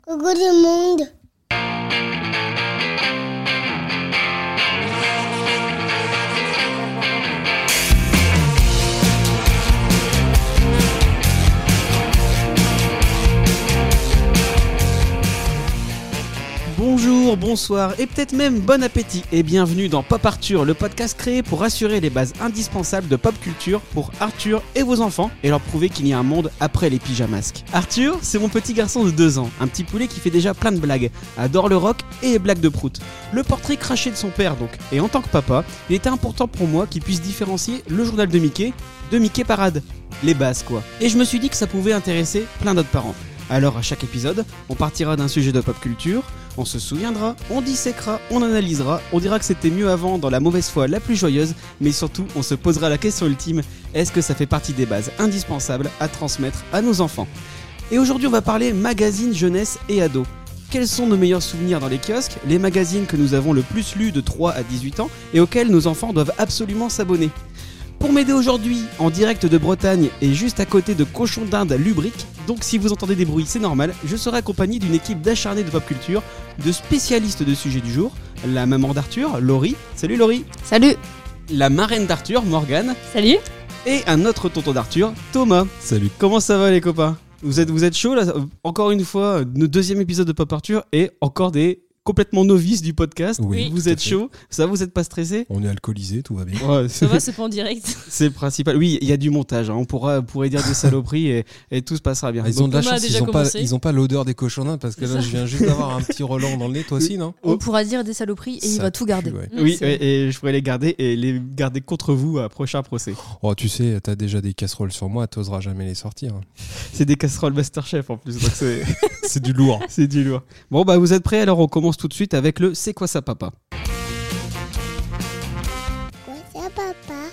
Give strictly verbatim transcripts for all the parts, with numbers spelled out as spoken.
Coucou le monde. Bonjour, bonsoir et peut-être même bon appétit et bienvenue dans Pop Arthur, le podcast créé pour assurer les bases indispensables de pop culture pour Arthur et vos enfants et leur prouver qu'il y a un monde après les pyjamasques. Arthur, c'est mon petit garçon de deux ans, un petit poulet qui fait déjà plein de blagues, adore le rock et les blagues de prout. Le portrait craché de son père donc, et en tant que papa, il était important pour moi qu'il puisse différencier le journal de Mickey de Mickey Parade, les bases quoi. Et je me suis dit que ça pouvait intéresser plein d'autres parents. Alors à chaque épisode, on partira d'un sujet de pop culture, on se souviendra, on disséquera, on analysera, on dira que c'était mieux avant dans la mauvaise foi la plus joyeuse, mais surtout on se posera la question ultime, est-ce que ça fait partie des bases indispensables à transmettre à nos enfants ? Et aujourd'hui on va parler magazine jeunesse et ado. Quels sont nos meilleurs souvenirs dans les kiosques, les magazines que nous avons le plus lus de trois à dix-huit ans et auxquels nos enfants doivent absolument s'abonner ? Pour m'aider aujourd'hui, en direct de Bretagne et juste à côté de Cochon d'Inde Lubrique, donc si vous entendez des bruits c'est normal, je serai accompagné d'une équipe d'acharnés de pop culture, de spécialistes de sujets du jour, la maman d'Arthur, Laurie. Salut Laurie. Salut. La marraine d'Arthur, Morgane. Salut. Et un autre tonton d'Arthur, Thomas. Salut. Comment ça va les copains ? Vous êtes, vous êtes chaud là ? Encore une fois, notre deuxième épisode de Pop Arthur et encore des... complètement novice du podcast, oui, vous êtes chaud, ça vous êtes pas stressé ? On est alcoolisé, tout va bien. Ouais, ça va, c'est pas en direct. C'est le principal. Oui, il y a du montage, hein. on pourra, pourrait dire des saloperies et, et tout se passera bien. Ah, ils ont de la Thomas chance, ils ont, pas, ils ont pas l'odeur des cochons d'Inde parce que là, ça. je viens juste d'avoir un petit relent dans le nez, toi aussi, non ? On pourra dire des saloperies et Ça il va tout garder. pue, ouais. Oui, et, et je pourrais les garder et les garder contre vous à prochain procès. Oh, tu sais, t'as déjà des casseroles sur moi, t'oseras jamais les sortir. C'est des casseroles Masterchef en plus, donc c'est, C'est du lourd. c'est du lourd. Bon, bah vous êtes prêts, alors on commence tout de suite avec le C'est quoi ça papa ? Quoi ça, papa?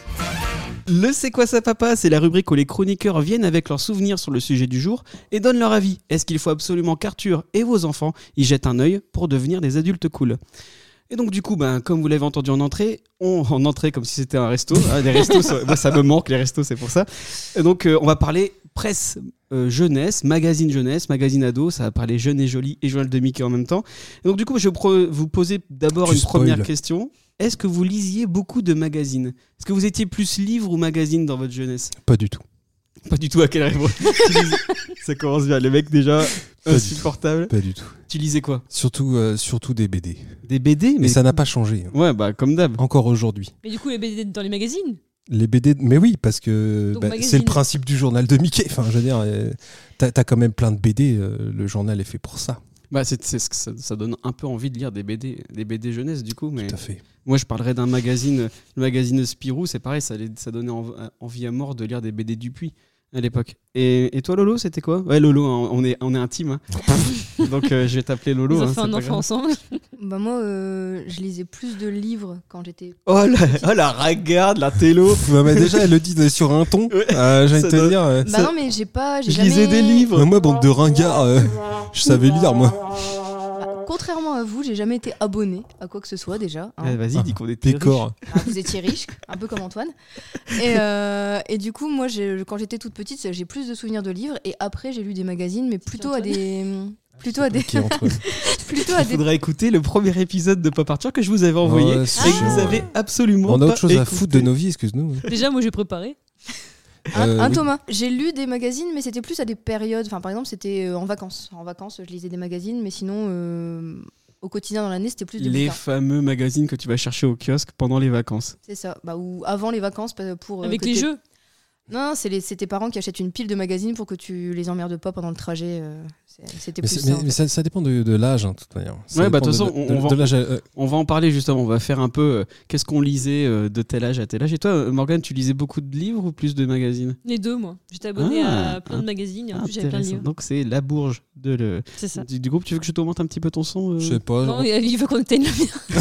Le C'est quoi ça papa ? C'est la rubrique où les chroniqueurs viennent avec leurs souvenirs sur le sujet du jour et donnent leur avis. Est-ce qu'il faut absolument qu'Arthur et vos enfants y jettent un œil pour devenir des adultes cool ? Et donc du coup, ben, comme vous l'avez entendu en entrée, on, en entrée comme si c'était un resto. Hein, les restos, ça, moi ça me manque les restos, c'est pour ça. Et donc euh, on va parler presse euh, jeunesse, magazine jeunesse, magazine ado. Ça va parler jeune et joli et journal de Mickey en même temps. Et donc du coup, je vais pro- vous poser d'abord Tu une spoil. première question. Est-ce que vous lisiez beaucoup de magazines ? Est-ce que vous étiez plus livre ou magazine dans votre jeunesse ? Pas du tout. Pas du tout. À quelle réponse ? Tu lisais- Ça commence bien. Le mec déjà Pas du insupportable. Pas du tout. Tu lisais quoi ? Surtout, euh, surtout des B D. Des B D ? Mais ça n'a pas changé. hein. Ouais, bah comme d'hab. Encore aujourd'hui. Mais du coup, les B D dans les magazines. Les B D, mais oui, parce que Donc, bah, magazine. c'est le principe du journal de Mickey. Enfin, je veux dire, euh, t'as, t'as quand même plein de B D. euh, le journal est fait pour ça. Bah c'est, c'est ce que ça, ça donne un peu envie de lire des B D, des B D jeunesse du coup. Mais Tout à fait. moi je parlerais d'un magazine, le magazine Spirou, c'est pareil, ça, allait- ça donnait env- envie à mort de lire des B D Dupuis à l'époque. Et, et toi Lolo, c'était quoi ? Ouais Lolo, hein, on est on est intime. Hein. Donc euh, je vais t'appeler Lolo. Ils ont hein, fait c'est un pas enfant grave. ensemble. Bah moi, euh, je lisais plus de livres quand j'étais... Oh la, oh la ragarde, la télo. Ouais, mais déjà, elle le dit de- sur un ton. Ouais. Euh, J'ai Ça envie de te doit- dire. euh, Bah Ça- non, mais j'ai pas... J'ai Je jamais... lisais des livres. mais moi, bande de ringards, euh, je savais lire, moi. Bah, contrairement à vous, j'ai jamais été abonné à quoi que ce soit déjà. hein. Eh, vas-y, dis qu'on était Décor. Ah, vous étiez riche, un peu comme Antoine. Et, euh, et du coup, moi, j'ai- quand j'étais toute petite, j'ai plus de souvenirs de livres. Et après, j'ai lu des magazines, mais plutôt à Antoine. des... Plutôt à des... Qui est entre eux. plutôt à Il des... faudra écouter le premier épisode de Pop Arthur que je vous avais envoyé Ouais, et c'est que vous chiant. avez absolument On a pas autre chose à écouté. foutre de nos vies, excuse-nous. Déjà, moi, j'ai préparé. Hein, Euh, hein, oui. Thomas, j'ai lu des magazines, mais c'était plus à des périodes. Enfin, par exemple, c'était euh, en vacances. En vacances, je lisais des magazines, mais sinon, euh, au quotidien dans l'année, c'était plus des Les bouquins. fameux magazines que tu vas chercher au kiosque pendant les vacances. C'est ça. Bah, ou avant les vacances pa- pour. euh, Avec que les tes- jeux. Non, c'est, les, c'est tes parents qui achètent une pile de magazines pour que tu les emmerdes pas pendant le trajet. euh, c'est- c'était Mais, plus c'est- ça. mais- en mais fait. ça, ça dépend de, de l'âge, hein, de toute manière. Ça Ouais, bah, de dépend toute façon, de, on va- de l'âge. euh, On va en parler justement, on va faire un peu euh, qu'est-ce qu'on lisait euh, de tel âge à tel âge. Et toi, euh, Morgane, tu lisais beaucoup de livres ou plus de magazines ? Les deux, moi. J'étais abonné Ah, à plein de magazines et en plus, j'avais plein de Intéressant. livres. Donc c'est la bourge de le... C'est ça. du, du groupe. Tu veux que je t'augmente un petit peu ton son euh Je sais pas. Non, genre, il veut qu'on éteigne le mien.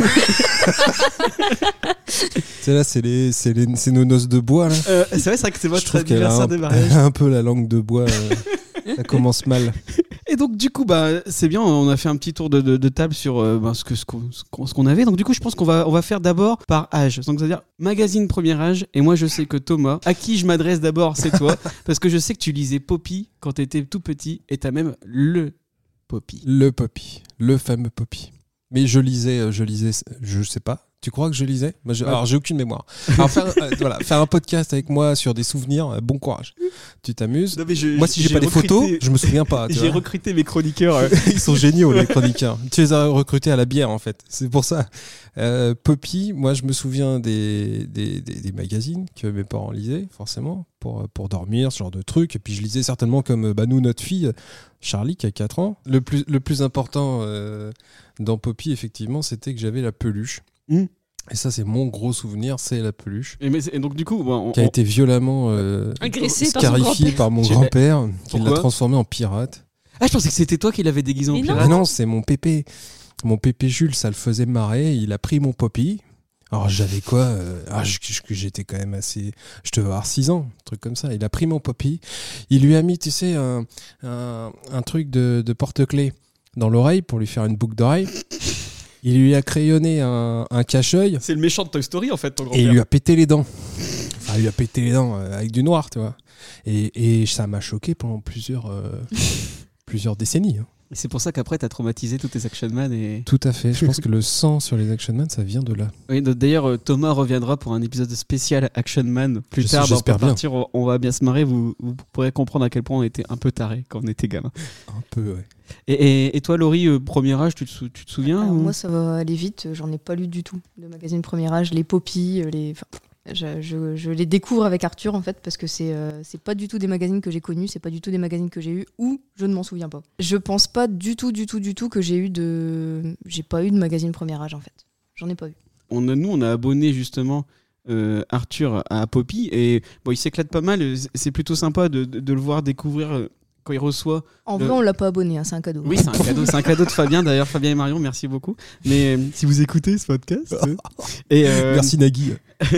c'est là, c'est les, c'est les, c'est nos noces de bois là. Euh, C'est vrai, c'est vrai que c'est Je votre trouve qu'elle a anniversaire un, de mariage. elle a un peu la langue de bois. euh, ça commence mal. Et donc du coup, bah, c'est bien, on a fait un petit tour de, de, de table sur euh, bah, ce, que, ce, qu'on, ce qu'on- ce qu'on avait. Donc du coup, je pense qu'on va, on va faire d'abord par âge. Donc c'est-à-dire magazine premier âge. Et moi, je sais que Thomas, à qui je m'adresse d'abord, c'est toi. Parce que je sais que tu lisais Poppy quand tu étais tout petit. Et tu as même le Poppy. Le Poppy, le fameux Poppy. Mais je lisais, je lisais, je sais pas. Tu crois que je lisais ? Moi, je- Ouais. Alors, j'ai aucune mémoire. Alors, faire, euh, voilà, faire un podcast avec moi sur des souvenirs, euh, bon courage. Tu t'amuses. Non, mais je- Moi, si j'ai pas les recruté- photos, je me souviens pas. tu J'ai vois. recruté mes chroniqueurs. euh, Ils sont géniaux, les chroniqueurs. Tu les as recrutés à la bière, en fait. C'est pour ça. Euh, Poppy, moi, je me souviens des, des, des, des magazines que mes parents lisaient, forcément, pour, pour dormir, ce genre de trucs. Et puis, je lisais certainement comme bah, nous, notre fille, Charlie, qui a quatre ans. Le plus, le plus important euh, dans Poppy, effectivement, c'était que j'avais la peluche. Mm. Et ça, c'est mon gros souvenir, c'est la peluche. Et, mais c'est- et donc, du coup, bon, on- Qui a on- été violemment euh, Agressé par son scarifié grand-père. par mon Tu- grand-père, qui l'a Pourquoi transformé en pirate. Ah, je pensais que c'était toi qui l'avais déguisé en Mais non. pirate. Ah non, c'est mon pépé. Mon pépé Jules, ça le faisait marrer. Il a pris mon Poppy. Alors j'avais quoi euh, ah, je- je- J'étais quand même assez... Je devais avoir six ans, un truc comme ça. Il a pris mon Poppy. Il lui a mis, tu sais, un, un, un truc de, de porte-clés dans l'oreille pour lui faire une boucle d'oreille. Il lui a crayonné un, un cache-œil C'est le méchant de Toy Story, en fait, ton et il grand-père. lui a pété les dents. Enfin, il lui a pété les dents euh, avec du noir, tu vois. Et, et ça m'a choqué pendant plusieurs, euh, plusieurs décennies. hein. Et c'est pour ça qu'après, t'as traumatisé tous tes Action Man. Et... Tout à fait. Je pense que le sang sur les Action Man, ça vient de là. Oui, donc, d'ailleurs, euh, Thomas reviendra pour un épisode spécial Action Man plus Je- tard. Dans j'espère bien. partir, on, on va bien se marrer. Vous, vous pourrez comprendre à quel point on était un peu tarés quand on était gamin. Un peu, ouais. Et, et, et toi, Laurie, euh, premier âge, tu te, sou- tu te souviens Alors ou- moi, ça va aller vite. J'en ai pas lu du tout de magazine premier âge. Les Poppy, euh, les. enfin, je, je- je les découvre avec Arthur en fait parce que c'est euh, c'est pas du tout des magazines que j'ai connus, c'est pas du tout des magazines que j'ai eu ou je ne m'en souviens pas. Je pense pas du tout, du tout, du tout que j'ai eu de. J'ai pas eu de magazine premier âge en fait. J'en ai pas eu. on a, nous, on a abonné justement euh, Arthur à Poppy et bon, il s'éclate pas mal. C'est plutôt sympa de, de- de le voir découvrir euh, quand il reçoit. En Le- vrai, on l'a pas abonné, hein, c'est un cadeau. Oui, c'est un cadeau, c'est un cadeau de Fabien. D'ailleurs, Fabien et Marion, merci beaucoup. Mais euh, si vous écoutez ce podcast, euh, et euh, Merci Nagui.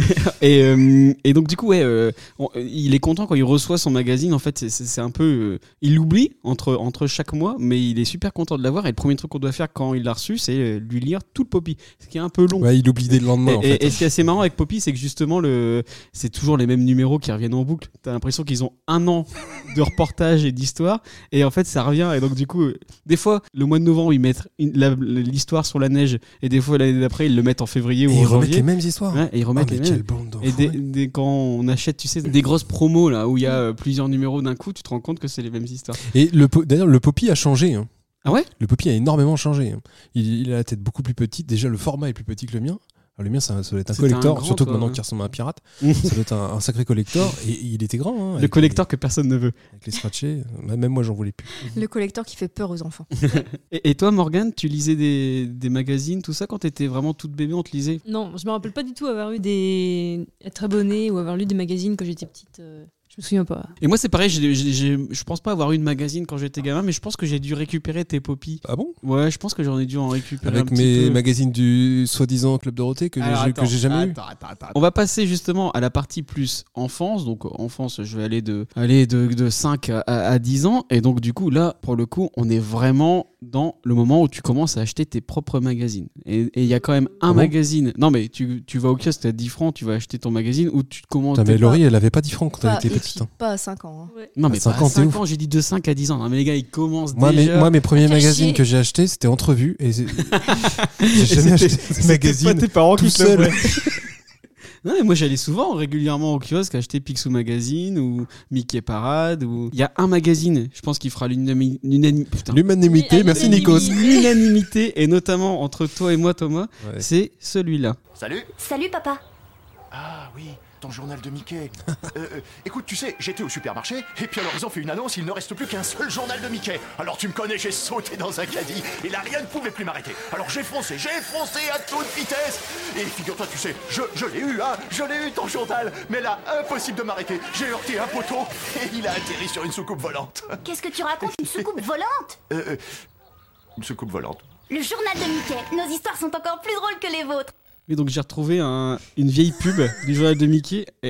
et, euh, et donc du coup, ouais, euh, on- il est content quand il reçoit son magazine. En fait, c'est- c'est c'est un peu, euh, il l'oublie entre entre chaque mois, mais il est super content de l'avoir. Et le premier truc qu'on doit faire quand il l'a reçu, c'est euh, lui lire tout le Poppy, ce qui est un peu long. Ouais, il oublie dès le lendemain. Et, en et- fait. et ce qui est assez marrant avec Poppy, c'est que justement, le... c'est toujours les mêmes numéros qui reviennent en boucle. T'as l'impression qu'ils ont un an de reportage et d'histoire, et en fait, ça revient. Et donc, du coup, euh, des fois, le mois de novembre, ils mettent une- la- l'histoire sur la neige, et des fois, l'année d'après, ils le mettent en février Et ou ils en remettent janvier. les mêmes histoires. Ouais, et ils Ah, remettent mais les quelle mêmes. bande d'enfoirés. Et des, des- quand on achète, tu sais, des grosses promos là où il y a euh, plusieurs numéros d'un coup, tu te rends compte que c'est les mêmes histoires. Et le po- d'ailleurs, le Poppy a changé. hein. Ah ouais Le Poppy a énormément changé. hein. Il, il a la tête beaucoup plus petite. Déjà, le format est plus petit que le mien. Alors, le mien, ça, ça doit être un C'était un collector. grand, surtout que toi, maintenant ouais. qu'il ressemble à un pirate, ça doit être un, un sacré collector. Et il était grand. hein, Le avec collector que personne ne veut. les- Avec les scratchés. Même moi, j'en voulais plus. Le collecteur qui fait peur aux enfants. Et, et toi, Morgane, tu lisais des, des magazines, tout ça, quand t'étais vraiment toute bébé, on te lisait? Non, je me rappelle pas du tout avoir eu des. être abonné ou avoir lu des magazines quand j'étais petite. euh, Je me souviens pas. Et moi, c'est pareil, j'ai- j'ai- j'ai- je pense pas avoir eu de magazine quand j'étais gamin, mais je pense que j'ai dû récupérer tes Poppy. Ah bon? Ouais, je pense que j'en ai dû en récupérer Avec un petit mes peu. magazines du soi-disant Club Dorothée que Alors, j'ai que attends, j'ai jamais eu. attends, attends, attends. On va passer justement à la partie plus enfance. Donc enfance, je vais aller de, aller de, de cinq à, à dix ans. Et donc du coup, là, pour le coup, on est vraiment dans le moment où tu commences à acheter tes propres magazines. Et il y a quand même un Ah bon magazine. Non mais tu, tu vas au kiosque, t'as dix francs, tu vas acheter ton magazine ou tu te commandes... Putain, mais tes- Laurie, elle avait pas dix francs quand Pas, elle était et petite. puis hein. pas à cinq ans. hein. Ouais. Non mais À pas cinq ans, à t'es cinq ouf. ans, j'ai dit de cinq à dix ans. Non mais les gars, ils commencent Moi, mes, déjà... moi, mes premiers Faire magazines chier. que j'ai achetés, c'était Entrevue. Et c'est- j'ai jamais acheté de magazine. tes parents tout seul. Non, mais moi j'allais souvent régulièrement au kiosque acheter Picsou Magazine ou Mickey Parade. Ou... Il y a un magazine, je pense qu'il fera l'unami- l'unani- putain. L'humanité, Oui, merci l'unanimité. Nikos. l'unanimité, et notamment entre toi et moi, Thomas, Ouais. c'est celui-là. Salut. Salut papa. Ah oui, ton journal de Mickey. Euh, euh, écoute, tu sais, j'étais au supermarché, et puis alors ils ont fait une annonce, il ne reste plus qu'un seul journal de Mickey. Alors tu me connais, j'ai sauté dans un caddie, et là rien ne pouvait plus m'arrêter. Alors j'ai foncé, j'ai foncé à toute vitesse. Et figure-toi, tu sais, je, je l'ai eu, hein, je l'ai eu ton journal. Mais là, impossible de m'arrêter. J'ai heurté un poteau, et il a atterri sur une soucoupe volante. Qu'est-ce que tu racontes? Une soucoupe volante? Euh, euh, une soucoupe volante. Le journal de Mickey. Nos histoires sont encore plus drôles que les vôtres. Et donc j'ai retrouvé un- une vieille pub du journal de Mickey. Et, et-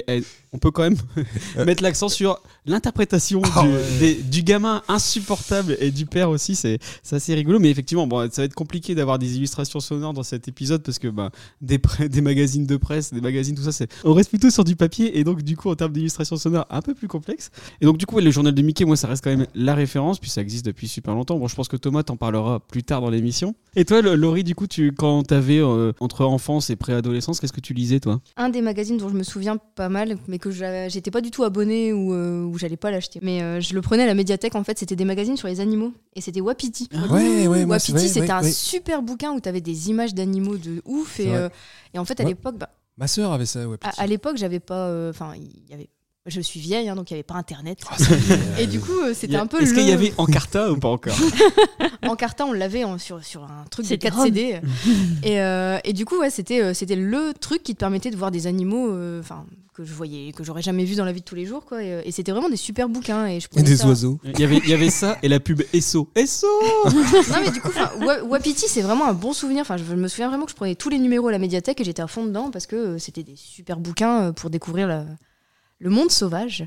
on peut quand même mettre l'accent sur l'interprétation Ah du, ouais. des- du gamin insupportable et du père aussi. C'est, c'est assez rigolo. Mais effectivement, bon, ça va être compliqué d'avoir des illustrations sonores dans cet épisode parce que bah, des, pre- des magazines de presse, des magazines, tout ça, c'est... on reste plutôt sur du papier. Et donc, du coup, en termes d'illustration sonore, un peu plus complexe. Et donc, du coup, ouais, le journal de Mickey, moi, ça reste quand même la référence. Puis ça existe depuis super longtemps. Bon, je pense que Thomas t'en parlera plus tard dans l'émission. Et toi, le- Laurie, du coup, tu, quand t'avais euh, entre enfance et préadolescence, qu'est-ce que tu lisais, toi? Un des magazines dont je me souviens pas mal, mais que j'avais- j'étais pas du tout abonnée ou euh, où j'allais pas l'acheter. Mais euh, je le prenais à la médiathèque, en fait, c'était des magazines sur les animaux. Et c'était Wapiti. Ouais, ouais, moi, c'est- Wapiti, ouais, c'était ouais, un ouais. super bouquin où t'avais des images d'animaux de ouf. C'est Et, vrai. euh, et en fait, à Ouais. l'époque, bah, Ma sœur avait ça, ouais. à, à l'époque, j'avais pas. Enfin, il y avait. Je suis vieille, hein, donc il y avait pas internet. Ah, ça, Et du coup, euh, c'était Y a- un peu Est-ce le. qu'il y avait Encarta ou pas encore? Encarta, on l'avait en- sur, sur un truc de C'est quatre drôle. C D. et, euh, et du coup, ouais, c'était, euh, c'était le truc qui te permettait de voir des animaux euh, enfin, que je voyais, que j'aurais jamais vu dans la vie de tous les jours. Quoi. Et, euh, et c'était vraiment des super bouquins. Et, je Et prenais des ça- oiseaux. Il y avait, il y avait ça et la pub Esso. Esso. Non, mais du coup, enfin, Wa- Wapiti, c'est vraiment un bon souvenir. Enfin, je me souviens vraiment que je prenais tous les numéros à la médiathèque et j'étais à fond dedans parce que euh, c'était des super bouquins euh, pour découvrir la- le monde sauvage.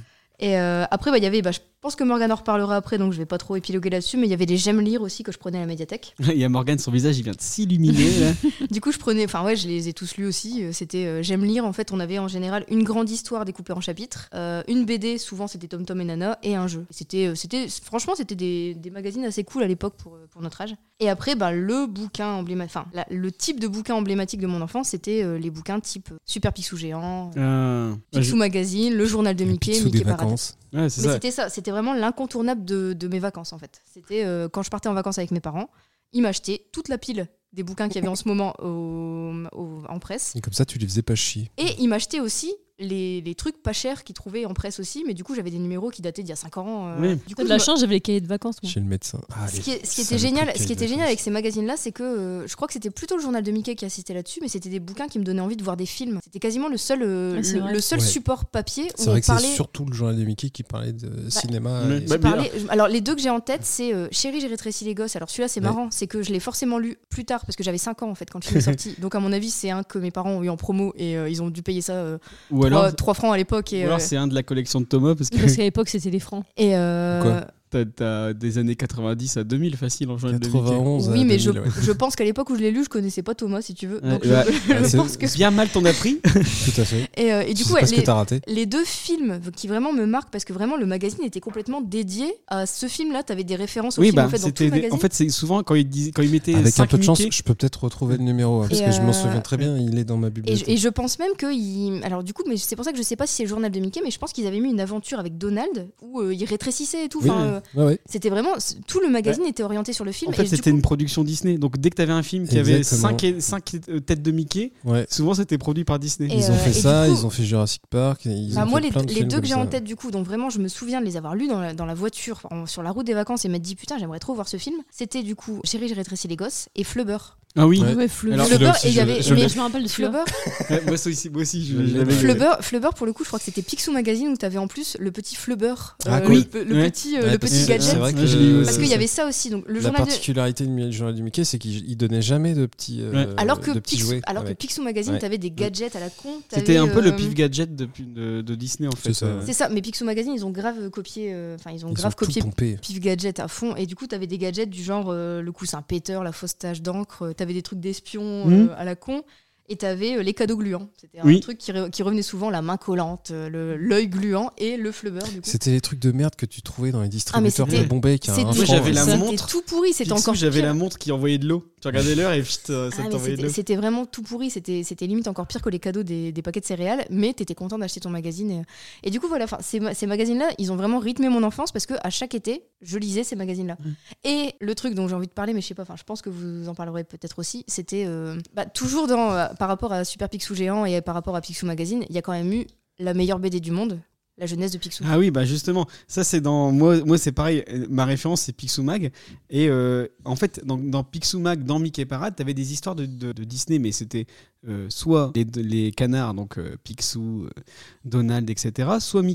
Et euh, après, bah, il y avait, bah, je pense que Morgane en reparlera après, donc je vais pas trop épiloguer là-dessus, mais il y avait des J'aime lire aussi que je prenais à la médiathèque. Il y a Morgane, son visage, il vient de s'illuminer. Là. Du coup, je prenais, enfin ouais, je les ai tous lus aussi. Euh, C'était euh, J'aime lire. En fait, on avait en général une grande histoire découpée en chapitres, euh, une B D, souvent c'était Tom Tom et Nana, et un jeu. C'était, euh, c'était, franchement, c'était des, des magazines assez cool à l'époque pour, euh, pour notre âge. Et après, bah, le bouquin emblématique, enfin, la- le type de bouquin emblématique de mon enfance, c'était euh, les bouquins type euh, Super Picsou géant, Euh, ouais, Picsou Magazine, le journal de Le Mickey, Picsou des Mickey Paradis. vacances. je- ouais, c'est Mais ça. c'était ça, c'était vraiment l'incontournable de, de mes vacances en fait. C'était euh, quand je partais en vacances avec mes parents, ils m'achetaient toute la pile des bouquins qu'il y avait en ce moment au- au- en presse. Et comme ça, tu les faisais pas chier. Et ils m'achetaient aussi les, les trucs pas chers qu'ils trouvaient en presse aussi, mais du coup j'avais des numéros qui dataient d'il y a cinq ans. euh, Oui. Du coup, T'as de je la me- chance, j'avais les cahiers de vacances. Moi. Chez le médecin. Ah, ce les qui, est- ce qui était saloperies génial, de ce qui était cahiers de génial avec vacances. ces magazines-là, c'est que euh, je crois que c'était plutôt le journal de Mickey qui assistait là-dessus, mais c'était des bouquins qui me donnaient envie de voir des films. C'était quasiment le seul, euh, Ouais, c'est le, vrai. le seul Ouais. support papier C'est où vrai on que c'est parlait. surtout le journal de Mickey qui parlait de cinéma. Ouais. et- Bah, Je parlais- je- alors les deux que j'ai en tête, c'est euh, Chérie, j'ai rétréci les gosses. Alors celui-là c'est Ouais. marrant, c'est que je l'ai forcément lu plus tard parce que j'avais cinq ans en fait quand le film est sorti. Donc à mon avis c'est un que mes parents ont eu en promo et euh, ils ont dû payer ça euh, Ou alors, trois francs à l'époque. ou Et, alors euh, c'est un de la collection de Thomas parce que Parce qu'à l'époque, c'était des francs. et, euh, Quoi t'as, t'as des années quatre-vingt-dix à deux mille facile en journal de Mickey. quatre-vingt-onze. oui à mais je, deux mille, ouais. je pense qu'à l'époque où je l'ai lu je connaissais pas Thomas si tu veux. Ouais, Donc je- bah, je, ouais, c'est- pense que Bien mal t'en as pris. Tout à fait. et, euh, et du Je coup sais ouais, pas ce que les, t'as raté. les deux films qui vraiment me marquent parce que vraiment le magazine était complètement dédié à ce film-là. T'avais des références au Oui, film bah, en fait dans tout c'était le des- magazine. en fait, c'est souvent quand ils, disent, quand ils mettaient Avec un cinq peu de chance, Mickey, je peux peut-être retrouver le numéro hein, parce Et que je m'en euh, souviens très bien. Il est dans ma Et je, bibliothèque. et je pense même que il- alors du coup mais c'est pour ça que je sais pas si c'est le journal de Mickey mais je pense qu'ils avaient mis une aventure avec Donald où euh, il rétrécissait et tout. Oui, Enfin, euh, ouais, ouais. c'était vraiment tout le magazine était orienté sur le film. en fait, et du c'était coup- une production Disney. Donc dès que t'avais un film qui avait Exactement. cinq têtes de Mickey, Ouais. souvent c'était produit par Disney. Et, Ils ont euh, fait et du ça, coup- ils ont fait Jurassic Park. et Ils Bah, ont moi fait les, plein de les films deux que comme j'ai en ça. tête du coup donc vraiment je me souviens de les avoir lus dans la, dans la voiture enfin, sur la route des vacances et m'être dit putain j'aimerais trop voir ce film. C'était du coup Chérie j'ai rétréci les gosses et Flubber. Ah oui. Ouais. Ouais, Fleu- Alors, Flubber celui-là aussi, et il y je- avait je mais l'ai- je me rappelle de celui-là. Flubber, Ouais, moi aussi, moi aussi, je, Je je l'ai. l'avais. Flubber, Flubber pour le coup je crois que c'était Picsou Magazine où t'avais en plus le petit Flubber Ah, euh, oui. le, le Ouais. petit, euh, Ouais, le parce petit que gadget. C'est vrai que Ouais, je l'ai eu euh, Parce qu'il y ça. avait ça aussi donc le La journal de particularité du journal du Mickey, c'est qu'il il donnait jamais de petits, euh, Ouais. Alors que, de petits Picsou, jouets. alors que avec. Picsou Magazine, Ouais. t'avais des gadgets à la con. C'était t'avais, un peu le euh, pif gadget de, de, de Disney en fait. C'est ça, euh. ouais. C'est ça, mais Picsou Magazine, ils ont grave copié, euh, enfin ils ont Ils grave ont tout copié pompé. pif gadget à fond. Et du coup, t'avais des gadgets du genre euh, le coussin péteur, la fausse tache d'encre. euh, T'avais des trucs d'espion euh, Mhm. à la con. Et t'avais euh, les cadeaux gluants. C'était un Oui. truc qui, re- qui revenait souvent, la main collante, euh, le- l'œil gluant et le flubber du coup. C'était les trucs de merde que tu trouvais dans les distributeurs c'était- pour Bombay qui a un C'était Moi, franc, j'avais la euh, c'était montre. tout pourri, c'était Picsou, encore j'avais pire. la montre qui envoyait de l'eau. Tu regardais l'heure et pfft, euh, ça Ah, mais t'envoyait de c'était, l'eau. c'était vraiment tout pourri, c'était, c'était limite encore pire que les cadeaux des, des paquets de céréales, mais t'étais content d'acheter ton magazine. Et, et du coup, voilà, enfin, ces, ma- ces magazines-là, ils ont vraiment rythmé mon enfance parce qu'à chaque été, je lisais ces magazines-là. Mm. Et le truc dont j'ai envie de parler, mais je sais pas, enfin, je pense que vous en parlerez peut-être aussi, c'était euh, bah, toujours dans, euh, par rapport à Super Picsou Géant et par rapport à Picsou Magazine, il y a quand même eu la meilleure B D du monde, La jeunesse de Picsou. Ah oui, bah justement, ça c'est dans moi, moi c'est pareil. euh, Ma référence c'est Picsou Mag et euh, en fait dans, dans Picsou Mag, dans Mickey Parade, t'avais des histoires de, de, de Disney, mais c'était euh, soit les, les canards, donc euh, Picsou, euh, Donald, et cetera, soit Mickey.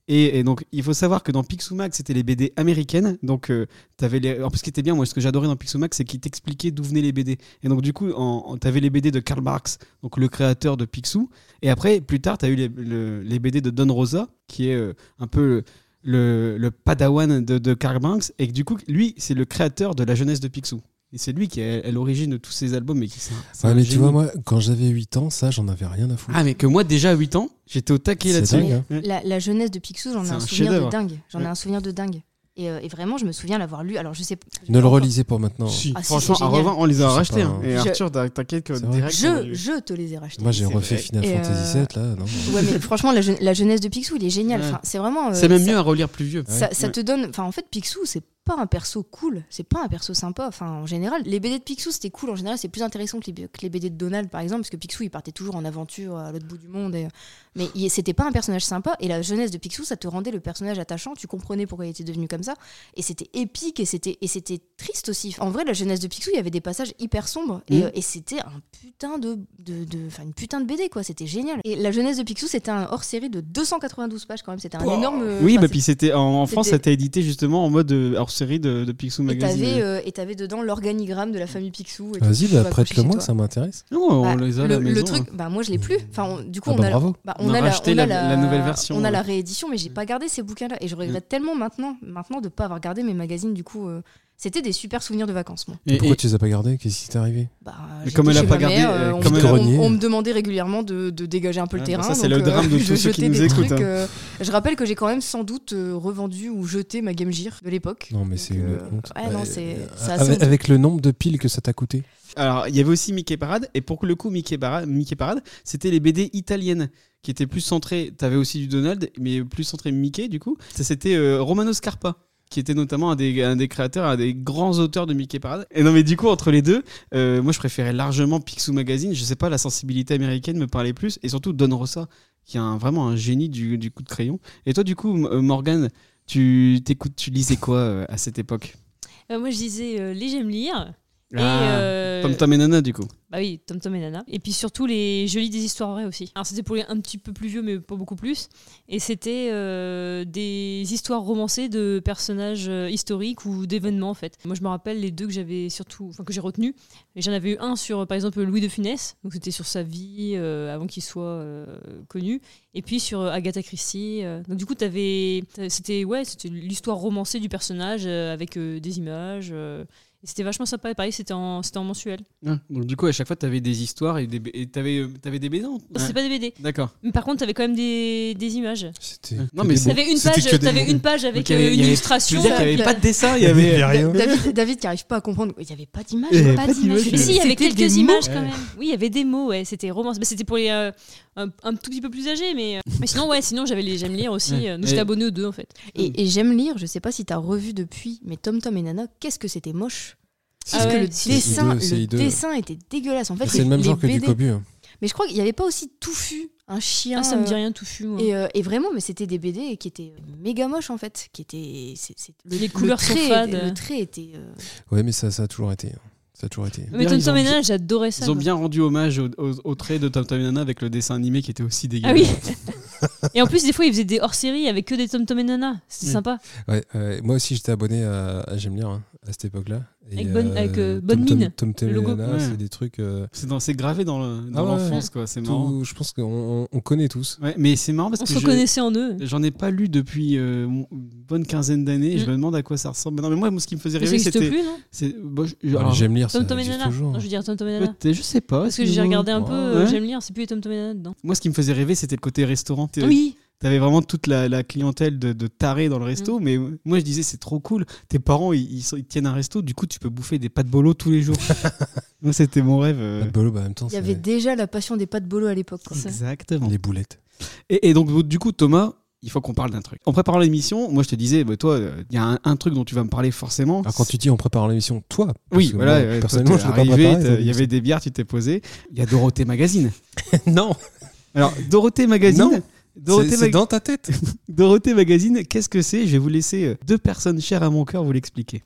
Et, et donc, il faut savoir que dans Picsou Mag, c'était les B D américaines. Donc, euh, t'avais les... Alors, ce qui était bien, moi, ce que j'adorais dans Picsou Mag, c'est qu'il t'expliquait d'où venaient les B D. Et donc, du coup, en, en, t'avais les B D de Karl Marx, donc le créateur de Picsou. Et après, plus tard, t'as eu les, le, les B D de Don Rosa, qui est euh, un peu le, le, le padawan de, de Karl Marx. Et du coup, lui, c'est le créateur de la jeunesse de Picsou. Et c'est lui qui est à l'origine de tous ces albums. Mais qui, c'est un, c'est ouais, un mais génie. tu vois, moi, quand j'avais huit ans, ça, j'en avais rien à foutre. Ah, mais que moi, déjà à huit ans, j'étais au taquet C'est là-dessus. dingue, hein. Ouais. La, la jeunesse de Picsou, j'en ai C'est un, un souvenir chef-d'œuvre. de dingue. J'en ai Ouais. un souvenir de dingue. Et, euh, et vraiment, je me souviens l'avoir lu. Alors, je sais. je Ne le pas encore- relisez pas maintenant. Si, Ah, si, franchement, c'est à génial. revoir, on les a Je sais rachetés. pas, hein. hein. Et Je- Arthur, t'as- t'inquiète que C'est vrai. direct. on va Je, lui- je te les ai rachetés. Moi, j'ai C'est refait vrai. Final Et, Fantasy euh, sept, là, non. Ouais, mais franchement, la, je- la jeunesse de Picsou, il est génial. Ouais. Enfin, c'est vraiment. euh, C'est même ça- mieux à relire plus vieux. Ça, ça Ouais. te donne. Enfin, en fait, Picsou, c'est pas un perso cool. C'est pas un perso sympa. Enfin, en général, les B D de Picsou, c'était cool. En général, c'est plus intéressant que les, que les B D de Donald, par exemple, parce que Picsou, il partait toujours en aventure à l'autre bout du monde. Et... Mais il- c'était pas un personnage sympa. Et la jeunesse de Picsou, ça te rendait le personnage attachant. Tu comprenais pourquoi il était devenu comme ça. Et c'était épique. Et c'était, et c'était triste aussi. En vrai, la jeunesse de Picsou, il y avait des passages hyper sombres. Et, Mhm. euh, et c'était un putain de. de, de... Enfin, une putain de B D, quoi. C'était génial. Et la jeunesse de Picsou, c'était un hors série de deux cent quatre-vingt-douze pages, quand même. C'était un énorme. Oui, enfin, bah c'est- puis c'était en, en France, c'était- ça a été édité justement en mode euh, hors série de, de Picsou Et Magazine. t'avais, euh, et t'avais dedans l'organigramme de la famille Picsou. et tout, Vas-y, tu bah, pouvais accrocher prête-le chez moi, toi. ça m'intéresse. Non, on Bah, les a à le, la le maison. truc, bah moi je l'ai plus. Enfin, on- du coup, Ah on, bah, a la, bravo. bah, On on, a a la, racheté on a la- la nouvelle version, On a ouais. la réédition, mais j'ai pas gardé ces bouquins-là. Et je regrette tellement maintenant, maintenant de pas avoir gardé mes magazines. Du coup, euh, c'était des super souvenirs de vacances, moi. Et- Pourquoi et- tu les as pas gardés? Qu'est-ce qui t'est arrivé? Bah, Mais j'étais comme elle a chez pas ma gardé, mère, euh, on, comme me, elle- on- on me demandait régulièrement de, de dégager un peu le Ah, terrain. bah ça, c'est donc, le drame de euh, tous je ceux qui jetais nous des écoutent, trucs, hein. euh, je rappelle que j'ai quand même sans doute euh, revendu ou jeté ma Game Gear de l'époque. Non, mais Donc, c'est une euh, honte. ouais, non, Euh, c'est- euh, c'est assez avec, honteux. avec le nombre de piles que ça t'a coûté. Alors, il y avait aussi Mickey Parade, et pour le coup, Mickey Parade, Mickey Parade, c'était les B D italiennes qui étaient plus centrées. T'avais aussi du Donald, mais plus centré Mickey, du coup. Ça, c'était euh, Romano Scarpa, qui était notamment un des, un des créateurs, un des grands auteurs de Mickey Parade. Et non, mais du coup, entre les deux, euh, moi, je préférais largement Picsou Magazine. Je sais pas, la sensibilité américaine me parlait plus, et surtout Don Rosa, qui est un- vraiment un génie du, du coup de crayon. Et toi, du coup, M- euh, Morgane, tu t'écoutes, tu lisais quoi euh, à cette époque? Euh, moi, je disais euh, les J'aime lire. Et, Ah, euh, Tom Tom et Nana, du coup. Bah oui, Tom Tom et Nana. Et puis surtout, les je lis des histoires vraies aussi. Alors c'était pour les un petit peu plus vieux, mais pas beaucoup plus. Et c'était euh, des histoires romancées de personnages euh, historiques ou d'événements en fait. Moi je me rappelle les deux que j'avais surtout, enfin que j'ai retenu. Et j'en avais eu un sur euh, par exemple Louis de Funès, donc c'était sur sa vie euh, avant qu'il soit euh, connu. Et puis sur euh, Agatha Christie. euh. Donc du coup t'avais, t'avais- c'était ouais, c'était l'histoire romancée du personnage euh, avec euh, des images. euh, et c'était vachement sympa. Et pareil, c'était en, c'était en mensuel. Ah, donc du coup, à chaque fois, tu avais des histoires et, des, B- et t'avais, euh, t'avais des B D, non? C'était Ouais. pas des B D. D'accord. Mais par contre, t'avais quand même des, des images. C'était. Non, que mais des c'est- mots. T'avais une C'était page, que des t'avais mots. une page avec Donc, il y avait- euh, il y une avait- illustration. Tu veux dire qu'il n'y il y avait a- pas de dessin, il y avait. rien. David, David qui arrive pas à comprendre. Il y avait pas d'image. Il y avait pas pas d'image. d'image. Mais si, il y avait C'était quelques des images mots. quand même. Oui, il y avait des mots, ouais. C'était romance. Mais c'était pour les euh, un, un tout petit peu plus âgés, mais, euh, mais sinon, ouais, sinon j'avais les J'aime lire aussi. Ouais. euh, donc Et- j'étais abonné aux deux en fait. Et, et j'aime lire, je sais pas si t'as revu depuis, mais Tom Tom et Nana, qu'est-ce que c'était moche. Ah Parce que ouais, le si, dessin, c'est le hideux. dessin était dégueulasse. En fait, C'est les- le même les genre que du B D Cobu. hein. Mais je crois qu'il y avait pas aussi Touffu, un chien. Ah, ça me dit euh, rien, Touffu. moi. Et, euh, et vraiment, mais c'était des B D qui étaient méga moches en fait, qui étaient. c'est- c'est- le- Les le couleurs sont trait- fades. Le trait était. euh, Ouais, mais ça, ça a toujours été. hein. Ça a toujours été. Mais D'ailleurs, Tom ils Tom ont et bien- Nana, j'adorais ça. Ils ont quoi. bien rendu hommage au, au, au trait de Tom Tom et Nana avec le dessin animé qui était aussi Ah dégueulasse. oui. Et en plus, des fois, ils faisaient des hors-séries avec que des Tom Tom et Nana. C'était Oui. sympa. Ouais, ouais, moi aussi, j'étais abonné à, à J'aime lire hein, à cette époque-là. Et, Avec bonne- avec, euh, bonne Tom Tom- mine, Tom Tom le et logo. Nana, Ouais. c'est des trucs. euh, C'est, dans, c'est gravé dans, le, dans Ah ouais, l'enfance, quoi. C'est marrant. tout- je pense qu'on on- on connaît tous. Ouais, mais c'est marrant parce On que se je- reconnaissait en eux. j'en ai pas lu depuis euh, une bonne quinzaine d'années. Et je Mm. me demande à quoi ça ressemble. Non, mais moi, moi, ce qui me faisait Mais ça rêver, n'existe c'était. plus, non c'est- bon, je- Ouais, alors, J'aime lire, ça Tom Tom et existe Nana. toujours. Non, je veux dire Tom Tom et Nana. peut-être, je sais pas. Parce que si j'ai vous- regardé un peu, euh, Ouais. J'aime lire, c'est plus les Tom Tom et Nana dedans. Moi, ce qui me faisait rêver, c'était le côté restaurant. T'es- Oui. T'avais vraiment toute la, la clientèle de, de tarés dans le Mm. resto, mais moi je disais c'est trop cool. Tes parents ils, ils sont- ils tiennent un resto, du coup tu peux bouffer des pâtes bolo tous les jours. Moi c'était mon rêve. euh. Pas de bolo, bah, en même temps, Il y avait c'est déjà la passion des pâtes bolo à l'époque. quoi. Exactement. les boulettes. Et, et donc du coup Thomas, il faut qu'on parle d'un truc. En préparant l'émission, moi je te disais, bah, toi il y a un, un truc dont tu vas me parler forcément. Alors quand tu dis en préparant l'émission, toi parce Oui, que voilà. moi, ouais, toi, personnellement, t'es je l'ai pas arrivé, préparé. t'as- cette il y avait des bières, tu t'es posé. Il y a Dorothée Magazine. émission. Non, Alors Dorothée Magazine. Non. Dorothée, c'est c'est Mag- dans ta tête. Dorothée Magazine, qu'est-ce que c'est? Je vais vous laisser euh, deux personnes chères à mon cœur vous l'expliquer.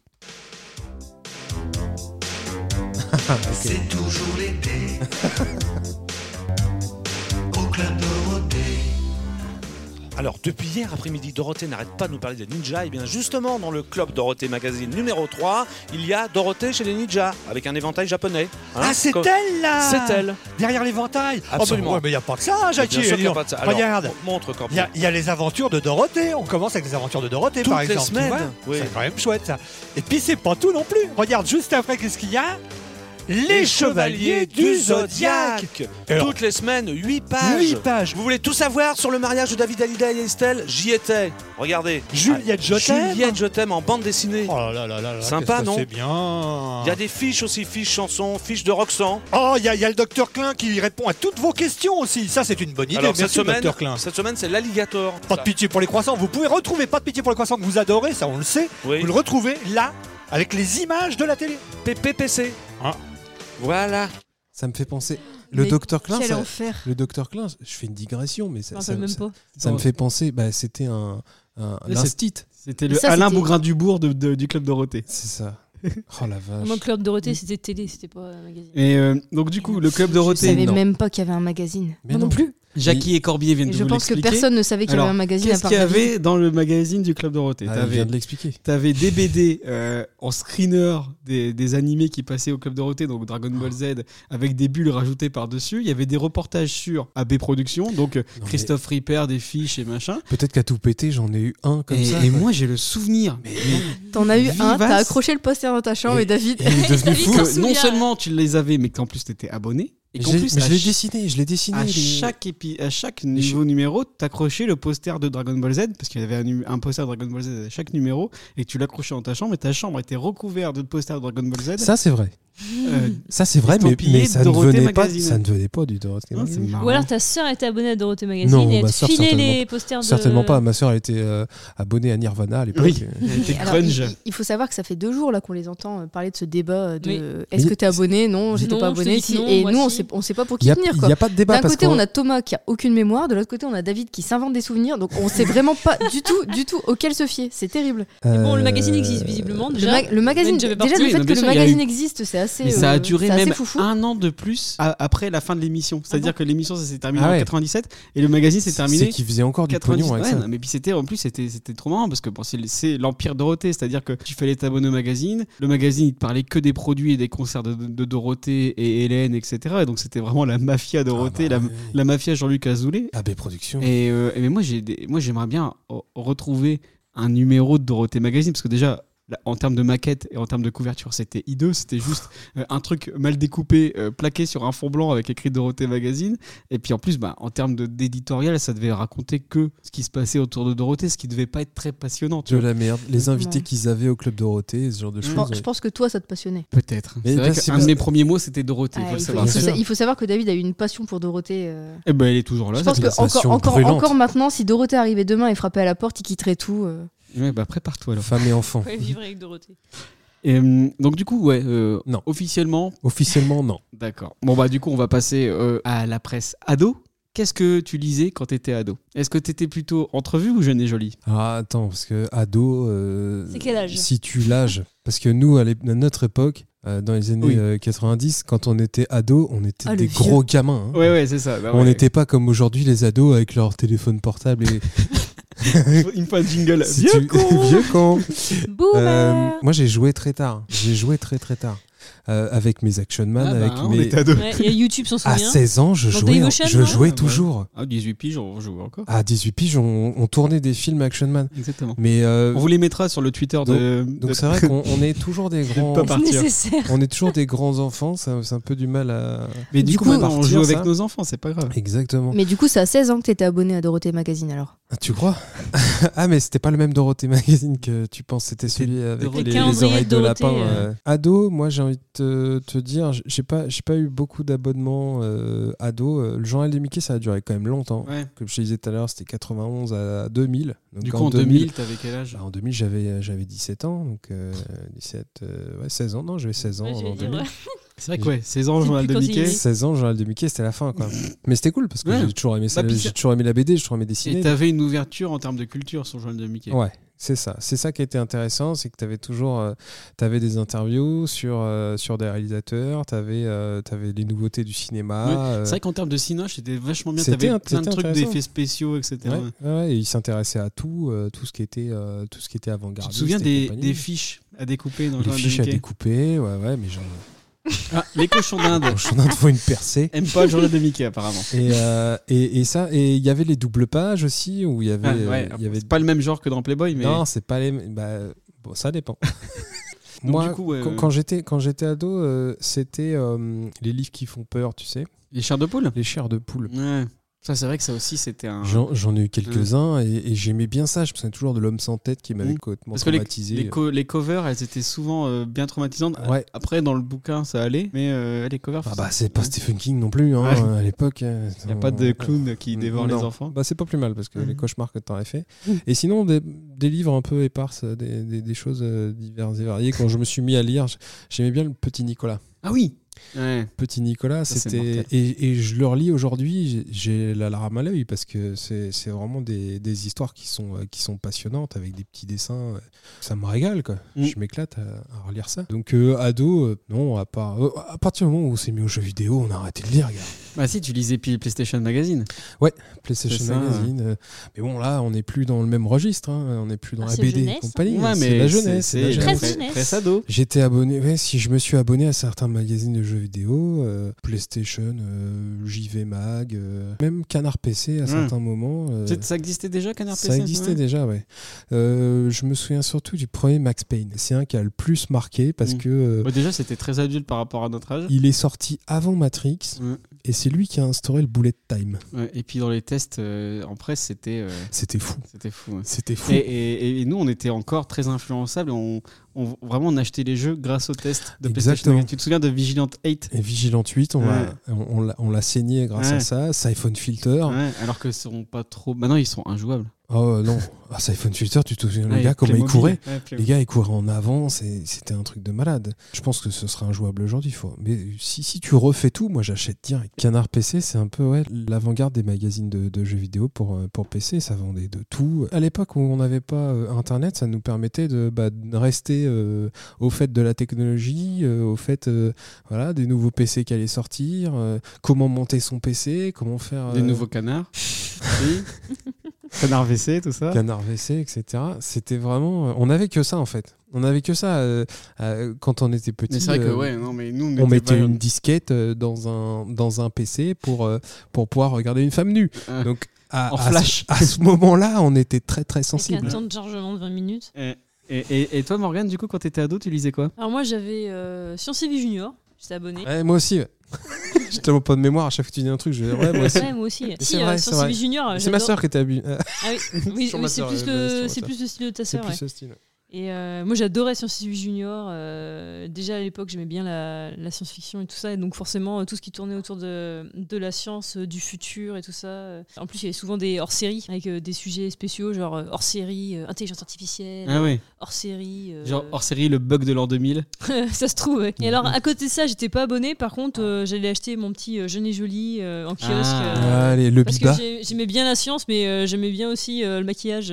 C'est toujours l'été. Au club Dorothée. Alors, depuis hier après-midi, Dorothée n'arrête pas de nous parler des ninjas. Et bien, justement, dans le club Dorothée Magazine numéro trois, il y a Dorothée chez les ninjas, avec un éventail japonais. Hein, ah, c'est comme... elle, là C'est elle. Derrière l'éventail. Absolument. Oh, bah, ouais, mais il n'y a pas que ça, Jackie. Bien sûr qu'il y a pas de ça. Alors, regarde. Montre, Corpi. Il y, y a les aventures de Dorothée. On commence avec les aventures de Dorothée, Toutes par les exemple. semaines. Tu vois, Oui. c'est quand même chouette, ça. Et puis, c'est pas tout non plus. Regarde, juste après, qu'est-ce qu'il y a ? Les, les Chevaliers du Zodiaque. Alors, toutes les semaines, huit pages. huit pages. Vous voulez tout savoir sur le mariage de David Hallyday et Estelle ? J'y étais. Regardez. Juliette, je t'aime. Juliette, je t'aime en bande dessinée. Oh là là là là. Sympa, non ? C'est bien. Il y a des fiches aussi, fiches chansons, fiches de Roxane. Oh, il y, y a le docteur Klein qui répond à toutes vos questions aussi. Ça, c'est une bonne idée. Alors, Merci, cette semaine, docteur Klein. Cette semaine, c'est l'alligator. Pas de pitié pour les croissants. Vous pouvez retrouver Pas de pitié pour les croissants que vous adorez, ça on le sait. Oui. Vous le retrouvez là, avec les images de la télé. P P P C. Hein. Voilà. Ça me fait penser. Le mais docteur Klein, quel ça, enfer. le docteur Klein, je fais une digression, mais ça, Je ça, me rappelle ça, même pas. ça me fait penser. Bah, c'était un, un Là, l'instit. C'était le Ça, Alain c'était- Bougrain-Dubourg de, de- du club Dorothée. C'est ça. Oh la vache. Moi, Club Dorothée, c'était télé, c'était pas un magazine. Et euh, donc du coup, le club Je Dorothée, savais non. même pas qu'il y avait un magazine. Mais Moi non non. plus. Jackie et Corbier viennent Et de je vous pense que l'expliquer. personne ne savait qu'il y Alors, avait un magazine à qu'est-ce part qu'il y David. avait dans le magazine du club Dorothée? Ah, il T'avais vient de l'expliquer. T'avais des B D euh, en screener des, des animés qui passaient au Club Dorothée, donc Dragon Ball Z, avec des bulles rajoutées par-dessus. Il y avait des reportages sur A B Productions, donc euh, Non, Christophe Ripper, des fiches et machin. Peut-être qu'à tout péter, j'en ai eu un comme Et, ça. et quoi. moi, j'ai le souvenir. Mais, T'en as eu un, Vivace. t'as accroché le poster dans ta chambre Et- et David. Et il est devenu fou. s'en que non souvient. sellement tu les avais, mais qu'en plus t'étais abonné. Et Mais qu'en je l'ai- plus, mais à je l'ai ch- dessiné, je l'ai dessiné. à les- chaque, épi- à chaque nouveau numéro, t'accrochais le poster de Dragon Ball Z, parce qu'il y avait un, nu- un poster de Dragon Ball Z à chaque numéro, et que tu l'accrochais dans ta chambre, et ta chambre était recouverte de posters de Dragon Ball Z. Ça, c'est vrai. Euh, Ça, c'est vrai, mais, estampillé mais ça, ne Dorothée venait pas, Magazine. ça ne venait pas du Dorothée non, c'est Magazine. marrant. Ou alors ta sœur était abonnée à Dorothée Magazine Non, et elle ma te sœur, filait certainement les posters de... Certainement pas. Ma soeur, elle était euh, abonnée à Nirvana à l'époque. Oui, elle était Et alors, grunge. il, il faut savoir que ça fait deux jours là qu'on les entend euh, parler de ce débat euh, de Oui. est-ce Mais que t'es abonné? Non, j'étais Non, pas je te abonné. dis que Si. non, Et moi nous, on si. sait, on sait pas pour Il qui n'y a, tenir il quoi. y a pas de débat D'un parce côté, qu'on on a Thomas qui a aucune mémoire, de l'autre côté, on a David qui s'invente des souvenirs, donc on sait vraiment pas du tout, du tout auquel se fier. C'est terrible. Mais bon, le Euh, magazine existe visiblement Le, déjà. mag- le magazine, Même j'avais déjà parti. le Oui, fait non, que bien le sûr, il y a magazine eu- existe, c'est assez. Mais ça a euh, duré c'est assez même foufou. un an de plus a- après la fin de l'émission. C'est-à-dire que l'émission, ça s'est terminé Ah en ouais. quatre-vingt-dix-sept et le magazine s'est C'est terminé qu'il faisait encore du quatre-vingt-dix. pognon avec Ouais, ça. non, mais puis c'était en plus c'était c'était trop marrant parce que bon, c'est c'est l'empire Dorothée, c'est-à-dire que tu fallait t'abonner au magazine. Le magazine il te parlait que des produits et des concerts de, de Dorothée et Hélène, et cetera. Et donc c'était vraiment la mafia Dorothée, Ah bah la, oui. la mafia Jean-Luc Azoulay. A B Productions. Et, euh, et mais moi j'ai des- moi j'aimerais bien re- retrouver un numéro de Dorothée Magazine parce que déjà là, en termes de maquette et en termes de couverture c'était hideux, c'était juste euh, un truc mal découpé euh, plaqué sur un fond blanc avec écrit Dorothée Magazine, et puis en plus bah, en termes de- d'éditorial ça devait raconter que ce qui se passait autour de Dorothée, ce qui devait pas être très passionnant, tu De vois. la merde. Les invités Non. qu'ils avaient au Club Dorothée, ce genre de Je choses. pense, je pense que toi, ça te passionnait. Peut-être. Mais C'est vrai là, c'est qu'un pas- de mes premiers mots c'était Dorothée, Ah, faut le il, faut, savoir. il faut Bien sa- sûr. il faut savoir que David a eu une passion pour Dorothée. euh. Et ben elle est toujours là. Je ça pense fait- que une passion encore, encore, brûlante. encore maintenant, si Dorothée arrivait demain et frappait à la porte, il quitterait tout. euh. Ouais, bah prépare-toi alors. Femmes et enfants. Ouais, vivre avec Dorothée. Et, hum, donc du coup ouais euh, Non. officiellement. Officiellement, non. D'accord. Bon bah du coup on va passer euh, à la presse ado. Qu'est-ce que tu lisais quand t'étais ado? Est-ce que t'étais plutôt entrevue ou jeune et jolie? Ah, attends, parce que ado. euh, C'est quel âge? Situe l'âge. Parce que nous, à, l'ép- à notre époque, euh, dans les années Oui. euh, quatre-vingt-dix, quand on était ado, on était Ah, le des vieux. gros gamins. hein. Ouais ouais c'est ça. Non, On ouais. n'était pas comme aujourd'hui les ados avec leur téléphone portable et. Il me faut un jingle. Si Vieux tu- con. Vieux con. Boomer Euh, moi, j'ai joué très tard. J'ai joué très très tard. Euh, avec mes Action Man, Ah bah, avec on mes. était ados. Ouais, il y a YouTube, s'en À souvient. seize ans, je Dans jouais, Dailymotion, je non jouais Ah, bah. toujours. Ah, dix-huit piges, on joue encore. À dix-huit piges, on, on tournait des films Action Man. Exactement. Mais euh, On vous les mettra sur le Twitter de. donc de- c'est vrai qu'on on est toujours des grands. pas partir. C'est nécessaire. On est toujours des grands enfants. Ça, c'est un peu du mal à. Mais du, Du coup, coup, maintenant, on partir, joue avec ça. nos enfants, c'est pas grave. Exactement. Mais du coup, c'est à seize ans que t'étais abonné à Dorothée Magazine alors. Ah, tu crois? Ah, mais c'était pas le même Dorothée Magazine que tu penses. C'était C'était celui avec Dorothée. les, Le les calendrier oreilles de de Dorothée, lapin. euh. euh. Ado, moi j'ai envie de te, te dire, j'ai pas, j'ai pas eu beaucoup d'abonnements euh, ado. Euh, Le journal de Mickey, ça a duré quand même longtemps. Ouais. Comme je te disais tout à l'heure, c'était quatre-vingt-onze à deux mille. Donc Du coup, en deux mille, deux mille, t'avais quel âge? bah, en deux mille, j'avais, j'avais dix-sept ans. Donc euh, dix-sept, euh, ouais, seize ans. Non, j'avais seize ans Ouais, en j'allais dire, deux mille. ouais. C'est vrai que ouais, seize ans, C'est journal plus de quand il Mickey. est- seize ans, le journal de Mickey, c'était la fin. Quoi. Mais c'était cool parce que Ouais. j'ai toujours aimé ça. Bah, puis J'ai ça- toujours aimé la B D, j'ai toujours aimé Et dessiner. t'avais une ouverture en termes de culture sur le journal de Mickey. Ouais, C'est ça, c'est ça qui était intéressant, c'est que tu avais toujours euh, t'avais des interviews sur, euh, sur des réalisateurs, tu avais euh, les nouveautés du cinéma. Ouais. Euh, c'est vrai qu'en termes de cinoche, c'était vachement bien. C'était Tu avais un- plein de c'était trucs intéressant. d'effets spéciaux, et cetera. ouais, ouais, ouais, et ils s'intéressaient à tout, euh, tout ce qui était, euh, tout ce qui était Tu avant-gardiste. te souviens et des, compagnie. des fiches à découper dans le Les journal de fiches à Mickey découper, ouais, ouais, mais j'en Ah, les cochons d'Inde. j'en ai faut une percée. Aime pas le journal de Mickey, apparemment. Et, euh, et, et ça, et il y avait les doubles pages aussi, où il y avait. Ah, euh, ouais, il y avait... c'est pas le même genre que dans Playboy, mais. Non, c'est pas les. Bah, bon, ça dépend. Donc, Moi, du coup, ouais, quand, ouais. quand j'étais quand j'étais ado, euh, c'était euh, les livres qui font peur, tu sais, Les chairs de poule. les chairs de poule. Ouais. Ça, c'est vrai que ça aussi, c'était un. J'en j'en ai eu quelques-uns et, et j'aimais bien ça. Je me souviens toujours de l'homme sans tête qui m'avait Mmh. complètement Parce que les, traumatisé. les, co- les covers, elles étaient souvent euh, bien traumatisantes. Ouais. Après, dans le bouquin, ça allait, mais euh, les covers. Ah bah c'est pas Stephen King non plus hein, Ouais. à l'époque. Il n'y a pas de clown qui dévore Non. les enfants. Bah c'est pas plus mal parce que Mhm. les cauchemars que t'en as fait. Et sinon des, des livres un peu éparses, des, des, des choses euh, diverses et variées. Quand je me suis mis à lire, j'aimais bien le Petit Nicolas. Ah oui. Ouais. Petit Nicolas, Ça, c'est c'était mortel. et, et je le relis aujourd'hui, j'ai j'ai la larme à l'œil parce que c'est c'est vraiment des, des histoires qui sont euh, qui sont passionnantes avec des petits dessins. euh, Ça me régale quoi. Mm. Je m'éclate à, à relire ça. Donc euh, ado, euh, non, à part euh, à partir du moment où on s'est mis aux jeux vidéo, on a arrêté de lire, gars. Bah si, tu lisais puis PlayStation Magazine. PlayStation C'est ça, Magazine. euh, mais bon là, on n'est plus dans le même registre. Hein, on n'est plus dans Ah, la c'est B D et jeunesse. compagnie. Ouais, c'est mais la c'est- jeunesse. c'est c'est la Très jeunesse. jeunesse. Très ado. J'étais abonné, ouais, si je me suis abonné à certains magazines de jeux vidéo, euh, PlayStation, euh, J V Mag, euh, même Canard P C à Ouais. certains moments. euh, C'est- Ça existait déjà, Canard P C? ça existait Ouais. déjà, ouais. Euh, je me souviens surtout du premier Max Payne. C'est un qui a le plus marqué parce Mm. que euh, Bah, déjà, c'était très adulte par rapport à notre âge. il est sorti avant Matrix Ouais. et c'est lui qui a instauré le bullet time. Ouais, et puis dans les tests euh, en presse, c'était euh, C'était fou. c'était fou. ouais. C'était fou. Et, et- et nous, on était encore très influençables. On, on- vraiment, on achetait les jeux grâce aux tests de PlayStation. Exactement. Tu te souviens de Vigilant huit? Et Vigilant huit, on Ouais. l'a on, on l'a- on l'a saigné grâce Ouais. à ça. Siphon Filter. Ouais, alors que sont pas trop. Maintenant, ils sont injouables. Oh non, ah, Siphon Filter, tu te souviens, Ouais, le gars, comment il Playmobil. courait? Ouais, Les Playmobil. gars, ils couraient en avant, c'est- c'était un truc de malade. Je pense que ce sera injouable aujourd'hui. Faut... Mais si, si tu refais tout, moi j'achète direct. Canard P C, c'est un peu ouais, l'avant-garde des magazines de, de jeux vidéo pour, euh, pour P C. Ça vendait de tout. À l'époque où on n'avait pas euh, Internet, ça nous permettait de, bah, de rester euh, au fait de la technologie, euh, au fait euh, voilà, des nouveaux P C qui allaient sortir, euh, comment monter son P C, comment faire. Des euh, nouveaux canards. Oui. Canard V C, tout ça. Canard V C, et cetera. C'était vraiment. On n'avait que ça en fait. On n'avait que ça euh, euh, quand on était petit. Mais c'est vrai que, euh, ouais, non, mais nous, on, on était mettait pas- une disquette euh, dans un, dans un P C pour, euh, pour pouvoir regarder une femme nue. Euh, Donc, à, en à ce- flash. À ce, moment-là, on était très très Avec sensible. un temps de chargement de vingt minutes. Et, et, et- et toi, Morgane, du coup, quand t'étais ado, tu lisais quoi? Alors moi j'avais euh, Science et Vie Junior, j'étais abonné. Ouais, moi aussi. ouais. J'ai tellement pas de mémoire. À chaque fois que tu dis un truc, je vais dire, ouais, moi aussi. Ouais, moi aussi. c'est Si, vrai, euh, c'est Science et vrai. Vie Junior. C'est ma j'adore. soeur qui était abusée. Ah oui, oui, Sur oui, ma c'est sœur, plus, euh, le, sur ma c'est sœur. plus le style de ta C'est sœur. plus Ouais. ce style. Et euh, moi j'adorais Science et Vie Junior. euh, déjà à l'époque j'aimais bien la, la science-fiction et tout ça. Et donc forcément euh, tout ce qui tournait autour de, de la science, euh, du futur et tout ça. euh. En plus il y avait souvent des hors-séries avec euh, des sujets spéciaux, genre euh, hors-série, euh, intelligence artificielle, Ah ouais. hors-série. euh, Genre hors série, le bug de l'an deux mille. ça se trouve, ouais. Et alors, à côté de ça, j'étais pas abonnée. Par contre, euh, j'allais acheter mon petit euh, Jeune et Joli euh, en kiosque. Ah. euh, Allez, le parce biba. que j'ai- j'aimais bien la science, mais euh, j'aimais bien aussi euh, le maquillage.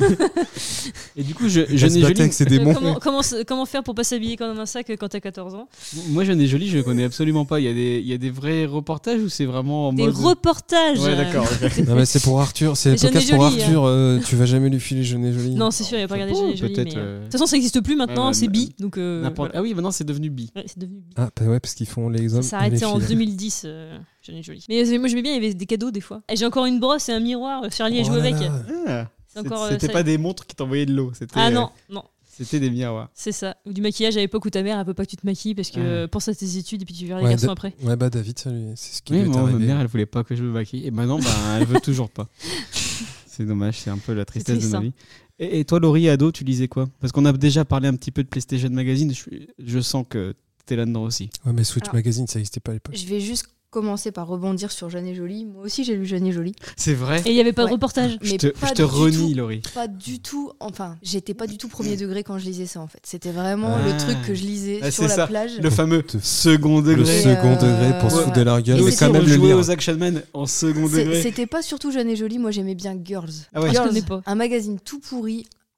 Et du coup, je, Elle je se n'ai battait joli. avec ses Euh, démons. comment, comment, s- comment faire pour pas s'habiller comme un sac quand t'as quatorze ans? Moi, je n'ai joli, je connais absolument pas. Il y a des, il y a des vrais reportages ou c'est vraiment en Des mode. reportages. Ouais, d'accord. ok. Non, mais c'est pour Arthur. C'est le Jeune et podcast pour Jolie, Arthur. euh, tu vas jamais lui filer Jeune et Joli. Non, c'est sûr, il a pas regardé Oh, Jeune et Joli. peut-être, mais, euh, euh, De toute façon, ça n'existe plus maintenant, ouais, ouais, c'est mais- bi. Donc, euh, N'importe- voilà. Ah oui, maintenant c'est devenu bi. Ouais, c'est devenu bi. Ah, bah ouais, parce qu'ils font les hommes. Ça et s'est les arrêté en filles. deux mille dix, euh, Jeune et Joli. Mais euh, moi, j'aimais bien, il y avait des cadeaux des fois. Et j'ai encore une brosse et un miroir, Charlie a Oh joué là avec. là. Ah, C'est encore, euh, C'était ça- pas des montres qui t'envoyaient de l'eau. C'était, Ah euh, non, non. C'était des miroirs. C'est ça. Ou du maquillage à l'époque où ta mère elle veut pas que tu te maquilles parce que Ouais. euh, pense à tes études et puis tu verras les Ouais, garçons da- après. Ouais, bah David, ça lui- c'est ce qui Oui, lui est moi, ma arrivé. mère, elle voulait pas que je me maquille. Et maintenant, bah, elle veut toujours pas. C'est dommage, c'est un peu la tristesse triste, de ma hein. vie. Et, et toi, Laurie, ado, tu lisais quoi? Parce qu'on a déjà parlé un petit peu de PlayStation Magazine. Je, je sens que t'es là-dedans aussi. Ouais, mais Switch Alors- Magazine, ça n'existait pas à l'époque. Je vais juste commencer par rebondir sur Jeune et Jolie. Moi aussi, j'ai lu Jeune et Jolie. C'est vrai. Et il y avait pas de Ouais. reportage. Je Mais te, pas je te du renie, tout. Laurie. Pas du tout. Enfin, j'étais pas du tout premier degré quand je lisais ça en fait. C'était vraiment Ah. le truc que je lisais Ah, sur c'est la ça. plage. Le fameux Te- second Le degré. Et, second euh, degré pour se voilà. foutre de leur gueule, Nous mais aussi, quand on même le jouait lire. aux Action Man en second C'est- degré. C'était pas surtout Jeune et Jolie. Moi, j'aimais bien Girls. Ah ouais. Je Girls, connais pas. un magazine tout pourri,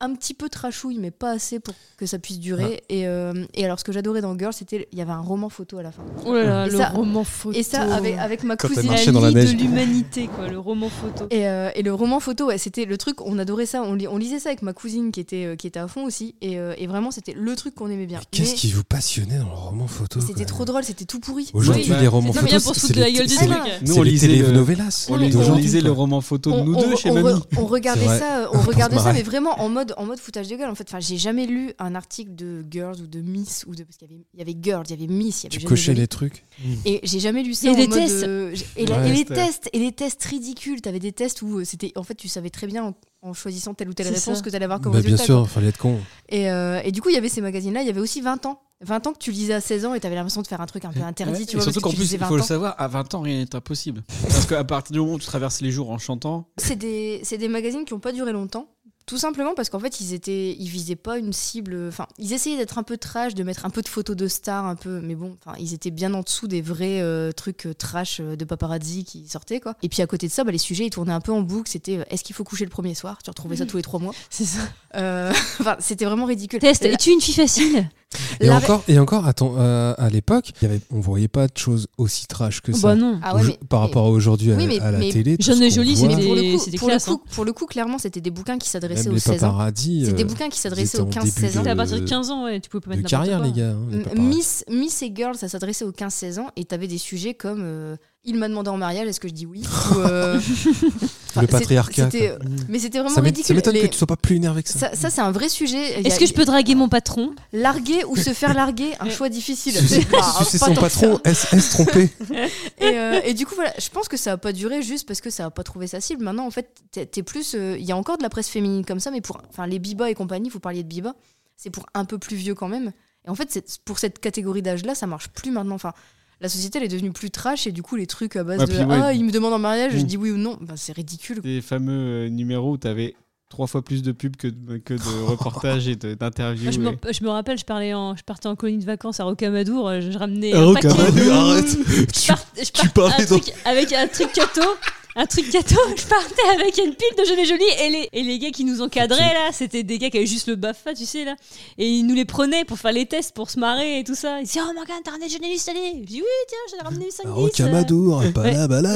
un petit peu trashouille, mais pas assez pour que ça puisse durer. Et, euh, et alors, ce que j'adorais dans Girls, c'était il y avait un roman photo à la fin. Oh là là, Et le ça- roman photo. Et ça, avec, avec ma Quand elle cousine. marchait dans la lie neige. de l'humanité, quoi, le roman photo. Et, euh, et le roman photo, ouais, c'était le truc, on adorait ça. On, li- on lisait ça avec ma cousine qui était, euh, qui était à fond aussi. Et, euh, et vraiment, c'était le truc qu'on aimait bien. Mais Qu'est-ce Mais qui vous passionnait dans le roman photo C'était quoi trop drôle, c'était tout pourri. Aujourd'hui, Oui, les bah, romans non, mais bien photos, pour se c'est foutre de la les- gueule du c'est truc. les- Nous, c'est on les lisait le- telenovelas On, mais les- on d'aujourd'hui, lisait quoi. le roman photo de On, nous on- deux chez on re- mamie. on regardait C'est vrai. ça, on Pour se regardait ça, marrer. mais vraiment en mode, en mode foutage de gueule. En fait, enfin, j'ai jamais lu un article de Girls ou de Miss ou de parce qu'il y avait, il y avait Girls, il y avait Miss, il y avait Tu jamais cochais Jolie. les trucs. Et j'ai jamais lu ça Et en des mode, tests. euh, j- et, la- Ouais, et les c'était- tests et les tests ridicules. T'avais des tests où euh, c'était, en fait, tu savais très bien en, en choisissant telle ou telle C'est réponse ça. que t'allais avoir comme Bah, bien résultat. sûr, quoi. fallait être con. Et, euh, et du coup, il y avait ces magazines-là. Il y avait aussi vingt ans. vingt ans que tu lisais à seize ans et t'avais l'impression de faire un truc un peu interdit. Ouais, tu et vois, surtout parce qu'en que tu plus, lisais il vingt faut le ans. savoir, à vingt ans, rien n'est impossible. Parce qu'à partir du moment où tu traverses les jours en chantant, C'est des, c'est des magazines qui n'ont pas duré longtemps. Tout simplement parce qu'en fait, ils étaient, ils visaient pas une cible. Enfin, ils essayaient d'être un peu trash, de mettre un peu de photos de stars, un peu. Mais bon, enfin, ils étaient bien en dessous des vrais euh, trucs euh, trash euh, de paparazzi qui sortaient, quoi. Et puis à côté de ça, bah, les sujets, ils tournaient un peu en boucle. C'était euh, est-ce qu'il faut coucher le premier soir? Tu retrouvais ça tous les trois mois. C'est ça. Euh, Enfin, c'était vraiment ridicule. Test, La- es-tu une fille facile? Et la- encore, et encore, attends, euh, à l'époque, il y avait, on voyait pas de choses aussi trash que ça. Bah non. Ah ouais, Au- mais- par mais- rapport à aujourd'hui à, Oui, mais- à la mais- télé. tout Jeune ce et qu'on jolie, voit, c'est Mais des- pour le coup, c'est des pour le classes, coup, hein. pour le coup, clairement, c'était des bouquins qui s'adressaient même aux les seize ans. paparazzi. C'est des euh, bouquins qui ils s'adressaient étaient aux en quinze début seize ans. C'était à de- partir de quinze ans, ouais, tu pouvais pas de mettre n'importe carrière, quoi. les gars. hein, les M- paparazzi. Miss, Miss et Girl, ça s'adressait aux quinze seize ans et t'avais des sujets comme euh, il m'a demandé en mariage, est-ce que je dis oui ou, euh, enfin, Le c'est- patriarcat. c'était- quoi. Mais c'était vraiment Ça m'é- ridicule. ça m'étonne Les- que tu sois pas plus énervé que ça. Ça, ça, c'est un vrai sujet. Il y Est-ce a- que je peux draguer mon patron? Larguer ou se faire larguer, un choix difficile. Sucer C'est pas- sucer pas son tant que ça. patron, est-ce est-ce trompé Et, euh, et du coup, voilà, je pense que ça a pas duré juste parce que ça a pas trouvé sa cible. Maintenant, en fait, t'es t'es plus. euh, Il y a encore de la presse féminine comme ça, mais pour. Enfin, les Biba et compagnie, vous parliez de Biba, c'est pour un peu plus vieux quand même. Et en fait, c'est- pour cette catégorie d'âge-là, ça marche plus maintenant. Enfin, la société, elle est devenue plus trash et du coup, les trucs à base Ouais, de puis ouais. ah, il me demande en mariage, je Mm. dis oui ou non, ben, c'est ridicule. des fameux euh, numéros où tu avais trois fois plus de pubs que de, que de reportages et de- d'interviews. Je me, et- je me rappelle, je, parlais en, je partais en colonie de vacances à Rocamadour, euh, je, je ramenais À un paquet. Rocamadour, arrête. Je part- je tu part- parlais un truc, avec un truc gâteau. Un truc gâteau, je partais avec une pile de Jeune et Jolie et les, et les gars qui nous encadraient là, c'était des gars qui avaient juste le BAFA, tu sais là, et ils nous les prenaient pour faire les tests, pour se marrer et tout ça. Ils disaient oh Morgane, t'as ramené Jeune et Jolie, allez. Je dis oui tiens, j'ai ramené cinq dix. Rocamadour, palabala,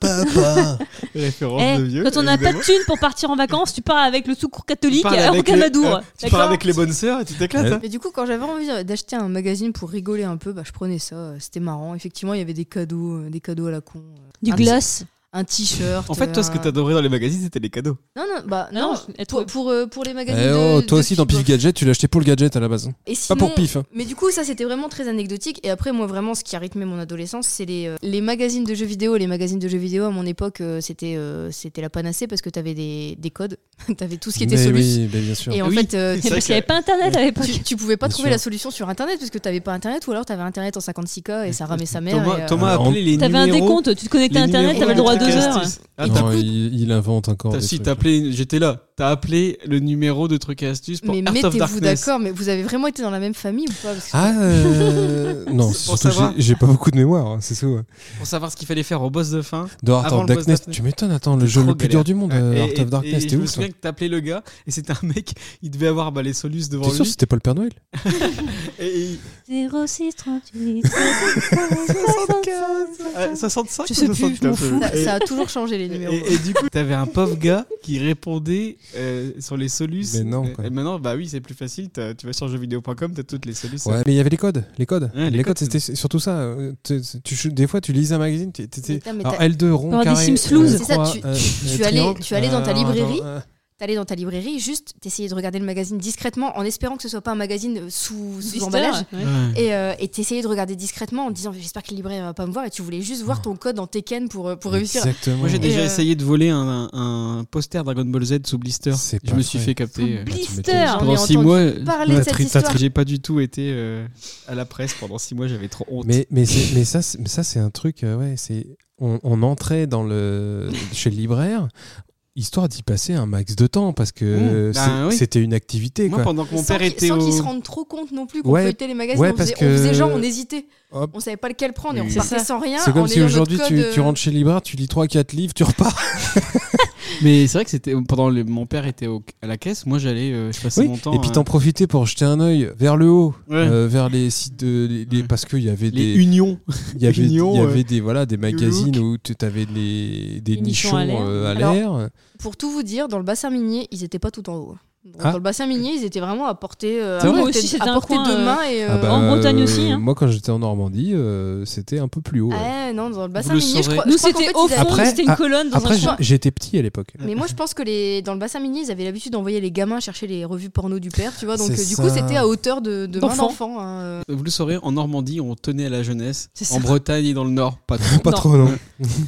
papa. Référence Eh, de vieux. quand on n'a pas évidemment. de thunes pour partir en vacances, tu pars avec le secours catholique Tu parles à avec les- Rocamadour. euh, Tu d'accord parles avec les bonnes sœurs et tu t'éclates. Ouais. hein. Mais du coup, quand j'avais envie d'acheter un magazine pour rigoler un peu, bah, je prenais ça. euh, C'était marrant. Effectivement, il y avait des cadeaux, euh, des cadeaux à la con. euh, Du un glace. Un t-shirt. En fait, toi, ce que euh, t'adorais dans les magazines, c'était les cadeaux. Non, non, bah Non, non. je- pour, pour, euh, pour les magazines. Eh de- oh, toi de aussi, dans Pif Pif Gadget, tu l'as acheté pour le gadget à la base. Et Pas pour sinon- Pif. hein. Mais du coup, ça c'était vraiment très anecdotique. Et après, moi, vraiment, ce qui a rythmé mon adolescence, c'est les, euh, les magazines de jeux vidéo. Les magazines de jeux vidéo, à mon époque, euh, c'était euh, c'était la panacée parce que t'avais des, des codes. T'avais tout ce qui était Mais Solus. oui, mais bien sûr. Et en Oui, fait, euh, c'est tu- vrai Parce qu'il n'y avait que- pas internet à l'époque. tu, tu pouvais pas Bien trouver sûr. la solution sur internet parce que t'avais pas internet ou alors t'avais internet en cinquante-six K et ça ramait sa mère. Thomas, et, euh, Thomas Alors, appelait les T'avais un numéros- décompte, tu te connectais à les internet, numéros t'avais le droit à de deux trucs heures. astuces. Ah, Et t'as- Non, il, il invente encore. t'as- des si, trucs. t'as appelé, j'étais là, t'as appelé le numéro de trucs et astuces pour mais Art of mettez-vous Darkness. d'accord, mais vous avez vraiment été dans la même famille ou pas? Parce que- Ah, euh, non, c'est Pour surtout que savoir. j'ai- j'ai pas beaucoup de mémoire, hein, c'est ça. Ouais. Pour savoir ce qu'il fallait faire au boss de fin. De Art Avant of le boss Darkness, Darkness. tu m'étonnes, attends, le C'était jeu trop le plus galère. dur du monde, Ouais, euh, et- Art et- of Darkness, et c'était je me où ça? souviens que t'appelais le gars et c'était un mec, il devait avoir bah, les solus devant T'es sûr que lui. c'était pas le Père Noël? Et il- zéro six trente-huit euh, soixante-cinq Je ou sais plus, je m'en soixante-quatre, fous. ça, et- ça a toujours changé les numéros. Et, et du coup, t'avais un pauvre gars qui répondait euh, sur les solus. Mais non, quoi. Et maintenant, bah oui, c'est plus facile. t'as- Tu vas sur jeux vidéo point com, t'as toutes les solus. Ouais, mais il y avait les codes. Les codes, Ouais, les les codes, codes c'était surtout ça. euh, tu- tu- Des fois, tu lisais un magazine, tu étais. Putain, mais Alors, t'as- L deux, rond, Avoir des carré. Sims loose. euh, C'est ça, croix, tu- euh, tu euh, allais- triangle. tu allais dans ta Euh, librairie. attends, euh, T'allais dans ta librairie, juste t'essayais de regarder le magazine discrètement en espérant que ce soit pas un magazine sous, sous Blister, emballage. ouais. Ouais. Et euh, et t'essayais de regarder discrètement en te disant j'espère que le libraire va pas me voir et tu voulais juste voir ton code en Tekken pour, euh, pour réussir. Exactement. Moi, j'ai déjà euh, essayé de voler un, un poster Dragon Ball Z sous blister. C'est Je pas me suis vrai. fait capter. euh, Blister. J'en ai Pendant six entendu mois, parler Ouais, de cette tri- t'as histoire. j'ai pas du tout été euh, à la presse pendant six mois. J'avais trop honte. Mais, mais, c'est- mais ça, c'est- mais ça c'est un truc, euh, ouais, c'est on, on entrait dans le, chez le libraire, histoire d'y passer un max de temps, parce que Mmh, c'est- bah oui. c'était une activité. Moi, Quoi. pendant que mon sans père qu'ils- était sans au... qu'ils se rendent trop compte non plus qu'on Ouais, feuilletait les magazines, ouais, on, parce faisait, on faisait que- genre on hésitait. Hop. On savait pas lequel prendre et on Oui. partait C'est ça. sans rien. C'est comme en si ayant aujourd'hui notre tu, code, tu euh, rentres chez le libraire, tu lis trois quatre livres, tu repars. Mais c'est vrai que c'était pendant le, mon père était au, à la caisse, moi j'allais, euh, je passais Oui, mon temps. et puis euh, t'en profitais pour jeter un œil vers le haut, Ouais. euh, vers les sites de, les, les- Ouais. parce qu'il y avait les des, unions. il y avait, Union, il y avait ouais. des voilà des magazines Look. où tu avais les des Les nichons nichons à l'air. euh, à Alors, l'air. Pour tout vous dire, dans le bassin minier, ils étaient pas tout en haut. Dans, Ah. dans le bassin minier, ils étaient vraiment à portée, euh, C'est à vrai portée, Aussi, c'était à un portée coin, de euh, main. Et, Ah euh, bah, en Bretagne euh, aussi, hein. Moi, quand j'étais en Normandie, euh, c'était un peu plus haut. ouais. ouais, non, dans le bassin Vous le minier, je saurez. crois, je Nous, crois qu'en c'était fait, au ils avaient- fond, Après- c'était une ah, colonne dans Après, un j'ai- champ. j'étais petit à l'époque. Mais moi, je pense que les... dans le bassin minier, ils avaient l'habitude d'envoyer les gamins chercher les revues porno du père, tu vois. Donc, C'est euh, du ça. coup, c'était à hauteur de, de main D'enfant. d'enfant. hein, euh. Vous le saurez, en Normandie, on tenait à la jeunesse. C'est ça. En Bretagne et dans le Nord, pas trop. Pas Non. trop, non.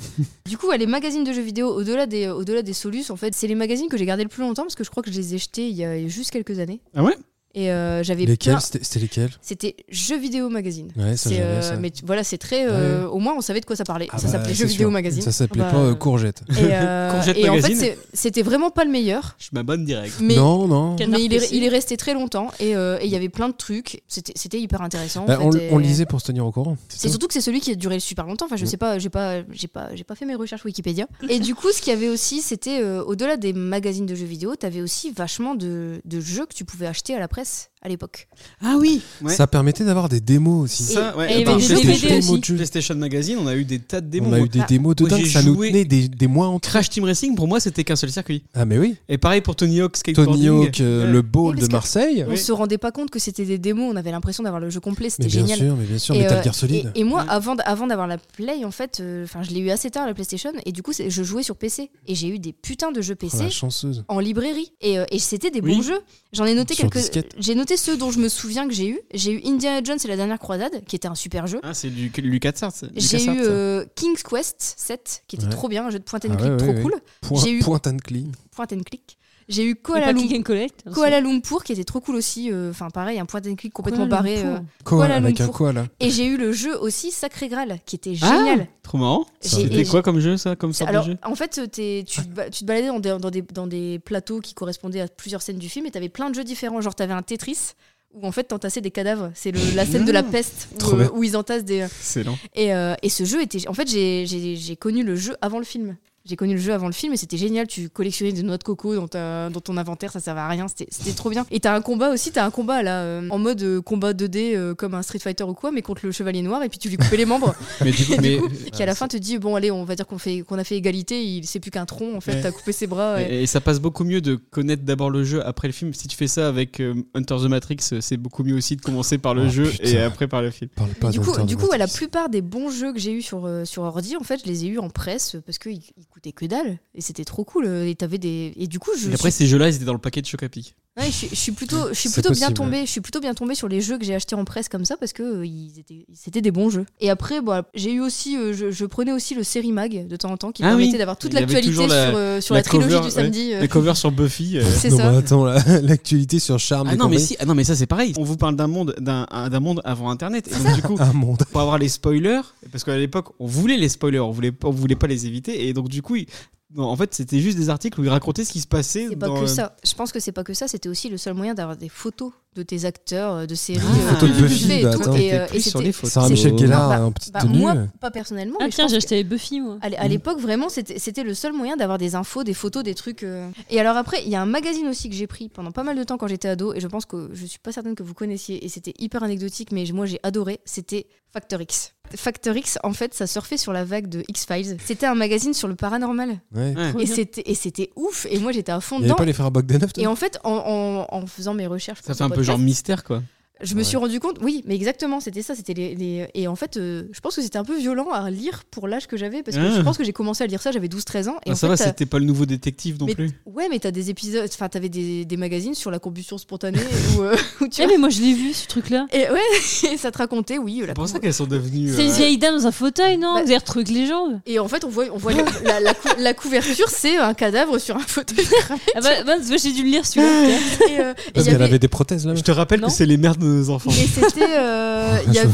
Du coup, ouais, les magazines de jeux vidéo, au-delà des, au-delà des Solus, en fait, c'est les magazines que j'ai gardés le plus longtemps parce que je crois que je les ai jetés il y a juste quelques années. Ah ouais? Et euh, j'avais Lesquels plein- C'était c'était lesquels C'était Jeux vidéo magazine. Ouais, ça C'est, j'avais euh, ça. mais tu- voilà, c'est très. euh, Au moins, on savait de quoi ça parlait. Ah ça bah, s'appelait c'est Jeux vidéo sûr. magazine. Ça s'appelait Bah, pas euh, Courgette. Et, euh, Courgette et en fait, Magazine. c'est- c'était vraiment pas le meilleur. Je m'abonne direct. Mais, Non, non. Canard mais il, est, P C. il est resté très longtemps et euh, et il y avait plein de trucs. C'était c'était hyper intéressant. en Bah, fait, on, et- on lisait pour se tenir au courant. C'est surtout que c'est celui qui a duré super longtemps. Enfin, je Mm. sais pas, j'ai pas, j'ai pas, j'ai pas fait mes recherches Wikipédia. Et du coup, ce qu'il y avait aussi, c'était euh, au-delà des magazines de jeux vidéo, t'avais aussi vachement de, de jeux que tu pouvais acheter à la presse à l'époque. Ah oui. Ouais. Ça permettait d'avoir des démos aussi. Ça, ouais. et il y Attends, avait des PlayStation- D V D démos aussi. de jeux. PlayStation Magazine, on a eu des tas de démos. On a eu des Ah, démos de moi, dingue, j'ai ça nous joué- tenait des, des mois entiers. Crash Team Racing, pour moi, c'était qu'un seul circuit. Ah mais oui. Et pareil pour Tony Hawk Skateboarding. Tony Hawk, euh, Ouais. le bowl Oui, parce de que- Marseille. On Oui. se rendait pas compte que c'était des démos. On avait l'impression d'avoir le jeu complet. Mais C'était bien génial. sûr, mais bien sûr, Et, Metal euh, Gear Solid. Et, et moi, Ouais. avant, d- avant d'avoir la Play, en fait, enfin, je l'ai eu assez tard la PlayStation, et du coup, c'est- je jouais sur P C. Et j'ai eu des putains de jeux P Oh, C la chanceuse. en librairie. Et, euh, et c'était des Oui. bons jeux. J'en ai noté Sur quelques. disquette. J'ai noté ceux dont je me souviens que j'ai eu. J'ai eu Indiana Jones et la dernière croisade, qui était un super jeu. Ah, c'est du LucasArts. J'ai LucasArts, eu ça. euh, King's Quest sept, qui était Ouais. trop bien, un jeu de point and Ah click ouais, trop ouais, cool. Point, J'ai eu- point and click. Point and click. J'ai eu Et Kuala, pas Lum- Click and Collect. aussi. Kuala Lumpur, qui était trop cool aussi. euh, Enfin, pareil, un point and click complètement Kuala barré. Lumpur. euh. Quoi Kuala avec un Lumpur. quoi là Et j'ai eu le jeu aussi Sacré Graal, qui était Ah, génial. trop marrant. J'ai- C'était et quoi comme jeu, ça, comme sorte Alors, de jeu en fait, t'es- tu, te ba- tu te baladais dans des, dans, des, dans des plateaux qui correspondaient à plusieurs scènes du film et t'avais plein de jeux différents. Genre, t'avais un Tetris où en fait t'entassais des cadavres. C'est le- la scène de la peste où, Trop euh, bien. où ils entassent des. Excellent. Et, euh, et ce jeu était. En fait, j'ai- j'ai j'ai connu le jeu avant le film. J'ai connu le jeu avant le film et c'était génial. Tu collectionnais des noix de coco dans, ta, dans ton inventaire, ça servait à rien. C'était c'était trop bien. Et t'as un combat aussi, t'as un combat là, euh, en mode euh, combat deux D euh, comme un Street Fighter ou quoi, mais contre le chevalier noir et puis tu lui coupais les membres. Mais du coup, Et du mais, coup, qui à la fin te dit bon allez, on va dire qu'on fait qu'on a fait égalité, il c'est plus qu'un tronc en fait, Ouais. t'as coupé ses bras. et- et, et ça passe beaucoup mieux de connaître d'abord le jeu après le film. Si tu fais ça avec euh, Hunter the Matrix, c'est beaucoup mieux aussi de commencer par le Oh, jeu putain. et après par le film. Parle pas du coup, d'Hunter du the coup ouais, la Matrix. plupart des bons jeux que j'ai eu sur, euh, sur ordi, en fait, je les ai eu en presse parce qu'ils ils coûtaient que dalle et c'était trop cool. euh, Et, t'avais des... et du coup, je, Et après, suis... ces jeux-là, ils étaient dans le paquet de Choc-à-Pic. ouais, je, suis- je suis plutôt, je suis C'est plutôt bien possible, tombée. Je suis plutôt bien tombée sur les jeux que j'ai achetés en presse comme ça parce que euh, ils étaient, c'était des bons jeux. Et après, bon, j'ai eu aussi, euh, je, je prenais aussi le série mag de temps en temps qui Ah permettait oui. d'avoir toute Il y avait l'actualité toujours sur, la- euh, sur la la, trilogie cover, du ouais. samedi. euh. Les covers sur Buffy. euh. C'est non, ça. mais attends, la- l'actualité sur Charme. Ah et non, mais compagnie. si, ah non, mais ça c'est pareil. On vous parle d'un monde, d'un, d'un monde avant Internet. Et donc, du coup, Un monde. pour avoir les spoilers, parce qu'à l'époque, on voulait les spoilers, on voulait, pas- on voulait pas les éviter. Et donc, du coup, il- non, en fait, c'était juste des articles où ils racontaient ce qui se passait. C'est pas dans, que euh, ça. Je pense que c'est pas que ça. C'était aussi le seul moyen d'avoir des photos de tes acteurs, euh, de séries, Ah, euh, photos de tout Buffy, fait et bah, tout. attends. Et, euh, T'étais plus et sur c'était- les photos. Sarah c'est- Michel Gellar bah, en petite bah, tenue. moi, pas personnellement. Ah mais je tiens, pense j'ai que- acheté Buffy moi. À l'é- à l'époque, vraiment, c'était c'était le seul moyen d'avoir des infos, des photos, des trucs. euh. Et alors après, il y a un magazine aussi que j'ai pris pendant pas mal de temps quand j'étais ado, et je pense que je suis pas certaine que vous connaissiez, et c'était hyper anecdotique, mais moi j'ai adoré, c'était Factor X. Factor X, en fait, ça surfait sur la vague de X-Files. C'était un magazine sur le paranormal. Ouais. Ouais. Et c'était et c'était ouf, et moi j'étais à fond Il y avait dedans. pas les frères Bogdanov Et en fait, en, en- en faisant mes recherches, Ça pour fait ce un peu podcast, genre mystère, quoi. je me Ouais. suis rendu compte, oui, mais exactement, c'était ça, c'était les, les- et en fait, euh, je pense que c'était un peu violent à lire pour l'âge que j'avais, parce que Ah. je pense que j'ai commencé à lire ça, j'avais douze treize ans, et Ah, en ça fait, va, t'as- c'était pas le nouveau détective non mais- plus. ouais, mais t'as des épisodes, enfin, t'avais des, des magazines sur la combustion spontanée où, euh, où tu Eh vois, mais moi je l'ai vu ce truc là. et ouais, et ça te racontait, oui, la C'est pour ça couve- qu'elles sont devenues. C'est une euh, vieille dame dans un fauteuil, non Bah- Vous avez retrouvé les jambes. et en fait, on voit, on voit la, la- la cou- la couverture, c'est un cadavre sur un fauteuil. Ah bah, bah, j'ai dû le lire celui-là. Et, euh, et Parce il y qu'elle avait- avait des prothèses là. Je te rappelle Non. que c'est les mères de nos enfants. Et c'était, euh, il y avait,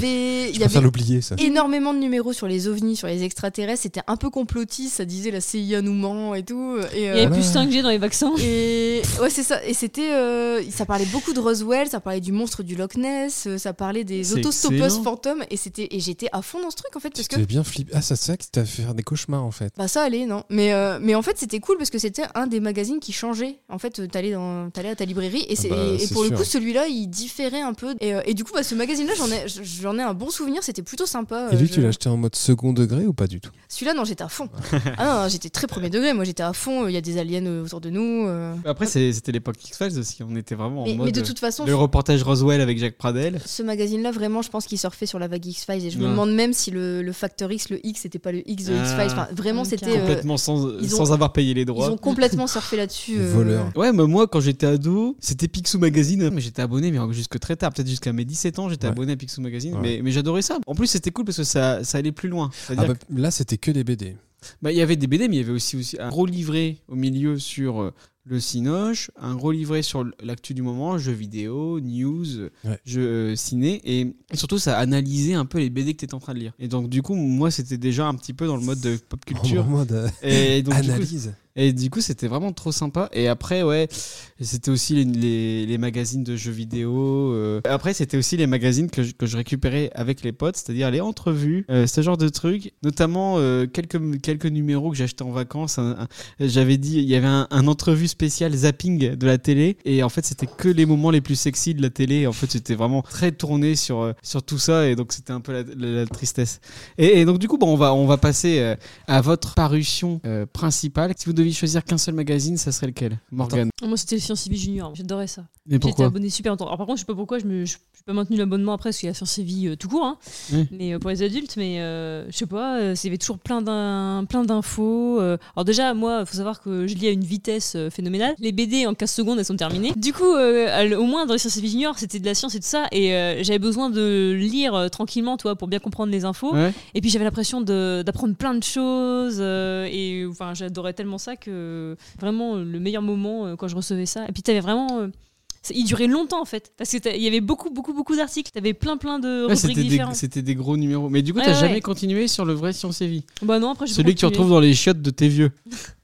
il Je y préfère avait l'oublier, ça. énormément de numéros sur les ovnis, sur les extraterrestres. C'était un peu complotiste, ça disait la C I A nous ment et tout. Et, Il y euh, avait plus cinq G dans les vaccins. Et ouais, c'est ça. Et c'était, euh, ça parlait beaucoup de Roswell, ça parlait du monstre du Loch Ness, euh, ça parlait des C'est autostoppeuses excellent. fantômes. Et c'était, et j'étais à fond dans ce truc en fait parce que. C'était bien flippé. Ah, ça, c'est ça qui t'a fait faire des cauchemars, en fait. Bah ça allait, non. Mais, euh, mais en fait, c'était cool parce que c'était un des magazines qui changeait. En fait, euh, t'allais, dans, t'allais à ta librairie et, c'est, Ah bah, et c'est pour le sûr. coup, celui-là, il différait un peu. Et, euh, et du coup, bah, ce magazine-là, j'en ai, j'en ai un bon souvenir. C'était plutôt sympa. Et lui, euh, tu je- l'as acheté en mode second degré ou pas du tout? Celui-là, non, j'étais à fond. Ah non, non, j'étais très premier degré. Moi, j'étais à fond. Il y a des aliens euh, autour de nous. euh. Après, c'est- c'était l'époque X-Files aussi. On était vraiment en Mais, mode. mais de toute façon, Le reportage Roswell avec Jacques Pradel. ce magazine-là, vraiment, je pense qu'il surfait sur la vague X-Files. Et je me Ouais. demande même si le, le facteur X, le X, c'était pas le X de Ah. X-Files. Enfin, vraiment, Ok. c'était. euh, Complètement sans, ils ont- sans avoir payé les ils droits. ont complètement surfé là-dessus. Les euh. voleurs. Ouais, mais moi, quand j'étais ado, c'était Picsou Magazine. Mais j'étais abonné, mais jusque très tard. Peut-être jusqu'à mes dix-sept ans, j'étais Ouais. abonné à Picsou Magazine. Ouais. Mais, mais j'adorais ça. En plus, c'était cool parce que ça, ça allait plus loin. Ah C'est-à-dire bah, là, c'était que des B D. Bah, il y avait des B D, mais il y avait aussi, aussi un gros livret au milieu sur euh, le Cinoche, un gros livret sur l'actu du moment, jeux vidéo, news, Ouais. jeux euh, ciné, et, et surtout ça analysait un peu les B D que tu étais en train de lire. Et donc du coup, moi c'était déjà un petit peu dans le mode de pop culture. En mode euh, Et donc, du coup, analyse. et du coup, c'était vraiment trop sympa. Et après, ouais, c'était aussi les, les, les magazines de jeux vidéo. euh. Après, c'était aussi les magazines que je, que je récupérais avec les potes, c'est-à-dire les entrevues, euh, ce genre de trucs. Notamment euh, quelques, quelques numéros que j'achetais en vacances. Un- un- J'avais dit, il y avait un, un entrevue spéciale zapping de la télé. Et en fait, c'était que les moments les plus sexy de la télé. Et en fait, c'était vraiment très tourné sur, euh, sur tout ça. Et donc, c'était un peu la, la- la tristesse. Et, et donc, du coup, bon, on, va, on va passer euh, à votre parution euh, principale. Si vous deviez choisir qu'un seul magazine, ça serait lequel, Morgane? Moi, c'était le Science et Vie Junior. J'adorais ça. Et J'étais pourquoi? abonné super longtemps. Alors, par contre, je sais pas pourquoi, je me, je, j'ai pas maintenu l'abonnement après, parce qu'il y a Science et Vie euh, tout court, hein, Oui. mais euh, pour les adultes, mais euh, je sais pas, euh, il y avait toujours plein, d'in- plein d'infos. euh. Alors, déjà, moi, il faut savoir que je lis à une vitesse euh, phénoménale. Les B D, en quinze secondes, elles sont terminées. Du coup, euh, elles- au moins, dans les Science et Vie Junior, c'était de la science et tout ça, et euh, j'avais besoin de lire euh, tranquillement, toi, pour bien comprendre les infos. Ouais. Et puis, j'avais l'impression de- d'apprendre plein de choses, euh, et enfin, j'adorais tellement ça que vraiment, le meilleur moment euh, quand je recevais ça. Et puis, t'avais vraiment. euh, ça- il durait longtemps en fait, parce qu'il y avait beaucoup, beaucoup, beaucoup d'articles. T'avais plein, plein de Ouais, rubriques c'était, des, différentes. c'était des gros numéros. Mais du coup, Ouais, t'as ouais, jamais ouais. continué sur le vrai Science et Vie? Bah non, après j'ai Celui que tu continué. retrouves dans les chiottes de tes vieux.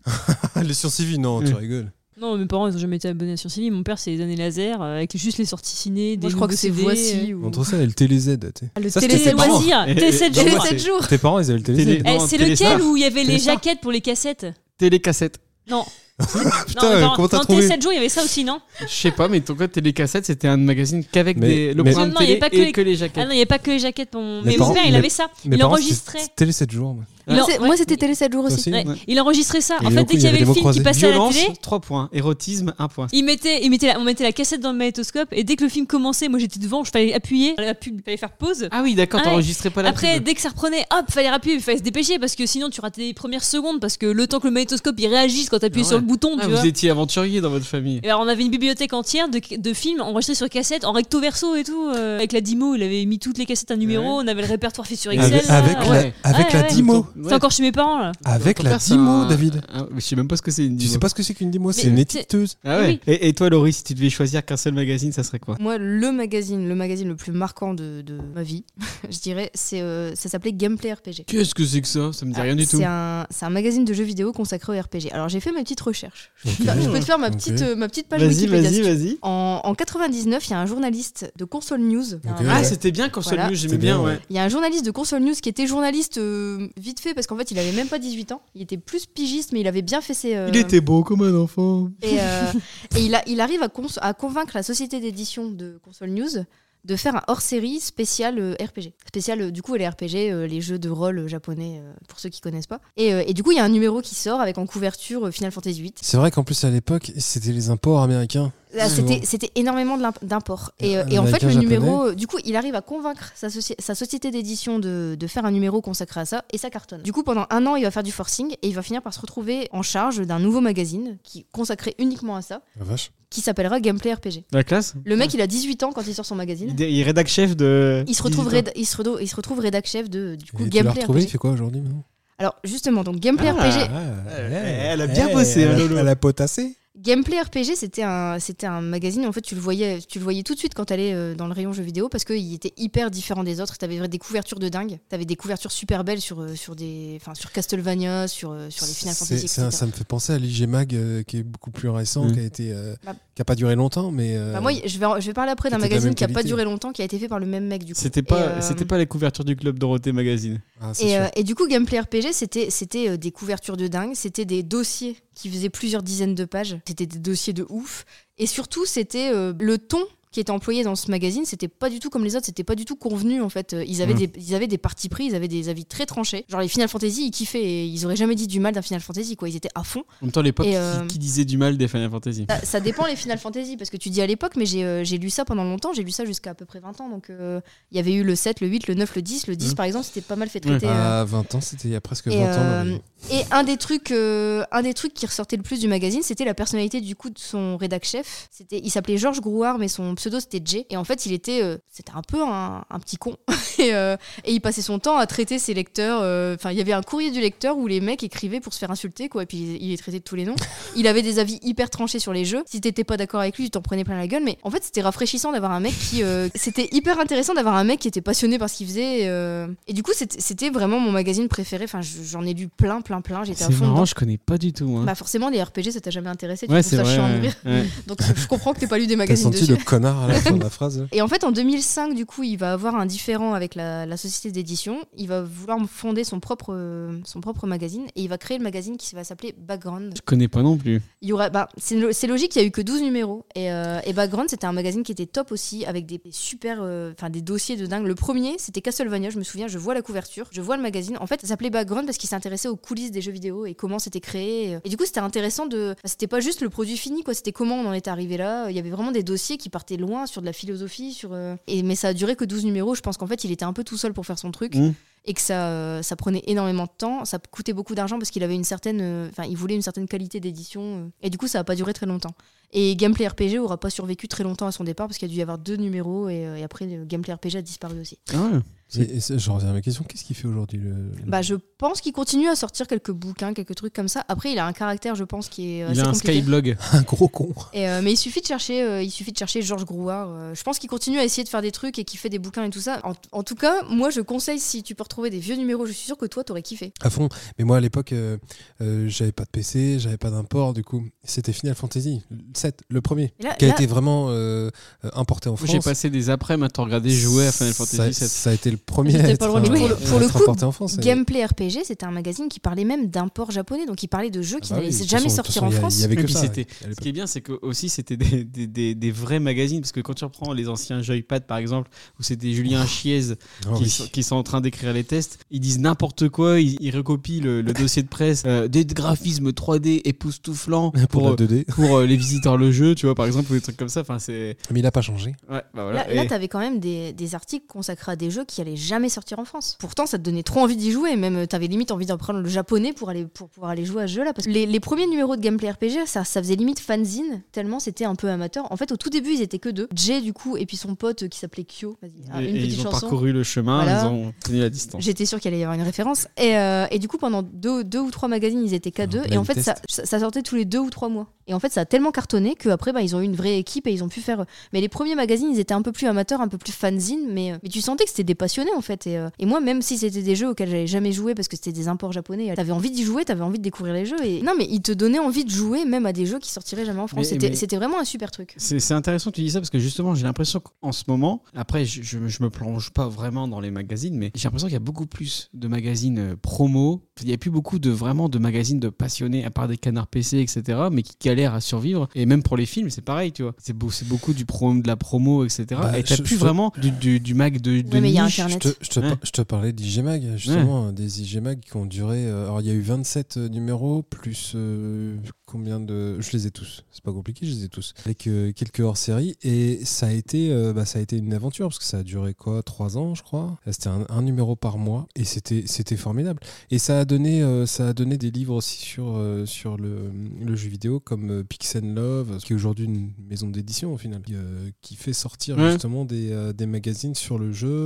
Les sciences civiles, non, tu Ouais. rigoles. Non, mes parents ils ont jamais été abonnés à Science et Vie. Mon père c'est les années laser, euh, avec juste les sorties ciné. Des Moi, je crois que nouveaux c'est C D, Voici. euh. Ou... Entre ça et le Télé Z. tu sais. Ah, le Ça, Télé c'était Télé tes parents. loisirs, Et- Télé et- sept non, jours. moi, sept c'est- jours. Tes parents, ils avaient le Télé Z. Télé- Eh, Non, c'est Téléstar. lequel où il y avait les Téléstar. jaquettes pour les cassettes? Télécassette. Non. Putain, non, comment t'as non, trouvé Télé sept jours, il y avait ça aussi, non? Je sais pas, mais ton code Télécassette, c'était un magazine qu'avec Mais- des, le mais- programme Non, non, il y télé avait pas que et les- que les Ah jaquettes. non, il n'y avait pas que les jaquettes. Mon... Mes Mais parents- mon père, il mes- avait ça. Mes Il parents, enregistrait. c'était Télé sept jours. moi. Il en- C'est- ouais. Moi, c'était Télé sept jours Toi aussi. aussi Ouais. Ouais. Il enregistrait ça. Et En du fait, coup, dès il y qu'il y avait avait des le mots film qui croisés. passait à la Violence, télé, trois points. Érotisme, un point. il mettait, il mettait la, on mettait la cassette dans le magnétoscope et dès que le film commençait, moi j'étais devant, je fallait appuyer, la pub, il fallait faire pause. Ah oui, d'accord, Ah ouais. t'enregistrais pas la Après, pub. dès que ça reprenait, hop, fallait appuyer, il fallait se dépêcher parce que sinon tu ratais les premières secondes parce que le temps que le magnétoscope il réagisse quand t'appuies Ah sur ouais. le bouton, Ah, tu vous vois. étiez aventurier dans votre famille. Et alors on avait une bibliothèque entière de, de films enregistrés sur cassette en recto verso et tout. euh, avec la Dimo, il avait mis toutes les cassettes à numéro, Ouais. on avait le répertoire fait sur Excel. Avec, là. avec, Ouais. la, avec Ouais, la ouais. Dimo. C'est encore chez mes parents là. Avec Ton la père, c'est Dimo, un- David. un- Je sais même pas ce que c'est une Tu Dimo. sais pas ce que c'est qu'une Dimo? Mais C'est une c'est- étiqueteuse. Ah ouais. Oui. Et, et toi, Laurie, si tu devais choisir qu'un seul magazine, ça serait quoi? Moi, le magazine, le magazine le plus marquant de, de ma vie, je dirais, c'est euh, ça s'appelait Gameplay R P G. Qu'est-ce que c'est que ça? Ça me dit rien du tout. C'est un, c'est un magazine de jeux vidéo consacré au R P G. Alors j'ai fait mes petites recherches. Je, peux te Ok. faire- je peux te faire ma Ok. petite, euh, ma petite page Vas-y, Wikipédia. vas-y, si tu veux. vas-y. En, en quatre-vingt-dix-neuf, il y a un journaliste de Console News. Il y a un- Ok. Ah, Ouais. c'était bien Console Voilà. News, j'aimais C'était bien, bien, ouais. ouais. Il y a un journaliste de Console News qui était journaliste euh, vite fait parce qu'en fait il avait même pas dix-huit ans. Il était plus pigiste mais il avait bien fait ses. euh, Il était beau comme un enfant. Et, euh, et il, a, il arrive à, cons- à convaincre la société d'édition de Console News de faire un hors-série spécial euh, R P G. Spécial, euh, du coup, les R P G, euh, les jeux de rôle euh, japonais, euh, pour ceux qui connaissent pas. Et, euh, et du coup, il y a un numéro qui sort avec en couverture euh, Final Fantasy huit. C'est vrai qu'en plus, à l'époque, c'était les imports américains. Là, Souvent. c'était, c'était énormément de l'imp- d'import. Et, euh, Euh, et en fait, américain, le numéro, japonais. euh, du coup, il arrive à convaincre sa, soci- sa société d'édition de, de faire un numéro consacré à ça, et ça cartonne. Du coup, pendant un an, il va faire du forcing, et il va finir par se retrouver en charge d'un nouveau magazine qui consacré uniquement à ça, La vache. qui s'appellera Gameplay R P G. La classe. Le mec, il a dix-huit ans quand il sort son magazine. Il, il est rédac chef de. Il se retrouve, dix-huit ans. réd- il se redo- il se retrouve rédac chef de du coup Et tu l'as Gameplay retrouvé, il R P G. fait quoi aujourd'hui maintenant? Alors justement, donc Gameplay Ah. R P G, Elle a bien bossé, elle, hein, a- Lolo. Elle a potassé. Gameplay R P G, c'était un, c'était un magazine. En fait, tu le voyais, tu le voyais tout de suite quand t'allais euh, dans le rayon jeux vidéo parce qu'il était hyper différent des autres. T'avais des couvertures de dingue. T'avais des couvertures super belles sur, euh, sur des, enfin, sur Castlevania, sur, euh, sur les Final C'est- Fantasy, c'est un- et cetera. ça me fait penser à l'I G Mag euh, qui est beaucoup plus récent, Mm. qui a été, euh, Bah, qui a pas duré longtemps, mais. euh, Bah, moi, je vais, je vais parler après d'un C'était de la magazine même qui a pas qualité. duré longtemps, qui a été fait par le même mec du coup. C'était Et, pas, euh, c'était pas les couvertures du Club Dorothée Magazine. ah, c'est Et, sûr. euh, et du coup, Gameplay R P G, c'était, c'était euh, des couvertures de dingue, c'était des dossiers qui faisaient plusieurs dizaines de pages, c'était des dossiers de ouf. Et surtout, c'était euh, le ton qui était employé dans ce magazine, c'était pas du tout comme les autres, c'était pas du tout convenu en fait. Ils avaient, Mm. des, ils avaient des partis pris, ils avaient des avis très tranchés. Genre les Final Fantasy, ils kiffaient, et ils auraient jamais dit du mal d'un Final Fantasy, quoi. Ils étaient à fond. En même temps, à l'époque, Et, qui, euh, qui disait du mal des Final Fantasy Ça, ça dépend les Final Fantasy, parce que tu dis à l'époque, mais j'ai, euh, j'ai lu ça pendant longtemps, j'ai lu ça jusqu'à à peu près vingt ans. Donc euh, il y avait eu le sept, le huit, le neuf, le dix. Le dix Mm. par exemple, c'était pas mal fait traiter. euh, À vingt ans, c'était il y a presque vingt Et, ans. euh, Laurie. et un des trucs, euh, un des trucs qui ressortait le plus du magazine, c'était la personnalité du coup de son rédac chef. C'était, il s'appelait Georges Grouard, mais son pseudo c'était Jay. Et en fait, il était, euh, c'était un peu un, un petit con. et, euh, et il passait son temps à traiter ses lecteurs. Enfin, il y avait un courrier du lecteur où les mecs écrivaient pour se faire insulter, quoi. Et puis il les traitait de tous les noms. Il avait des avis hyper tranchés sur les jeux. Si t'étais pas d'accord avec lui, tu t'en prenais plein la gueule. Mais en fait, c'était rafraîchissant d'avoir un mec qui, euh, c'était hyper intéressant d'avoir un mec qui était passionné par ce qu'il faisait. euh, Et du coup, c'était, c'était vraiment mon magazine préféré. Enfin, j'en ai lu plein, plein, plein. J'étais à C'est fond marrant, dedans. je connais pas du tout. Hein. Bah forcément, les R P G, ça t'a jamais intéressé. Tu ouais, trouves c'est ça vrai. chiant à ouais, mourir. ouais. Donc je comprends que t'aies pas lu des T'as magazines senti dessus. le connard à la fin de la phrase? Et en fait, en deux mille cinq, du coup, il va avoir un différend avec la, la société d'édition. Il va vouloir fonder son propre, euh, son propre magazine et il va créer le magazine qui va s'appeler Background. Je connais pas non plus. Il y aura, bah, c'est, lo- c'est logique, il y a eu que douze numéros. Et, euh, et Background, c'était un magazine qui était top aussi, avec des, des super, enfin des dossiers de dingue. Le premier, c'était Castlevania, je me souviens, je vois la couverture, je vois le magazine. En fait, ça s'appelait Background parce qu'il s'intéressait aux coulisses des jeux vidéo et comment c'était créé. Et du coup, c'était intéressant de. Enfin, c'était pas juste le produit fini, quoi. C'était comment on en était arrivé là. Il y avait vraiment des dossiers qui partaient loin sur de la philosophie, sur. euh, Et, mais ça a duré que douze numéros. Je pense qu'en fait, il était un peu tout seul pour faire son truc. Mmh. Et que ça, euh, ça prenait énormément de temps, ça coûtait beaucoup d'argent parce qu'il avait une certaine, euh, enfin, il voulait une certaine qualité d'édition, euh, et du coup, ça a pas duré très longtemps. Et Gameplay R P G aura pas survécu très longtemps à son départ parce qu'il y a dû y avoir deux numéros et, euh, et après, le Gameplay R P G a disparu aussi. Ah ouais. Et, et c'est- je reviens à ma question, qu'est-ce qu'il fait aujourd'hui le... Bah, je pense qu'il continue à sortir quelques bouquins, quelques trucs comme ça. Après, il a un caractère, je pense, qui est euh, Il assez a un compliqué. Skyblog. Un gros con. Et euh, mais il suffit de chercher, euh, il suffit de chercher Georges Grouard. euh, je pense qu'il continue à essayer de faire des trucs et qu'il fait des bouquins et tout ça. En, en tout cas, moi, je conseille si tu peux retrouver des vieux numéros. Je suis sûre que toi, t'aurais kiffé. À fond. Mais moi, à l'époque, euh, euh, j'avais pas de P C, j'avais pas d'import, du coup, c'était Final Fantasy le sept, le premier, Et là- qui a là- été vraiment euh, euh, importé en Moi, France. j'ai passé des après-midi à te regarder jouer à Final Fantasy ça, sept. ça a été le premier J'étais à être, pas le droit de euh, jouer. Pour le- pour à le être coup, importé en France. Gameplay R P G, c'était un magazine qui parlait même d'import japonais, donc il parlait de jeux qui Ah bah n'allaient oui, de toute jamais façon- de sortir toute en façon, il y a- France. il y avait Et que puis ça, c'était, à l'époque. ce qui est bien, c'est que aussi c'était des, des, des, des vrais magazines, parce que quand tu reprends les anciens Joypad par exemple, où c'était Julien Chiez Oh, qui, oui. sont, qui sont en train d'écrire les tests, ils disent n'importe quoi, ils, ils recopient le, le dossier de presse, euh, des graphismes trois D époustouflants Pour pour, la deux D. pour euh, les visiteurs le jeu, tu vois, par exemple, ou des trucs comme ça. Enfin, c'est. Mais il a pas changé. Ouais, bah voilà. Là, là Et- t'avais quand même des, des articles consacrés à des jeux qui allaient jamais sortir en France. Pourtant, ça te donnait trop envie d'y jouer. Même, euh, t'avais limite envie d'apprendre le japonais pour, aller, pour pouvoir aller jouer à ce jeu-là. Parce que les, les premiers numéros de Gameplay R P G, ça, ça faisait limite fanzine, tellement c'était un peu amateur. En fait, au tout début, ils étaient que deux. Jay, du coup, et puis son pote euh, qui s'appelait Kyo. Vas-y, ah, et- une et petite ils ont chanson. parcouru le chemin, Voilà. ils ont tenu la distance. J'étais sûre qu'il allait y avoir une référence. Et, euh, et du coup, pendant deux, deux ou trois magazines, ils étaient qu'à deux. Et blind en fait, test. ça, ça ça sortait tous les deux ou trois mois. Et en fait, ça a tellement cartonné qu'après, bah, ils ont eu une vraie équipe et ils ont pu faire. Mais les premiers magazines, ils étaient un peu plus amateurs, un peu plus fanzine. Mais, mais tu sentais que c'était des passionnés, en fait. Et, euh, et moi, même si c'était des jeux auxquels j'avais jamais joué parce que c'était des imports japonais, t'avais envie d'y jouer, t'avais envie de découvrir les jeux. Et non, mais ils te donnaient envie de jouer même à des jeux qui sortiraient jamais en France. Mais- C'était mais- c'était vraiment un super truc. C'est c'est intéressant que tu dis ça parce que justement j'ai l'impression qu'en ce moment, après je, je, je me plonge pas vraiment dans les magazines, mais j'ai l'impression qu'il y a beaucoup plus de magazines euh, promo. Il n'y a plus beaucoup de vraiment de magazines de passionnés à part des canards P C, et cetera. Mais qui galèrent à survivre. Et même pour les films, c'est pareil, tu vois. C'est beau, c'est beaucoup du pro, de la promo, et cetera. Bah, et t'as je- plus je- vraiment du, du, du mag de, de Ouais, mais il y a niche. Internet. Je te, je te Ouais. par- je te parlais d'I G Mag, justement, des I G Mag qui ont duré. euh, alors, il y a eu vingt-sept numéros, plus euh, combien de. Je les ai tous, c'est pas compliqué, je les ai tous. Avec euh, quelques hors-série. Et ça a, été, euh, bah, ça a été une aventure, parce que ça a duré quoi, trois ans, je crois. C'était un, un numéro par mois, et c'était, c'était formidable. Et ça a donné, euh, ça a donné des livres aussi sur, euh, sur le, le jeu vidéo, comme euh, Pix and Love, qui est aujourd'hui une maison d'édition, au final, qui, euh, qui fait sortir Ouais. justement des, euh, des magazines sur le jeu, sur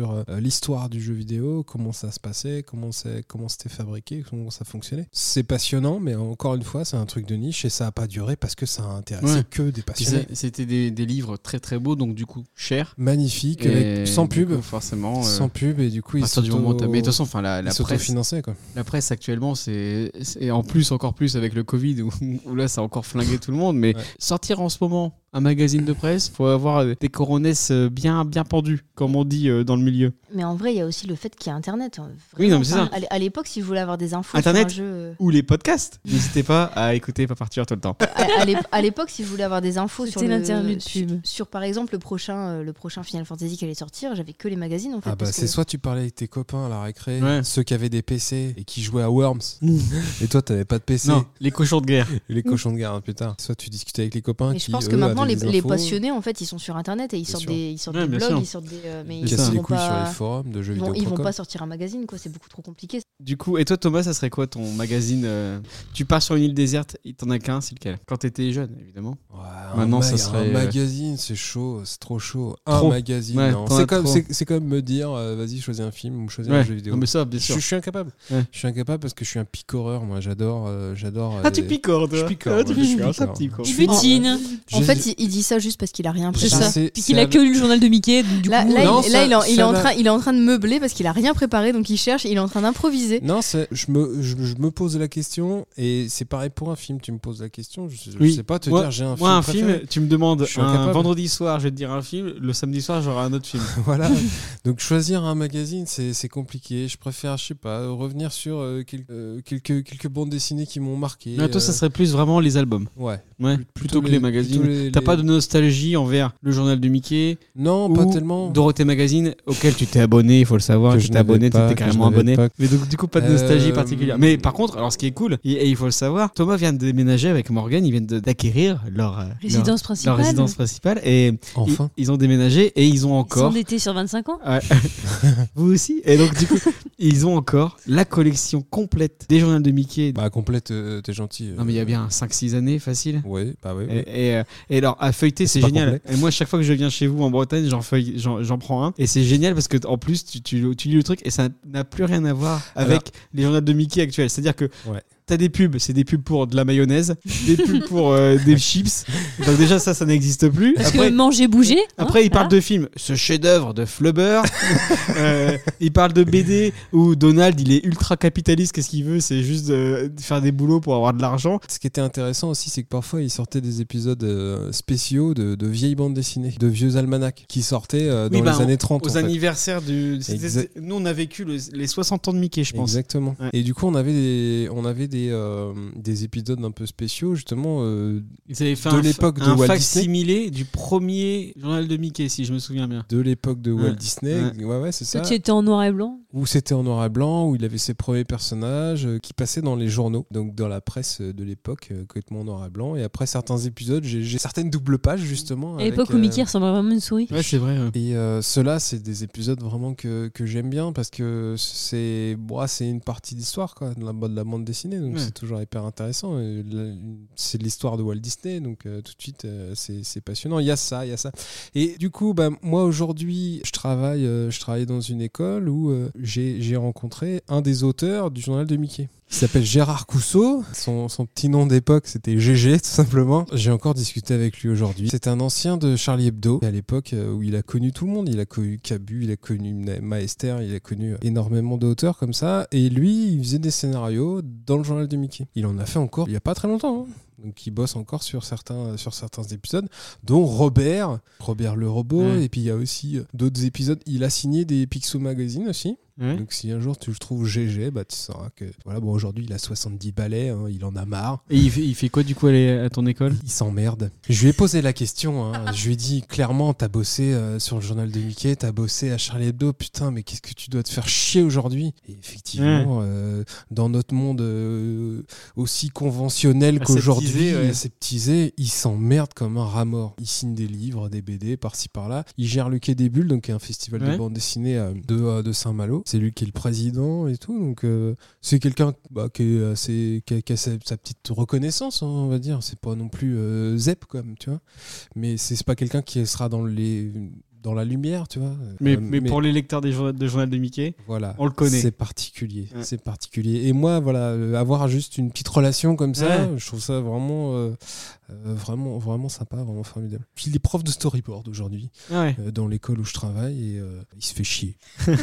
sur euh, l'histoire du jeu vidéo, comment ça se passait, comment, c'est, comment c'était fabriqué, comment ça fonctionnait. C'est passionnant, mais encore une fois, c'est un truc de niche et ça n'a pas duré parce que ça a intéressé Ouais. que des passionnés. C'était des, des livres très très beaux, donc du coup chers. Magnifique, Et avec, sans du pub. coup, forcément. euh, Sans pub, et du coup, à ils partir du moment où t'as- Mais de toute façon, s'auto- enfin, la, la ils presse, s'autofinançaient, quoi. la presse actuellement, c'est, c'est en plus, encore plus avec le Covid, où, où là, ça a encore flingué tout le monde. Mais Ouais. sortir en ce moment un magazine de presse, faut avoir des coronesses bien, bien pendues, comme on dit euh, dans le milieu. Mais en vrai, il y a aussi le fait qu'il y a Internet. hein. Oui, non, mais c'est Vraiment, ça. À l- à l'époque, si je voulais avoir des infos Internet. sur un jeu. euh, Ou les podcasts. N'hésitez pas à écouter, pas partir tout le temps. à, à l'ép- à l'époque, si je voulais avoir des infos sur, C'était le, l'interlude sur, pub. sur, par exemple, le prochain, euh, le prochain Final Fantasy qui allait sortir, j'avais que les magazines en fait. Ah bah parce c'est que- soit tu parlais avec tes copains à la récré, Ouais. ceux qui avaient des P C et qui jouaient à Worms, et toi t'avais pas de P C, Non, les cochons de guerre. et les cochons de guerre hein, putain. Soit tu discutais avec les copains Mais qui je pense eux, que maintenant, avaient les, des les infos, passionnés, en fait, ils sont sur Internet et ils Bien sortent sûr. des, ils sortent Ouais, des bien blogs, sûr. ils sortent des. euh, mais C'est ils ça. casser vont les couilles pas- sur les forums de jeux Ils vont, vidéo ils vont point com. pas sortir un magazine, quoi. C'est beaucoup trop compliqué. Du coup, et toi Thomas, ça serait quoi ton magazine euh, Tu pars sur une île déserte, il t'en a qu'un, c'est lequel? Quand t'étais jeune, évidemment. Ouais, Maintenant, un, ça ma- serait, un euh, magazine, c'est chaud, c'est trop chaud. Trop. Un magazine, Ouais, non. t'en as C'est comme, trop. c'est, c'est comme me dire, euh, vas-y, choisis un film ou choisis un Ouais, jeu vidéo. non, mais ça, bien je, sûr. je suis incapable. Ouais. Je suis incapable parce que je suis un picoreur, moi. J'adore, euh, j'adore. Ah, tu euh, picores, toi. Je picore, Ah, tu ouais, je suis picores, ça, picoreur. petit con. Je Il suis- butine. En J'ai- fait, il, il dit ça juste parce qu'il a rien C'est préparé. ça. C'est- Puis c'est qu'il a avec- que lu le journal de Mickey, donc du Là, coup. là, non, il, ça- là, il, est en- il est ça en va. train, il est en train de meubler parce qu'il a rien préparé, donc il cherche, il est en train d'improviser. Non, c'est, je, me, je, je me pose la question et c'est pareil pour un film. Tu me poses la question, je, je Oui. sais pas te Moi- dire j'ai un Moi, film. un préféré. film, tu me demandes Je suis un incapable. vendredi soir, je vais te dire un film, le samedi soir, j'aurai un autre film. Voilà. Donc choisir un magazine, c'est, c'est compliqué. Je préfère, je sais pas, revenir sur euh, quel- euh, quelques, quelques bandes dessinées qui m'ont marqué. Ouais, toi, ça euh, serait plus vraiment les albums. Ouais. Ouais, Plutôt plutôt que les- les magazines. plutôt les- T'as les- pas de nostalgie envers le journal de Mickey Non, ou pas tellement. Dorothée Magazine, auquel tu t'es abonné, il faut le savoir, Que tu je t'es n'avais abonné, tu pas, étais que carrément je n'avais abonné. pas. Mais donc, du coup, pas de nostalgie Euh, particulière. Mais par contre, alors ce qui est cool, et, et il faut le savoir, Thomas vient de déménager avec Morgan, ils viennent de- d'acquérir leur, euh, Résidence leur, principale. leur résidence principale. Et Enfin. ils, ils ont déménagé et ils ont Ils encore. s'endettaient sur vingt-cinq ans. Ouais. Vous aussi. Et donc, du coup, ils ont encore la collection complète des journaux de Mickey. Bah complète, euh, t'es gentil. euh. Non, mais il y a bien cinq six années, facile. Oui, bah oui. oui. Et, et, euh, et alors, à feuilleter, c'est pas génial. complet. Et moi, chaque fois que je viens chez vous en Bretagne, j'en, feuille, j'en, j'en prends un. Et c'est génial parce que, en plus, tu, tu, tu lis le truc et ça n'a plus rien à voir avec Alors- les journaux de Mickey actuels. C'est-à-dire que Ouais. t'as des pubs, c'est des pubs pour de la mayonnaise, des pubs pour euh, des chips. Donc, déjà, ça, ça n'existe plus. Parce Après, que manger, bouger. après, hein, il parle voilà. de films, ce chef-d'œuvre de Flubber. euh, il parle de B D où Donald, il est ultra capitaliste. Qu'est-ce qu'il veut? C'est juste de faire des boulots pour avoir de l'argent. Ce qui était intéressant aussi, c'est que parfois ils sortaient des épisodes euh, spéciaux de, de vieilles bandes dessinées, de vieux almanachs qui sortaient euh, dans Oui, bah, les années trente. Aux en fait. anniversaires du. c'était- Exact. Nous, on a vécu le- les soixante ans de Mickey, je pense. Exactement. Ouais. Et du coup, on avait des, on avait des, euh, des épisodes un peu spéciaux, justement. euh, Ils avaient fait De un, l'époque de un Walt facsimilé du premier journal de Mickey, si je me souviens bien. de l'époque de Walt Ouais. Disney. Ouais. Ouais, ouais, c'est ça. Toi, tu étais en noir et blanc. Où c'était en noir et blanc, où il avait ses premiers personnages euh, qui passaient dans les journaux, donc dans la presse euh, de l'époque, euh, complètement en noir et blanc. Et après certains épisodes, j'ai, j'ai certaines doubles pages justement. À avec, l'époque où euh, Mickey ressemblait vraiment à une souris. Ouais, c'est vrai. ouais. Et euh, ceux-là, c'est des épisodes vraiment que, que j'aime bien parce que c'est, bon, c'est une partie d'histoire quoi, de la, de la bande dessinée, donc Ouais. c'est toujours hyper intéressant. Et la- c'est l'histoire de Walt Disney, donc euh, tout de suite, euh, c'est, c'est passionnant. Il y a ça, il y a ça. Et du coup, bah, moi aujourd'hui, je travaille, euh, je travaille dans une école où euh, j'ai, j'ai rencontré un des auteurs du journal de Mickey. Il s'appelle Gérard Cousseau. Son, son petit nom d'époque, c'était G G, tout simplement. J'ai encore discuté avec lui aujourd'hui. C'est un ancien de Charlie Hebdo, à l'époque euh, où il a connu tout le monde. Il a connu Cabu, il a connu Maester, il a connu énormément d'auteurs comme ça. Et lui, il faisait des scénarios dans le journal de Mickey. Il en a fait encore il n'y a pas très longtemps. hein. Donc il bosse encore sur certains, sur certains épisodes, dont Robert, Robert le robot. Ouais. Et puis il y a aussi euh, d'autres épisodes. Il a signé des Picsou Magazine aussi. Ouais. Donc si un jour tu le trouves G G, bah tu sauras que voilà, bon aujourd'hui il a soixante-dix balais, hein, il en a marre, Et il fait, il fait quoi du coup à, les- à ton école? il s'emmerde. Je lui ai posé la question, hein. Je lui ai dit clairement t'as bossé euh, sur le journal de Mickey, t'as bossé à Charlie Hebdo, putain mais qu'est-ce que tu dois te faire chier aujourd'hui? Et effectivement, euh, dans notre monde euh, aussi conventionnel qu'aujourd'hui, Aseptisé, ouais. aseptisé, il s'emmerde comme un rat mort. Il signe des livres, des B D par-ci par-là, il gère le Quai des Bulles, donc un festival Ouais. de bande dessinée euh, de, euh, de Saint-Malo. C'est lui qui est le président et tout, donc euh, c'est quelqu'un bah, qui, est assez, qui, a, qui a sa, sa petite reconnaissance, hein, on va dire. C'est pas non plus euh, Zep, comme tu vois, mais c'est c'est pas quelqu'un qui sera dans les dans la lumière, tu vois. Mais, Euh, mais pour les lecteurs des journal, de journal de Mickey, voilà, on le connaît. C'est particulier, Ouais. c'est particulier. Et moi, voilà, euh, avoir juste une petite relation comme ça, Ouais. je trouve ça vraiment, euh, euh, vraiment, vraiment sympa, vraiment formidable. Puis il est prof de storyboard aujourd'hui Ouais. euh, dans l'école où je travaille et euh, il se fait chier.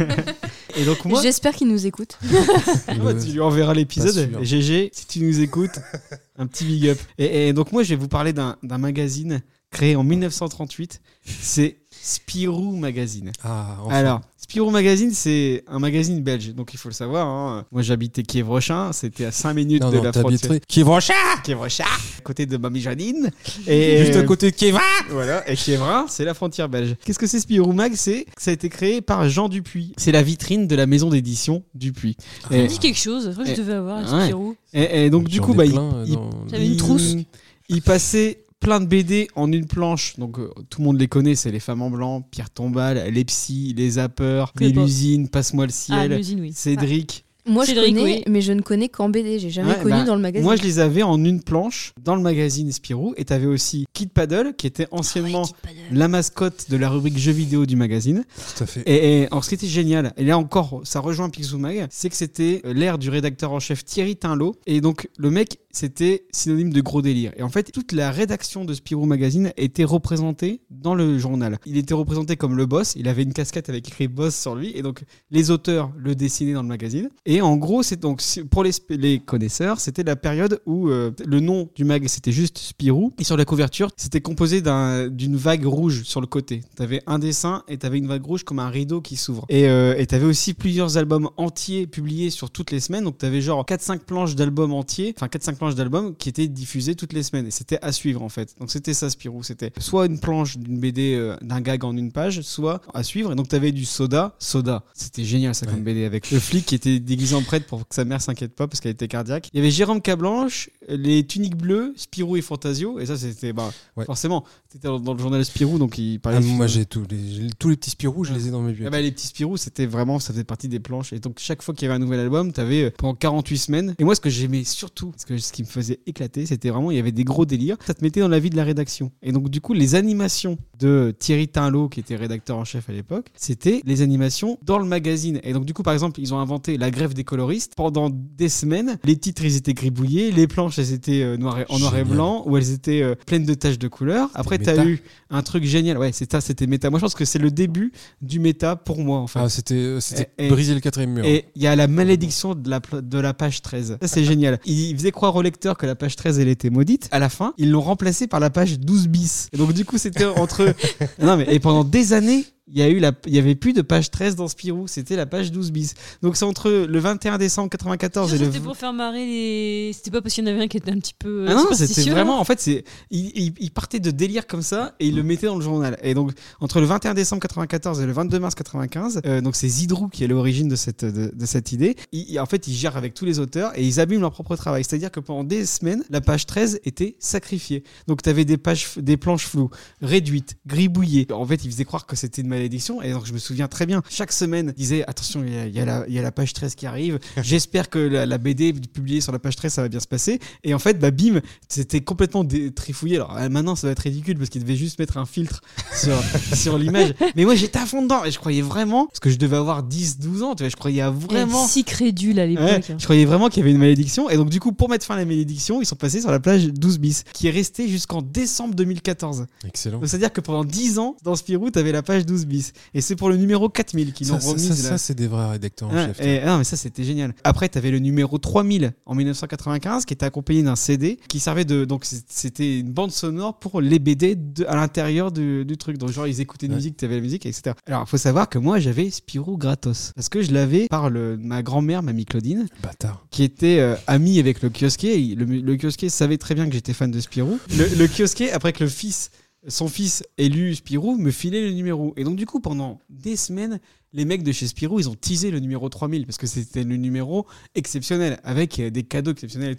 Et donc moi, J'espère qu'il nous écoute. Ouais, tu lui enverras l'épisode. Pas sûr. Et G G, si tu nous écoutes, un petit big up. Et, et donc moi, je vais vous parler d'un, d'un magazine créé en mille neuf cent trente-huit. C'est Spirou Magazine. Ah, enfin. Alors, Spirou Magazine, c'est un magazine belge. Donc il faut le savoir. Hein. Moi, j'habitais Kievrechin. C'était à cinq minutes non, de non, la frontière. t'habitais Kievrechin, Kievrechin, à côté de Mamie Janine. Et juste à côté de Kievin. Voilà, et Kievrin, c'est la frontière belge. Qu'est-ce que c'est Spirou Mag? C'est ça a été créé par Jean Dupuis. C'est la vitrine de la maison d'édition Dupuis. Ça me Et, dit quelque chose. Je crois que et- je devais avoir un ouais. Spirou. et- et donc du J'en coup, ai bah, il, plein, euh, il- dans- J'avais une il- trousse. il passait plein de B D en une planche. Donc euh, tout le monde les connaît, c'est Les Femmes en Blanc, Pierre Tombal, Les Psys, Les Zappeurs, Je connais pas. Mélusine, Passe-moi le Ah, ciel, l'usine, oui. Cédric. Moi, je Cédric, connais, oui. mais je ne connais qu'en B D. J'ai jamais Ouais, connu bah, dans le magazine. Moi, je les avais en une planche dans le magazine Spirou. Et t'avais aussi Kid Paddle, qui était anciennement la mascotte de la rubrique jeux vidéo du magazine. Tout à fait. Et, et alors, ce qui était génial, et là encore, ça rejoint Picsou Mag, c'est que c'était l'ère du rédacteur en chef Thierry Tinlot. Et donc, le mec, c'était synonyme de gros délire. Et en fait, toute la rédaction de Spirou Magazine était représentée dans le journal. Il était représenté comme le boss. Il avait une casquette avec écrit boss sur lui. Et donc, les auteurs le dessinaient dans le magazine. Et en gros, c'est donc, pour les, les connaisseurs, c'était la période où euh, le nom du mag, c'était juste Spirou. Et sur la couverture, c'était composé d'un, d'une vague rouge sur le côté. T'avais un dessin et t'avais une vague rouge comme un rideau qui s'ouvre. Et euh, et t'avais aussi plusieurs albums entiers publiés sur toutes les semaines. Donc t'avais genre quatre cinq planches d'albums entiers, enfin quatre cinq planches d'albums qui étaient diffusées toutes les semaines. Et c'était à suivre en fait. Donc c'était ça Spirou. C'était soit une planche d'une B D, euh, d'un gag en une page, soit à suivre. Et donc t'avais du soda, soda. C'était génial ça comme Ouais. B D avec le flic qui était déguisé en prêtre pour que sa mère s'inquiète pas parce qu'elle était cardiaque. Il y avait Jérôme Cablanche, les tuniques bleues, Spirou et Fantasio. Et ça c'était bah, Ouais. forcément, c'était dans, dans le journal Spirou donc il parlait. Ah, de moi, film. j'ai tous les, j'ai tous les petits Spirou, je Ouais. les ai dans mes Ah bibliothèques. bah, les petits Spirou, c'était vraiment, ça faisait partie des planches. Et donc, chaque fois qu'il y avait un nouvel album, t'avais euh, pendant quarante-huit semaines. Et moi, ce que j'aimais surtout, ce, que, ce qui me faisait éclater, c'était vraiment, il y avait des gros délires. Ça te mettait dans la vie de la rédaction. Et donc, du coup, les animations de Thierry Tinlot, qui était rédacteur en chef à l'époque, c'était les animations dans le magazine. Et donc, du coup, par exemple, ils ont inventé la grève des coloristes. Pendant des semaines, les titres, ils étaient gribouillés. Les planches, elles étaient euh, noir et- en noir et Génial. blanc, ou elles étaient euh, pleines de taches de couleurs. Après, méta. t'as eu un truc génial. Ouais, c'est ça, c'était méta. Moi, je pense que c'est le début du méta pour moi, en fait. Ah, c'était, euh, c'était Et- et- briser le quatrième mur. Et il y a la malédiction de la, pla- de la page treize. Ça, c'est génial. Il faisait croire au lecteur que la page treize, elle était maudite. À la fin, ils l'ont remplacée par la page douze bis. Et donc, du coup, c'était entre. Non, mais, et pendant des années, il y a eu la, il y avait plus de page treize dans Spirou. C'était la page douze bis. Donc, c'est entre le vingt et un décembre quatre-vingt-quatorze et le. C'était pour faire marrer les. C'était pas parce qu'il y en avait un qui était un petit peu. Ah non, c'était superstitieux, vraiment, là. en fait, c'est, il, il, il partait de délire comme ça et il le mettait dans le journal. Et donc, entre le vingt et un décembre quatre-vingt-quatorze et le vingt-deux mars quatre-vingt-quinze, euh, donc c'est Zidrou qui est l'origine de cette, de, de cette idée. Il, il- en fait, ils gèrent avec tous les auteurs et ils abîment leur propre travail. C'est-à-dire que pendant des semaines, la page treize était sacrifiée. Donc, tu avais des pages, des planches floues, réduites, gribouillées. En fait, ils faisaient croire que c'était une malédiction. Et donc, je me souviens très bien, chaque semaine, ils disaient, attention, il y a, il y a la, il y a la page treize qui arrive. J'espère que la, la B D publiée sur la page treize, ça va bien se passer. Et en fait, bah, bim, c'était complètement dé- trifouillé. Alors euh, maintenant, ça va être ridicule parce qu'il devait juste mettre un filtre sur, sur l'image. Mais moi, j'étais à fond dedans et je croyais vraiment, parce que je devais avoir dix douze ans, tu vois, je croyais à vraiment. Si crédule à l'époque. Ouais, hein. je croyais vraiment qu'il y avait une malédiction. Et donc, du coup, pour mettre fin à la malédiction, ils sont passés sur la plage douze bis, qui est restée jusqu'en décembre deux mille quatorze. Excellent. Donc, c'est-à-dire que pendant dix ans, dans Spirou, t'avais la page douze bis. Et c'est pour le numéro quatre mille qu'ils l'ont Ça, ça, remise. ça, là. ça, c'est des vrais rédacteurs en Ouais, chef. et, non, mais ça, c'était génial. Après, t'avais le numéro trois mille en mille neuf cent quatre-vingt-quinze qui était accompagné d'un C D qui servait de. Donc, c'est- c'était une bande sonore pour les B D de- à l'intérieur du, du truc. Donc, genre, ils écoutaient une Ouais. musique, t'avais la musique, et cetera. Alors, il faut savoir que moi, j'avais Spirou gratos. Parce que je l'avais par le, ma grand-mère, mamie Claudine, Bâtard. qui était euh, amie avec le kiosquier. Il- Le, le kiosquier savait très bien que j'étais fan de Spirou. Le, le kiosquier, après que le fils, son fils ait lu Spirou, me filait le numéro. Et donc, du coup, pendant des semaines, les mecs de chez Spirou, ils ont teasé le numéro trois mille parce que c'était le numéro exceptionnel avec euh, des cadeaux exceptionnels et tout.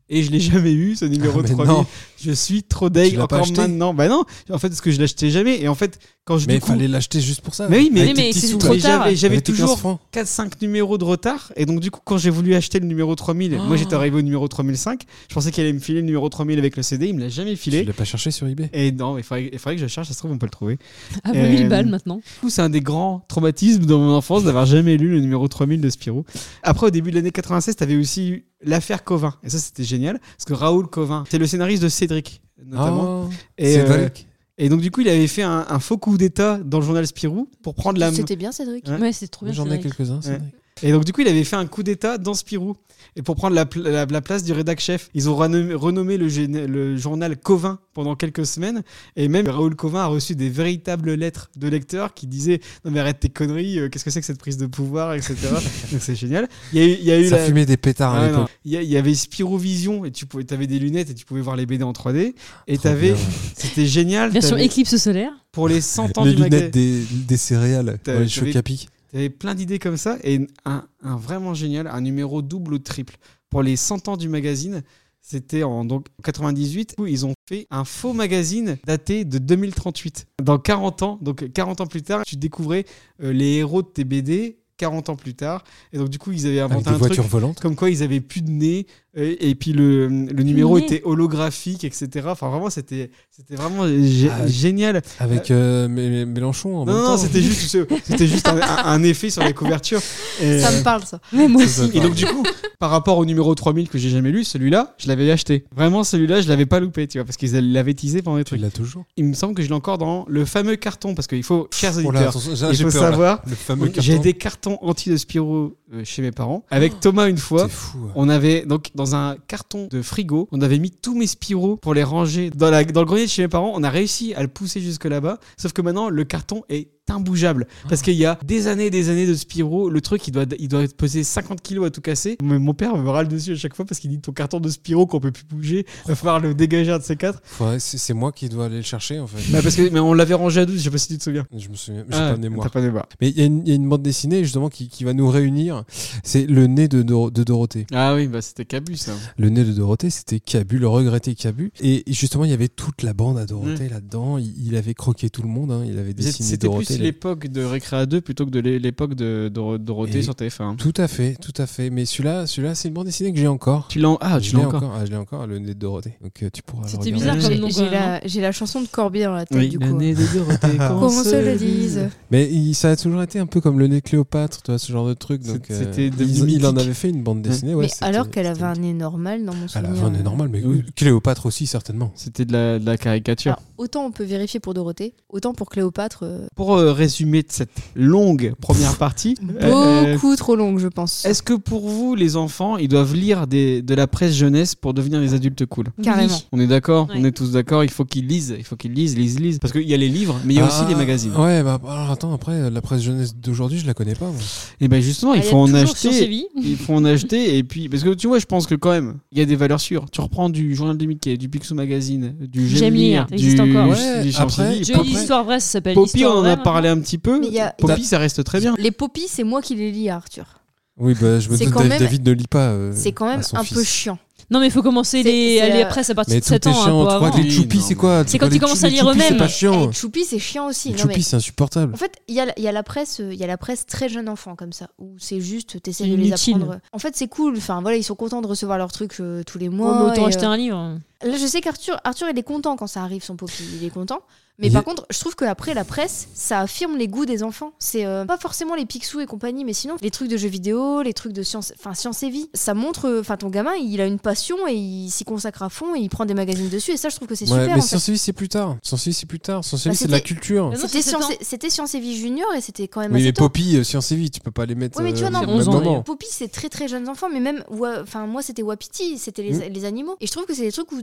et je l'ai jamais eu ce numéro Ah, mais trois mille. non. Je suis trop deg Tu l'as pas encore acheté maintenant. Bah non, en fait parce que je l'achetais jamais et en fait quand je Mais du il coup fallait l'acheter juste pour ça. Mais oui, mais, Oui, mais tes petits c'est sous, trop mais tard. j'avais, j'avais Avec tes quinze toujours francs. quatre cinq numéros de retard et donc du coup quand j'ai voulu acheter le numéro trois mille, moi j'étais arrivé au numéro trois mille cinq, je pensais qu'il allait me filer le numéro trois mille avec le C D, il me l'a jamais Tu filé. l'as pas cherché sur eBay? Et non, il faudrait, il faudrait que je cherche, ça se trouve on peut le trouver. À Euh, vingt mille balles maintenant. Du coup, c'est un des grands traumatismes dans mon enfance d'avoir jamais lu le numéro trois mille de Spirou. Après, au début de l'année quatre-vingt-seize, t'avais aussi eu l'affaire Covin. Et ça, c'était génial. Parce que Raoul Covin, c'est le scénariste de Cédric, notamment. Oh, et, Cédric. et donc, du coup, il avait fait un, un faux coup d'état dans le journal Spirou pour prendre la main. C'était bien, Cédric. Ouais. Ouais, c'est trop bien. J'en ai Cédric. quelques-uns, c'est Ouais. vrai. Et donc, du coup, il avait fait un coup d'état dans Spirou. Et pour prendre la, pla- la, la place du rédac chef, ils ont renommé, renommé le, gén- le journal Covin pendant quelques semaines. Et même Raoul Covin a reçu des véritables lettres de lecteurs qui disaient non mais arrête tes conneries, euh, qu'est-ce que c'est que cette prise de pouvoir, et cetera. Donc c'est génial. Il y a eu, il y a eu Ça la- fumait des pétards Ah à ouais, l'époque. non. Il y, a- il y avait Spirovision et tu pouvais, avais des lunettes et tu pouvais voir les B D en trois D. Et Trop t'avais, bien. c'était génial. Version T'avais- éclipse solaire. pour les cent ans Les du magasin. lunettes des, des céréales, T'as- dans les t'avais- chocs à pic. Il y avait plein d'idées comme ça et un, un vraiment génial, un numéro double ou triple. Pour les cent ans du magazine, c'était en donc, quatre-vingt-dix-huit où ils ont fait un faux magazine daté de deux mille trente-huit. Dans quarante ans, donc quarante ans plus tard, tu découvrais euh, les héros de tes B D quarante ans plus tard. Et donc du coup, ils avaient Avec inventé des un voitures truc volantes. comme quoi ils avaient plus de nez euh, et puis le, le numéro nez. était holographique, et cetera. Enfin vraiment, c'était, c'était vraiment gé- Ah, génial. Avec euh, Mé- Mélenchon en Non, même non, temps. c'était juste, c'était juste un, un- un effet sur la couverture. Et, Ça euh, me parle, ça. Ouais, moi Ça, aussi. ça Et donc du coup, par rapport au numéro trois mille que j'ai jamais lu, celui-là, je l'avais acheté. Vraiment, celui-là, je l'avais pas loupé, tu vois, parce qu'ils l'avaient teasé pendant les Tu trucs. l'as toujours. Il me semble que je l'ai encore dans le fameux carton, parce qu'il faut, chers Oh là, auditeurs, attention, j'ai- il j'ai faut peur, là. savoir, Le fameux j'ai carton. des cartons anti de Spirou euh, chez mes parents. Avec Thomas une fois, C'est fou. ouais. on avait donc dans un carton de frigo, on avait mis tous mes Spirou pour les ranger dans, la, dans le grenier de chez mes parents. On a réussi à le pousser jusque là-bas, sauf que maintenant le carton est imbougeable parce qu'il y a des années et des années de Spirou. Le truc il doit, il doit peser cinquante kilos à tout casser. Mais mon père me râle dessus à chaque fois parce qu'il dit ton carton de Spirou qu'on peut plus bouger, il va falloir le dégager un de ces quatre. Faudrait- C'est c'est moi qui dois aller le chercher en fait. Bah parce que mais on l'avait rangé à douze, je sais pas si tu te souviens. Je me souviens, j'ai Ah, pas de mémoire. t'as pas de mémoire. Mais il y, a une- il y a une bande dessinée justement qui, qui va nous réunir. C'est le nez de, Dor- de Dorothée. Ah oui, bah c'était Cabu ça. Le nez de Dorothée, c'était Cabu, le regretté Cabu. Et justement, il y avait toute la bande à Dorothée là-dedans. Il, il avait croqué tout le monde. hein. Il avait dessiné C'était Dorothée. plus les- l'époque de Récréa deux plutôt que de l'é- l'époque de, de Dorothée Et- sur T F un. Tout à fait, tout à fait. Mais celui-là, celui-là, c'est une bande dessinée que j'ai encore. Tu l'as ah, Je tu l'as l'ai encore. Ah, je l'ai encore, le nez de Dorothée. Donc euh, tu pourras le C'était regarder. bizarre comme J'ai nom, j'ai quand même, la, j'ai la chanson de Corbier dans la tête, Oui, du le coup. nez de Dorothée. Qu'on se le dise. Mais il- ça a toujours été un peu comme le nez de Cléopâtre, tu vois, ce genre de truc. Donc, C'est- euh, c'était devenu il, il en mythique. avait fait une bande dessinée. Ouais, Mais c'était- alors qu'elle avait c'était- un nez normal dans mon Elle souvenir. avait un nez normal, mais oui, Cléopâtre aussi, certainement. C'était de la, de la caricature. Alors, autant on peut vérifier pour Dorothée, autant pour Cléopâtre, euh, Pour euh, résumer cette longue première partie, euh, beaucoup trop longue, je pense. est-ce que pour vous, les enfants, ils doivent lire des, de la presse jeunesse pour devenir des adultes cool? Carrément. On est d'accord? Ouais. On est tous d'accord? Il faut qu'ils lisent, il faut qu'ils lisent, lisent, lisent. Parce qu'il y a les livres, mais il y a aussi Ah, les magazines. Ouais, bah alors attends, après, la presse jeunesse d'aujourd'hui, je la connais pas. moi. Et ben justement, Ah, il y a faut en toujours acheter. Science et Vie. Il faut en acheter et puis parce que tu vois, je pense que quand même, il y a des valeurs sûres. Tu reprends du Journal de Mickey, du Picsou Magazine, du J'aime J'aime lire, lire, ça existe du encore. Ouais, du Science et après, Vie. Jolie Poppy- histoire vraie, ça s'appelle Poppy, Histoire on en vraie, a parlé un petit peu. Mais il y a- Poppy, ça reste très bien. Les Poppy, c'est moi qui les lis à Arthur. Oui, bah, je me C'est doute, quand David même- David ne lit pas. euh, C'est quand même à son un fils. peu chiant. Non, mais il faut commencer C'est- les, c'est les la- presses à partir Mais de tout sept est ans. hein, chiant. pour Tu crois que avoir- les Choupi, non, c'est quoi C'est quand les ils commencent Chou- à les lire Choupi, eux-mêmes. C'est pas Et chiant. Choupi, c'est chiant aussi. Les Non, Choupi, mais- c'est insupportable. En fait, il y a, il y a la presse, euh, il y a la presse très jeune enfant comme ça, où c'est juste, t'essaies C'est de les inutile. apprendre. En fait, c'est cool. Enfin, voilà, ils sont contents de recevoir leurs trucs euh, tous les Ouais, mois. mais autant et, acheter euh, un livre. Là, je sais qu'Arthur, Arthur, il est content quand ça arrive son Poppy. Il est content. Mais Il par est- contre, je trouve qu'après, la presse, ça affirme les goûts des enfants. C'est euh, pas forcément les Picsou et compagnie, mais sinon, les trucs de jeux vidéo, les trucs de science, enfin, science et vie. Ça montre, enfin, ton gamin, il a une passion et il s'y consacre à fond et il prend des magazines dessus. Et ça, je trouve que c'est Ouais, super. mais en fait. Science et Vie, c'est plus tard. Science et Vie, c'est plus tard. Science et Bah, Vie, c'est de la c'était- culture. Ah non, C'était c'est sept science, ans. et- c'était Science et Vie Junior et c'était quand même Oui, assez mais tôt. Poppy, euh, Science et Vie, tu peux pas les mettre Oui, mais tu vois, euh, non, au c'est même onze ans, moment. Poppy, c'est très très jeunes enfants, mais même, ouais, enfin, moi, c'était Wapiti, c'était les, Mm. les animaux. Et je trouve que c'est des trucs où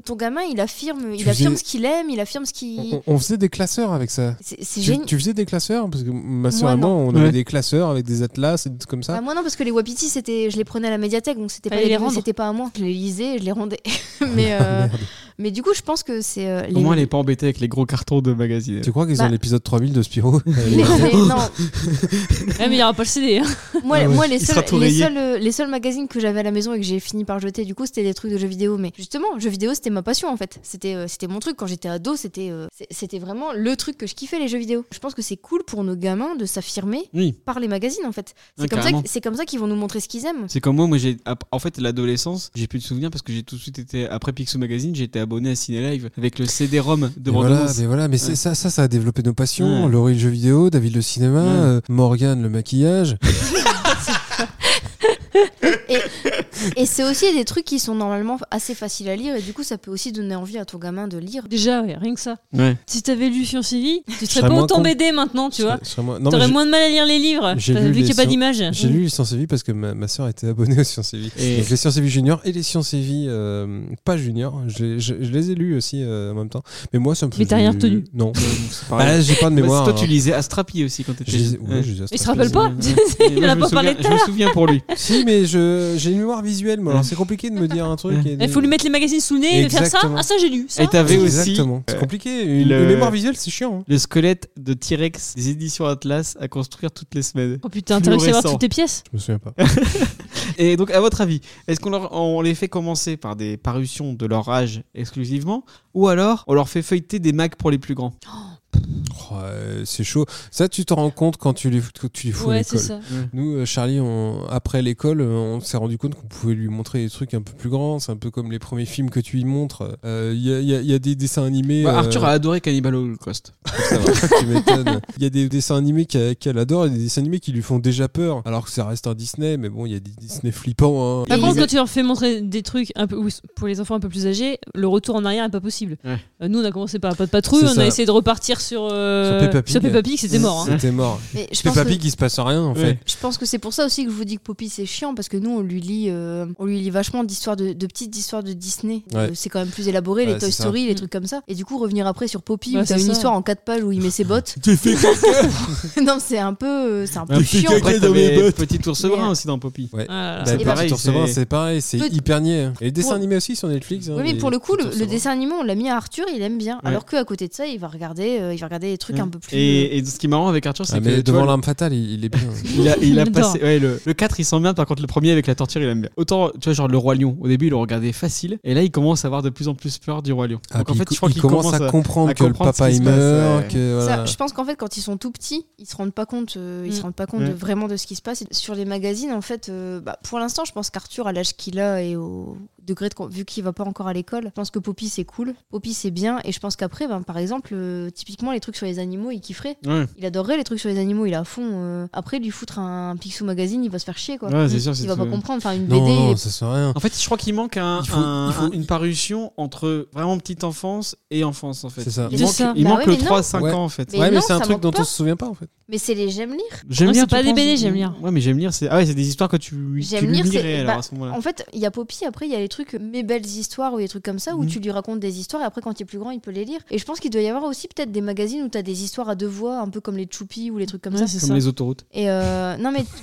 ton gamin, il affirme, il Tu affirme faisais- ce qu'il aime, il affirme ce qu'il. On, on faisait des classeurs avec ça. C'est c'est Tu, génial. tu faisais des classeurs parce que ma soeur Moi, et moi, non. on avait Ouais. des classeurs avec des atlas et des trucs comme ça. Bah, moi non, parce que les Wapiti, c'était, je les prenais à la médiathèque, donc c'était pas, Fallait les les rendre. c'était pas à moi. Je les lisais et je les rendais. mais, euh, Merde. mais du coup, je pense que c'est. euh, Au moins, elle est pas embêtée avec les gros cartons de magazine. Tu crois qu'ils Bah- ont l'épisode trois mille de Spirou Mais- mais non, Ah, mais il n'y aura pas le C D. Hein. moi, Ah ouais. moi les, Il sera seuls, tout les, rayé. seuls, euh, les seuls magazines que j'avais à la maison et que j'ai fini par jeter, du coup, c'était des trucs de jeux vidéo. Mais justement, jeux vidéo, c'était ma passion en fait. C'était, euh, c'était mon truc. Quand j'étais ado, c'était, euh, c'est- c'était vraiment le truc que je kiffais, les jeux vidéo. Je pense que c'est cool pour nos gamins de s'affirmer Oui. par les magazines en fait. C'est Ouais, comme, ça carrément. que- c'est comme ça qu'ils vont nous montrer ce qu'ils aiment. C'est comme moi, moi j'ai en fait l'adolescence, j'ai plus de souvenirs parce que j'ai tout de suite été après Picsou Magazine, j'ai été abonné à Ciné Live avec le C D-ROM de Mais voilà, Brandon. mais voilà, mais c'est Ouais. ça, ça, ça a développé nos passions. Ouais. Laurie le jeu vidéo, David le cinéma, Ouais. euh, Morgane le maquillage. Et, et c'est aussi des trucs qui sont normalement assez faciles à lire et du coup ça peut aussi donner envie à ton gamin de lire. Déjà, ouais, rien que ça. Ouais. Si t'avais lu Science et Vie, tu serais serais pas moins autant con. B D maintenant, tu Je vois. serais- je serais moins- non, mais T'aurais j'ai- moins de mal à lire les livres, J'ai parce- lu vu qu'il n'y les a pas sciences- d'image. J'ai lu les Sciences et Vie parce que ma, ma soeur était abonnée aux Sciences et Vie. Et- Donc les Sciences et Vie junior et les Sciences et Vie euh, pas junior, je, je- je les ai lus aussi euh, en même temps. Mais moi ça me Mais t'as faisait- rien retenu. Non. C'est pareil. Bah, j'ai pas de Bah, mémoire. toi, tu alors. lisais Astrapi aussi quand t'étais Je lisais- jeune. ouais, je lisais Il se Astrapi. rappelle pas. Ouais. Il en Moi, a je me pas parlé souviens- tout à Je me l'heure. souviens pour lui. Si, mais je, j'ai une mémoire visuelle, moi. Alors c'est compliqué de me dire un truc. et de- Il faut lui mettre les magazines sous le nez et faire ça. Exactement. Ah, ça, j'ai lu. Ça. Et t'avais aussi Exactement. C'est euh, compliqué. Une, le- une mémoire visuelle, c'est chiant. hein. le squelette de T-Rex des éditions Atlas à construire toutes les semaines. Oh putain, t'as réussi à avoir Fluorescent. toutes tes pièces. Je me souviens pas. Et donc, à votre avis, est-ce qu'on leur- on les fait commencer par des parutions de leur âge exclusivement, ou alors on leur fait feuilleter des mags pour les plus grands? Oh, euh, c'est chaud. Ça, tu t'en rends compte quand tu les, quand tu les fous à Ouais, c'est l'école. ça. Nous, euh, Charlie, on- après l'école, euh, on s'est rendu compte qu'on pouvait lui montrer des trucs un peu plus grands. C'est un peu comme les premiers films que tu lui montres. Il y, a, y a- y a des dessins animés. Bah, euh, Arthur a adoré Cannibal Holocaust. ça va, tu m'étonnes. Il y a des dessins animés qu'elle qu'elle adore et des dessins animés qui lui font déjà peur. Alors que ça reste un Disney, mais bon, il y a des Disney flippants. hein. Par Et contre, ils- quand tu leur fais montrer des trucs un peu, oui, pour les enfants un peu plus âgés, le retour en arrière n'est pas possible. Ouais. Euh, nous, on a commencé par Pas de patrouille, C'est on ça. a essayé de repartir sur, euh, Sur Peppa Pig. sur Peppa Pig, c'était mort. hein. C'était mort. Mais je pense Peppa que- Pig, il se passe rien en Ouais. fait. Je pense que c'est pour ça aussi que je vous dis que Poppy c'est chiant parce que nous on lui lit, euh, on lui lit vachement d'histoires de, de petites histoires de Disney. Ouais. Euh, c'est quand même plus élaboré, Ouais, les Toy c'est ça. Story, les trucs comme ça. Et du coup revenir après sur Poppy Ouais, où t'as c'est une ça. histoire en quatre pages où il met ses bottes. T'es fait non c'est un peu, euh, c'est un peu Après, chiant. caca Après, dans mes t'avais bottes. Petit ours Mais, brun euh, aussi dans Poppy. Ouais. Ah là là. Bah, Et Petit pareil, Ours Brun, c'est- c'est pareil, c'est Peut- hyper niais. Et les dessins Pour- animés aussi sur Netflix. hein, Oui mais les pour le coup Petits le, Ours le Brun. dessin animé on l'a mis à Arthur, il aime bien. Ouais. Alors que à côté de ça il va regarder, euh, il va regarder des trucs un peu plus. Et, et ce qui est marrant avec Arthur, c'est Ah, que mais tu devant vois, l'arme fatale, il, il est bien. il a, il a Il passé. adore. Ouais, le, le quatre, il s'emmerde. Par contre, le premier avec la torture, il aime bien. Autant, tu vois, genre le Roi Lion. Au début, il le regardait facile. Et là, il commence à avoir de plus en plus peur du Roi Lion. Ah, Donc en puis fait, il, je crois il qu'il commence à, comprendre à que le comprendre ce papa qui il se passe, meurt. ouais. Que, Ça, voilà. je pense qu'en fait, quand ils sont tout petits, ils se rendent pas compte, euh, ils Mm. se rendent pas compte Ouais. de, vraiment de ce qui se passe. Et sur les magazines, en fait, euh, bah, pour l'instant, je pense qu'Arthur, à l'âge qu'il a et au degré de, vu qu'il va pas encore à l'école, je pense que Poppy c'est cool, Poppy c'est bien. Et je pense qu'après, ben, par exemple, euh, typiquement les trucs sur les animaux, il kifferait. Ouais, Il adorerait les trucs sur les animaux, il est à fond. euh, Après, lui foutre un Picsou Magazine, il va se faire chier, quoi. ouais c'est sûr. c'est Il va pas tout. comprendre. Enfin, une B D. Non, il non, est- ça sert à rien. En fait, je crois qu'il manque un, Il faut- un- il faut- un- une parution entre vraiment petite enfance et enfance, en fait. C'est ça. Il C'est manque, ça. il Bah manque ouais, le mais non. trois à cinq Ouais. ans, en fait. Mais Ouais, mais non, c'est un ça truc manque dont pas. on se souvient pas en fait. Mais c'est les j'aime lire. J'aime Non, lire, c'est tu pas des penses B D, j'aime lire. Ouais, mais j'aime lire. C'est ah ouais, c'est des histoires que tu, tu J'aime lire, lirais, c'est- alors, bah, à ce moment-là. En fait, il y a Poppy, après il y a les trucs Mes belles histoires ou des trucs comme ça où Mhm. tu lui racontes des histoires et après quand il est plus grand, il peut les lire. Et je pense qu'il doit y avoir aussi peut-être des magazines où tu as des histoires à deux voix, un peu comme les Choupi ou les trucs comme Ouais, ça. c'est Comme ça. les autoroutes. Et euh, non mais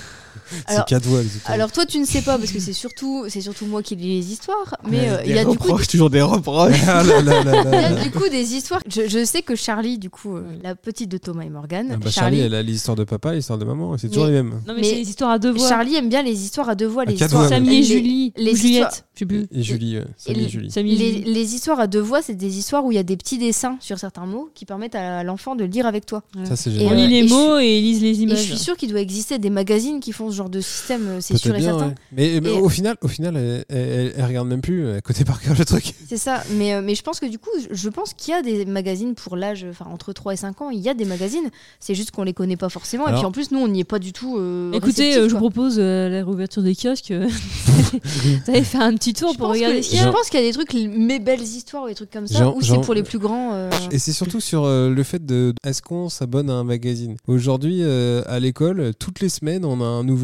C'est Alors- quatre voix. les autres. alors toi tu ne sais pas parce que c'est surtout c'est surtout moi qui lis les histoires, mais Ouais, euh, il des y a du coup reproches, toujours des reproches. Ah là là là il y là a là. du coup des histoires. Je, je sais que Charlie, du coup, euh, la petite de Thomas et Morgane, Ah bah, Charlie, elle a l'histoire de papa, l'histoire de maman, c'est toujours Mais- les mêmes. Non, mais, Mais c'est les histoires à deux voix. Charlie aime bien les histoires à deux voix, À les quatre histoires. voix, Samy les- et Julie. les ou histoires- Juliette. Je sais plus. Et Julie, ouais. Samy Et et Julie. Samy et Les, Julie. les histoires à deux voix, c'est des histoires où il y a des petits dessins sur certains mots qui permettent à l'enfant de lire avec toi. Ça, c'est Et, On génial. euh, lit les et je mots et ils lisent les Et je images. suis sûre qu'il doit exister des magazines qui font ce genre de système, euh, c'est Peut-être sûr et bien, certain. ouais. Mais, mais Et- au final, au final elle, elle, elle- elle regarde même plus, elle connaît par cœur le truc. C'est ça, mais, euh, mais je pense que du coup, je- je pense qu'il y a des magazines pour l'âge, enfin entre trois et cinq ans, il y a des magazines, c'est juste qu'on les connaît pas forcément, et Alors- puis en plus, nous, on n'y est pas du tout. euh, Écoutez, réceptifs, euh, je vous quoi. propose euh, la réouverture des kiosques. euh, Vous allez faire un petit tour Je pour pense regarder que- ce qu'il y a. Je pense qu'il y a des trucs, mes belles histoires ou des trucs comme ça, Genre- où c'est genre- pour les plus grands. euh, Et c'est surtout sur euh, le fait de est-ce qu'on s'abonne à un magazine. Aujourd'hui, euh, à l'école, toutes les semaines, on a un nouveau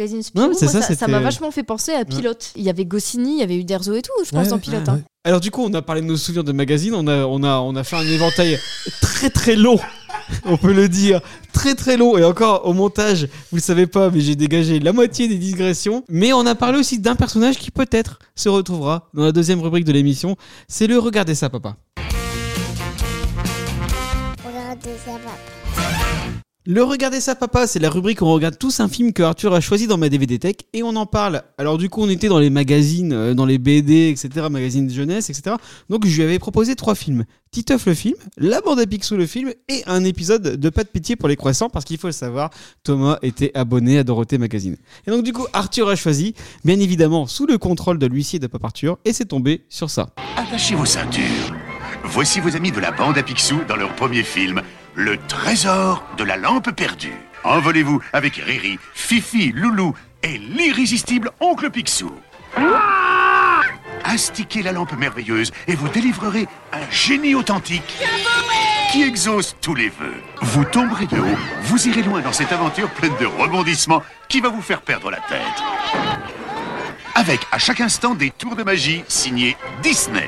magazine Spirou, Non, c'est moi, ça, ça, ça c'était- m'a vachement fait penser à Pilote. Il y avait Goscinny, il y avait Uderzo et tout, je pense, Ouais, dans Pilote. ouais, hein. ouais. Alors du coup, on a parlé de nos souvenirs de magazines, on a, on a, on a fait un éventail très très long on peut le dire, très très long. Et encore, au montage, vous le savez pas, mais j'ai dégagé la moitié des digressions. Mais on a parlé aussi d'un personnage qui peut-être se retrouvera dans la deuxième rubrique de l'émission. C'est le Regardez ça, papa. Regardez ça, papa. Le Regardez ça, papa, c'est la rubrique où on regarde tous un film que Arthur a choisi dans ma D V D Tech et on en parle. Alors du coup, on était dans les magazines, euh, dans les B D, et cetera, magazines de jeunesse, et cetera. Donc je lui avais proposé trois films. Titeuf le film, La Bande à Picsou le film et un épisode de Pas de pitié pour les croissants parce qu'il faut le savoir, Thomas était abonné à Dorothée Magazine. Et donc du coup, Arthur a choisi, bien évidemment, sous le contrôle de l'huissier de Papa Arthur et c'est tombé sur ça. Attachez vos ceintures. Voici vos amis de la Bande à Picsou dans leur premier film, Le Trésor de la Lampe Perdue. Envolez-vous avec Riri, Fifi, Loulou et l'irrésistible Oncle Picsou. Astiquez la lampe merveilleuse et vous délivrerez un génie authentique qui exauce tous les vœux. Vous tomberez de haut, vous irez loin dans cette aventure pleine de rebondissements qui va vous faire perdre la tête. Avec à chaque instant des tours de magie signés Disney.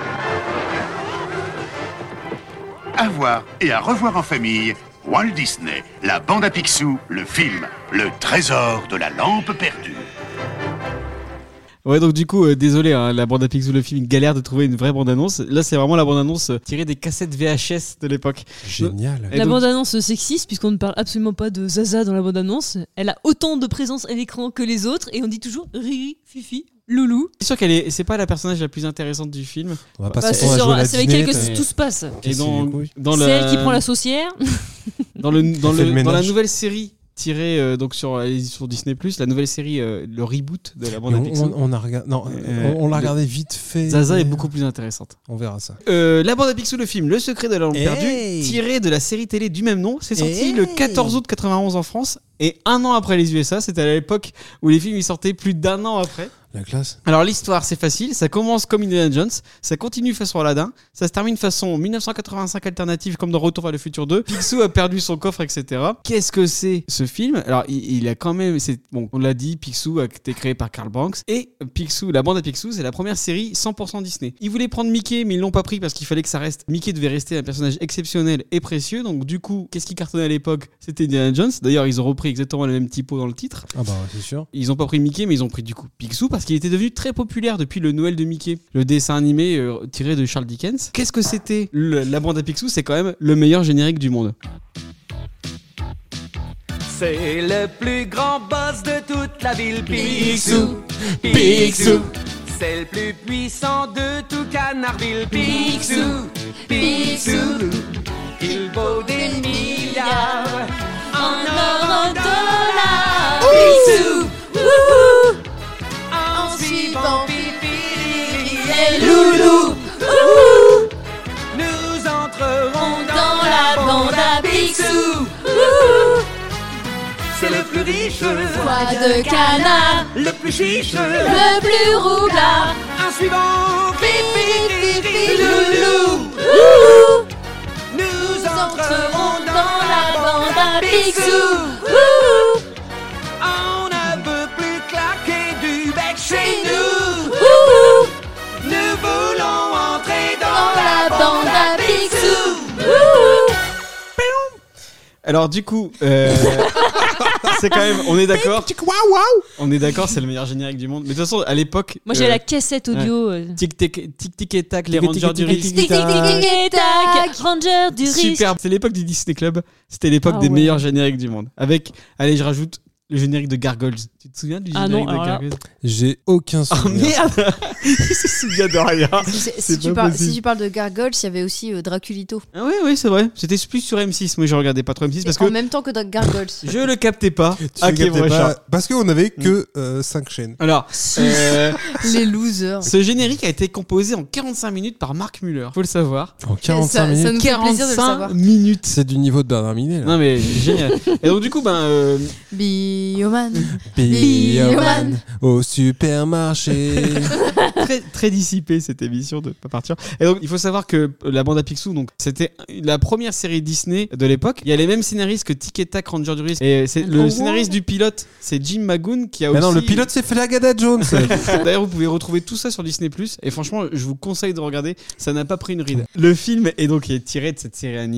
À voir et à revoir en famille, Walt Disney, la Bande à Picsou, le film, Le Trésor de la Lampe Perdue. Ouais, donc du coup, euh, désolé, hein, la bande à Picsou, le film, galère de trouver une vraie bande-annonce. Là, c'est vraiment la bande-annonce euh, tirée des cassettes V H S de l'époque. Génial. Et La donc- bande-annonce sexiste, puisqu'on ne parle absolument pas de Zaza dans la bande-annonce. Elle a autant de présence à l'écran que les autres, et on dit toujours Riri, Fifi, Loulou. C'est sûr qu'elle est, c'est pas la personnage la plus intéressante du film. On va pas Bah, se c'est prendre à sur- jouer à la c'est avec Disney, elle que t'as- tout se passe. Et dans, dans C'est la, elle qui prend la saucière. dans le dans, Elle fait le, le dans la ménage. nouvelle série tirée euh, donc sur sur Disney plus, la nouvelle série, euh, le reboot de la bande Et à on, Picsou. on- on a regardé, non, Euh, on, on l'a le- regardé vite fait. Zaza est beaucoup plus intéressante. On verra ça. Euh, la bande à Picsou, le film Le Secret de la Lampe Hey. Perdue, tiré de la série télé du même nom, c'est sorti Hey. le quatorze août quatre-vingt-onze en France et un an après les U S A. C'était à l'époque où les films ils sortaient plus d'un an après. La classe. Alors l'histoire c'est facile, ça commence comme Indiana Jones, ça continue façon Aladdin, ça se termine façon dix-neuf cent quatre-vingt-cinq alternative comme dans Retour vers le futur deux. Picsou a perdu son coffre, et cetera. Qu'est-ce que c'est ce film? Alors il, il a quand même, c'est bon, on l'a dit, Picsou a été créé par Carl Banks et Picsou, la bande à Picsou, c'est la première série cent pour cent Disney. Ils voulaient prendre Mickey mais ils l'ont pas pris parce qu'il fallait que ça reste. Mickey devait rester un personnage exceptionnel et précieux. Donc du coup, qu'est-ce qui cartonnait à l'époque? C'était Indiana Jones. D'ailleurs ils ont repris exactement le même typo dans le titre. Ah bah c'est sûr. Ils ont pas pris Mickey, mais ils ont pris du coup Picsou parce qu'il était devenu très populaire depuis le Noël de Mickey, le dessin animé euh, tiré de Charles Dickens. Qu'est-ce que c'était le- la bande à Picsou? C'est quand même le meilleur générique du monde. C'est le plus grand boss de toute la ville, Picsou. Picsou. C'est le plus puissant de tout Canardville, Picsou. Picsou. Il vaut des milliards en or, en dollars, Picsou. Wouhou. En suivant Fifi et Loulou, Wouhou. Nous entrerons dans la bande à Picsou. Wouhou. C'est le plus riche, Foie de canard, le plus chiche, le plus roublard. en suivant Fifi, Fifi, Loulou. Wouhou. Nous entrerons Dans la bande à Picsou. Wouhou. On ne veut plus claquer du bec chez nous. Wouhou. Nous voulons entrer dans, Dans la bande à Picsou. Wouhou. Alors du coup, euh, c'est quand même, on est d'accord. On est d'accord, c'est le meilleur générique du monde. Mais de toute façon, à l'époque, Moi j'ai euh, la cassette audio. euh. tic tic tic tic et tac, les Tic, Rangers tic, du tic, risque. Tic tic tic tic et tac, Ranger du risque. Super, c'est l'époque du Disney Club. C'était l'époque Ah des ouais. meilleurs génériques du monde. Avec, allez, je rajoute le générique de Gargoyles. Tu te souviens du Ah générique non, de alors là- Gargoyles? J'ai aucun Oh souvenir. merde, il se souvient de rien. Si, si- C'est si tu pas parles, possible. si tu parles de Gargoyles, il y avait aussi euh, Draculito. Ah oui, oui, c'est vrai. C'était plus sur M six. Moi, je regardais pas trop M six parce En que même temps que dans Gargoyles. je le captais pas. Tu Ah, le Kev captais pas, Richard. parce qu'on avait que cinq chaînes. Alors, euh, Les losers. ce générique a été composé en quarante-cinq minutes par Mark Muller. Faut le savoir. En quarante-cinq ça, minutes. ça nous fait plaisir de le savoir. quarante-cinq minutes. C'est du niveau de Bernard Minet. Là. Non mais génial. Et donc du coup, ben, euh, Bioman. Bioman au supermarché. très très dissipé cette émission de pas partir. Et donc il faut savoir que la bande à Picsou, donc c'était la première série Disney de l'époque. Il y a les mêmes scénaristes que Tic et Tac, Ranger du risque. Et c'est le Oh, scénariste wow. du pilote, c'est Jim Magoon qui a Mais aussi. non, le pilote c'est Flagada Jones. D'ailleurs, vous pouvez retrouver tout ça sur Disney plus. Et franchement, je vous conseille de regarder. Ça n'a pas pris une ride. Le film est donc est tiré de cette série animée.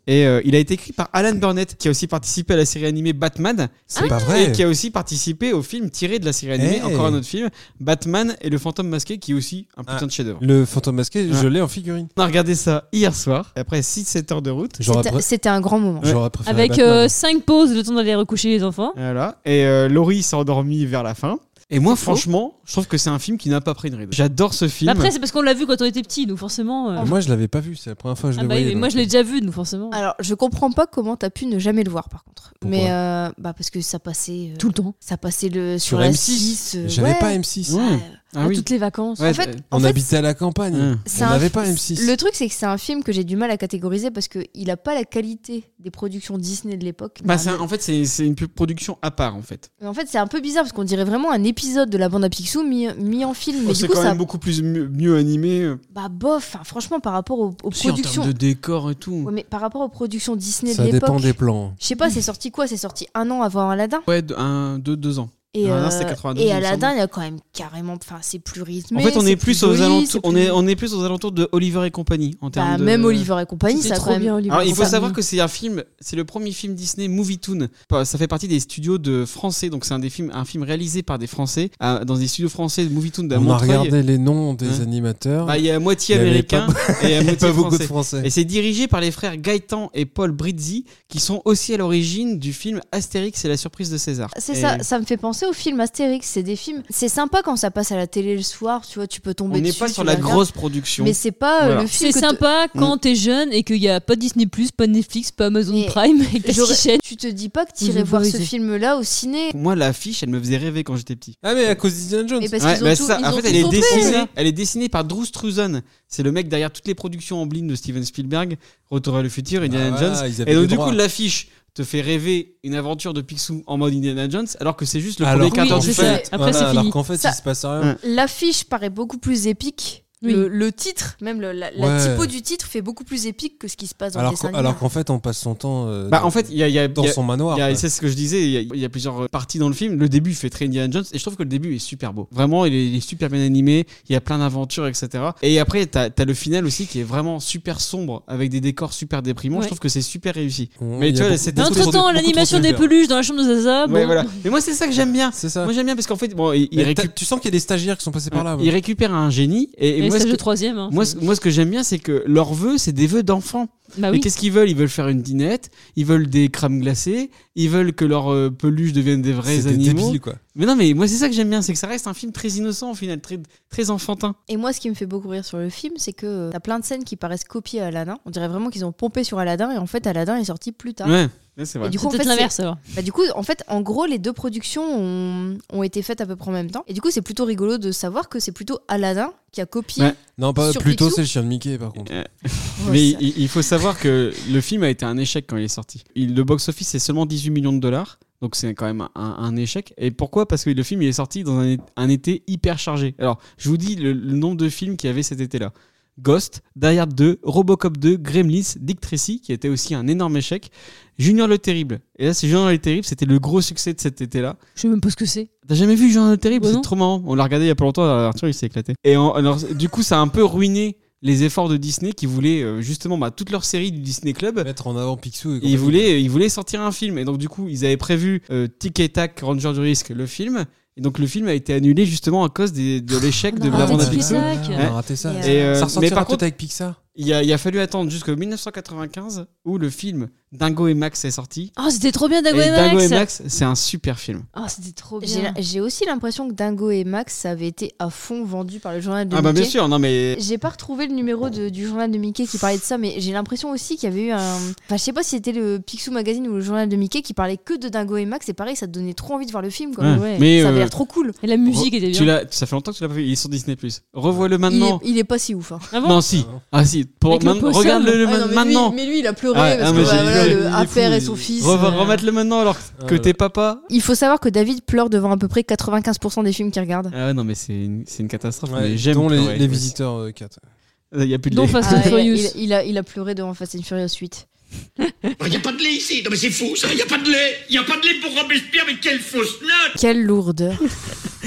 Et euh, il a été écrit par Alan Burnett, qui a aussi participé à la série animée Batman. C'est et, pas vrai. Et qui a aussi participé au film tiré de la série animée, Hey. encore un autre film, Batman et le fantôme masqué, qui est aussi un putain Ah, de chef-d'œuvre. Le fantôme masqué, Ouais. je l'ai en figurine. On a regardé ça hier soir, après six sept heures de route. J'aurais, C'était pré- c'était un grand moment. Ouais. j'aurais préféré Avec Batman. cinq pauses, le temps d'aller recoucher les enfants. Voilà. Et euh, Laurie s'est endormie vers la fin. Et moi, C'est faux. franchement, je trouve que c'est un film qui n'a pas pris une ride. J'adore ce film. Bah après, c'est parce qu'on l'a vu quand on était petit, donc forcément. euh, Moi, je l'avais pas vu, c'est la première fois que je Ah le bah oui, voyais. mais moi donc, je l'ai déjà vu, donc forcément. Alors, je comprends pas comment t'as pu ne jamais le voir, par contre. Pourquoi mais euh, bah parce que ça passait euh, Tout le temps. ça passait le sur, Sur la M six. six. euh, J'avais ouais. pas M six. Ouais. Euh, Ah À oui. toutes les vacances. Ouais, en fait, euh, en On fait, habitait à la campagne. Hum. c'est On un- n'avait pas M six. Le truc, c'est que c'est un film que j'ai du mal à catégoriser parce qu'il a pas la qualité des productions Disney de l'époque. Bah, Bah, c'est un- en fait, c'est c'est une pub- production à part, en fait. mais en fait, c'est un peu bizarre parce qu'on dirait vraiment un épisode de la bande à Picsou mis, mis en film. Mais Oh, du c'est coup, quand ça, même beaucoup plus mieux, mieux animé. bah bof. Enfin, franchement, par rapport aux, aux Si, en productions, termes de décor et tout. ouais, mais par rapport aux productions Disney Ça de l'époque, dépend des plans. je sais pas, c'est sorti quoi C'est sorti un an avant Aladdin. Ouais, de- un, deux, deux ans. Et, Aladdin, euh, c'était quatre-vingt-douze, et il me Aladdin, semble. il y a quand même carrément, enfin, c'est plus rythmé. En fait, on c'est est plus aux joli, alentours, c'est on plus- est, on est plus aux alentours de Oliver et compagnie en termes Bah, de. même Oliver et compagnie, C'était ça a trop quand même- bien, Oliver. Alors, il faut Compagnie. savoir que c'est un film, c'est le premier film Disney Movie Toon. Ça fait partie des studios de français, donc c'est un des films, un film réalisé par des Français euh, dans des studios français de Movie Toon de On a Montreuil. regardé les noms des Hein. animateurs. Bah, il y a moitié Il y avait américain pas- et à Il y a moitié pas beaucoup de français. français. Et c'est dirigé par les frères Gaëtan et Paul Brizzi, qui sont aussi à l'origine du film Astérix et la surprise de César. C'est Et ça, ça me fait penser au film Astérix. C'est des films, c'est sympa quand ça passe à la télé le soir, tu vois, tu peux tomber On n'est dessus. pas tu sur le la regardes. grosse production. Mais c'est pas euh, Voilà. le film. C'est que te- sympa quand t'es jeune et qu'il n'y a pas Disney plus, pas Netflix, pas Amazon Mais Prime et que t'as J'aurais- six chaînes. Tu te dis pas que Vous t'irais voir ce autorisez. film-là au ciné. Moi, l'affiche, elle me faisait rêver quand j'étais petit. Ah, mais à cause d'Indiana Jones. Mais parce Ouais, qu'ils ont bah tout, ça, ils en ont fait, tout elle est, compris, dessinée, ça. elle est dessinée par Drew Struzan. C'est le mec derrière toutes les productions en blind de Steven Spielberg, Retour à le futur, Indiana Ah, voilà, Jones. ils avaient Et donc, les du droits. coup, l'affiche te fait rêver une aventure de Picsou en mode Indiana Jones, alors que c'est juste le Alors premier que- quart d'heure oui, du c'est film. ça. Après, Voilà, c'est alors fini. qu'en fait, Ça- il se passe rien. Ouais. L'affiche paraît beaucoup plus épique. Oui. Le, le titre, même le- la, la Ouais. typo du titre fait beaucoup plus épique que ce qui se passe dans Alors, le dessin qu'en- animé. alors qu'en fait, on passe son temps euh, Bah, dans, en fait, il y a, il y a- dans il y a- son manoir. il y a- quoi. c'est ce que je disais, il y, a, il y a plusieurs parties dans le film. Le début fait très Indiana Jones et je trouve que le début est super beau. Vraiment, il est, il est super bien animé, il y a plein d'aventures, et cetera. Et après, t'as as le final aussi qui est vraiment super sombre avec des décors super déprimants. Ouais. Je trouve que c'est super réussi. Mmh, Mais il y tu a vois, beaucoup- c'est- beaucoup Entre trop de- temps, beaucoup l'animation trop de des super. peluches dans la chambre de Zaza. Ouais, bon. voilà. Mais moi, c'est ça que j'aime bien. C'est ça. Moi, j'aime bien parce qu'en fait, bon, il, il Mais récup- t'as- Tu sens qu'il y a des stagiaires qui sont passés par là. ouais. il récupère un génie. Et, et Et moi, c'est ce le que, troisième. hein. moi, ce- moi, ce que j'aime bien, c'est que leurs vœux, c'est des vœux d'enfants. Bah Et oui. qu'est-ce qu'ils veulent? Ils veulent faire une dînette, ils veulent des crèmes glacées, ils veulent que leurs euh, peluches deviennent des vrais C'est des animaux. débiles, quoi. Mais non, mais moi, c'est ça que j'aime bien, c'est que ça reste un film très innocent au final, très, très enfantin. Et moi, ce qui me fait beaucoup rire sur le film, c'est que euh, t'as plein de scènes qui paraissent copiées à Aladdin. On dirait vraiment qu'ils ont pompé sur Aladdin et en fait, Aladdin est sorti plus tard. Ouais, ouais, c'est vrai. Et du coup, C'est en peut-être fait, l'inverse alors. Bah, du coup, en fait, en gros, les deux productions ont, ont été faites à peu près en même temps. Et du coup, c'est plutôt rigolo de savoir que c'est plutôt Aladdin qui a copié. Ouais. Non, pas Sur plutôt, Picsou. c'est le chien de Mickey, par contre. Euh, Ouais, mais ça- il, il faut savoir que le film a été un échec quand il est sorti. Il- le box-office, c'est seulement dix-huit millions de dollars. Donc c'est quand même un, un échec. Et pourquoi? Parce que le film il est sorti dans un, un été hyper chargé. Alors, je vous dis le, le nombre de films qu'il y avait cet été-là. Ghost, Die Hard deux, Robocop deux, Gremlins, Dick Tracy, qui était aussi un énorme échec, Junior le Terrible. Et là, c'est Junior le Terrible, c'était le gros succès de cet été-là. Je sais même pas ce que c'est. T'as jamais vu Junior le Terrible? Bah C'est non. trop marrant. On l'a regardé il y a pas longtemps, Arthur il s'est éclaté. Et en- alors, du coup, ça a un peu ruiné les efforts de Disney qui voulaient euh, justement bah, toute leur série du Disney Club. Mettre en avant Picsou. Et Et ils compagnie. voulaient, ils voulaient sortir un film. Et donc, du coup, ils avaient prévu euh, Tic et Tac, Ranger du Risque, le film. Et donc, le film a été annulé justement à cause des- de l'échec On de a la raté bande à Tic et Picsou. Tac. On Ouais. a raté ça. Et, Et, euh, Ça mais ressortira par peut-être contre, avec Pixar. il a, il a fallu attendre jusqu'en dix-neuf cent quatre-vingt-quinze où le film Dingo et Max est sorti. Oh, c'était trop bien, Dago et et Dingo et Max. Max, c'est un super film. Oh, c'était trop J'ai bien. j'ai aussi l'impression que Dingo et Max, ça avait été à fond vendu par le journal de Ah bah Mickey. bien sûr, non mais J'ai pas retrouvé le numéro de- du journal de Mickey qui parlait de ça, mais j'ai l'impression aussi qu'il y avait eu un. Enfin, je sais pas si c'était le Picsou Magazine ou le journal de Mickey qui parlait que de Dingo et Max, et pareil, ça te donnait trop envie de voir le film, quoi. Ouais. Ouais. Mais Ça avait euh, l'air trop cool. Et la musique était tu bien. l'as, ça fait longtemps que tu l'as pas vu. Il est sur Disney plus. Revois-le Il maintenant. est, il est pas si ouf. Hein. Ah bon Non si, ah si. Pour Avec le man- possum. regarde-le Ah non, mais maintenant. Lui, mais lui, il a pleuré Ah, parce ah, que mais bah, j'ai voilà, rigolé. le Il est un père fou, et son il- fils. Re- euh, Remettre-le maintenant alors que Ah, t'es papa. Il faut savoir que David pleure devant à peu près quatre-vingt-quinze pour cent des films qu'il regarde. Ah ouais, non mais c'est une, c'est une catastrophe. Ouais, mais j'aime dont les, pleurer les aussi. visiteurs euh, quatre. Il y a plus de Dont lait. Fast Ah, and il, Furious. il- il a, il a pleuré devant Fast and Furious huit. Il n'y a pas de lait ici. Non mais c'est fou ça. Il n'y a pas de lait. Il n'y a pas de lait pour Robespierre, mais quelle fausse note. Quelle lourdeur.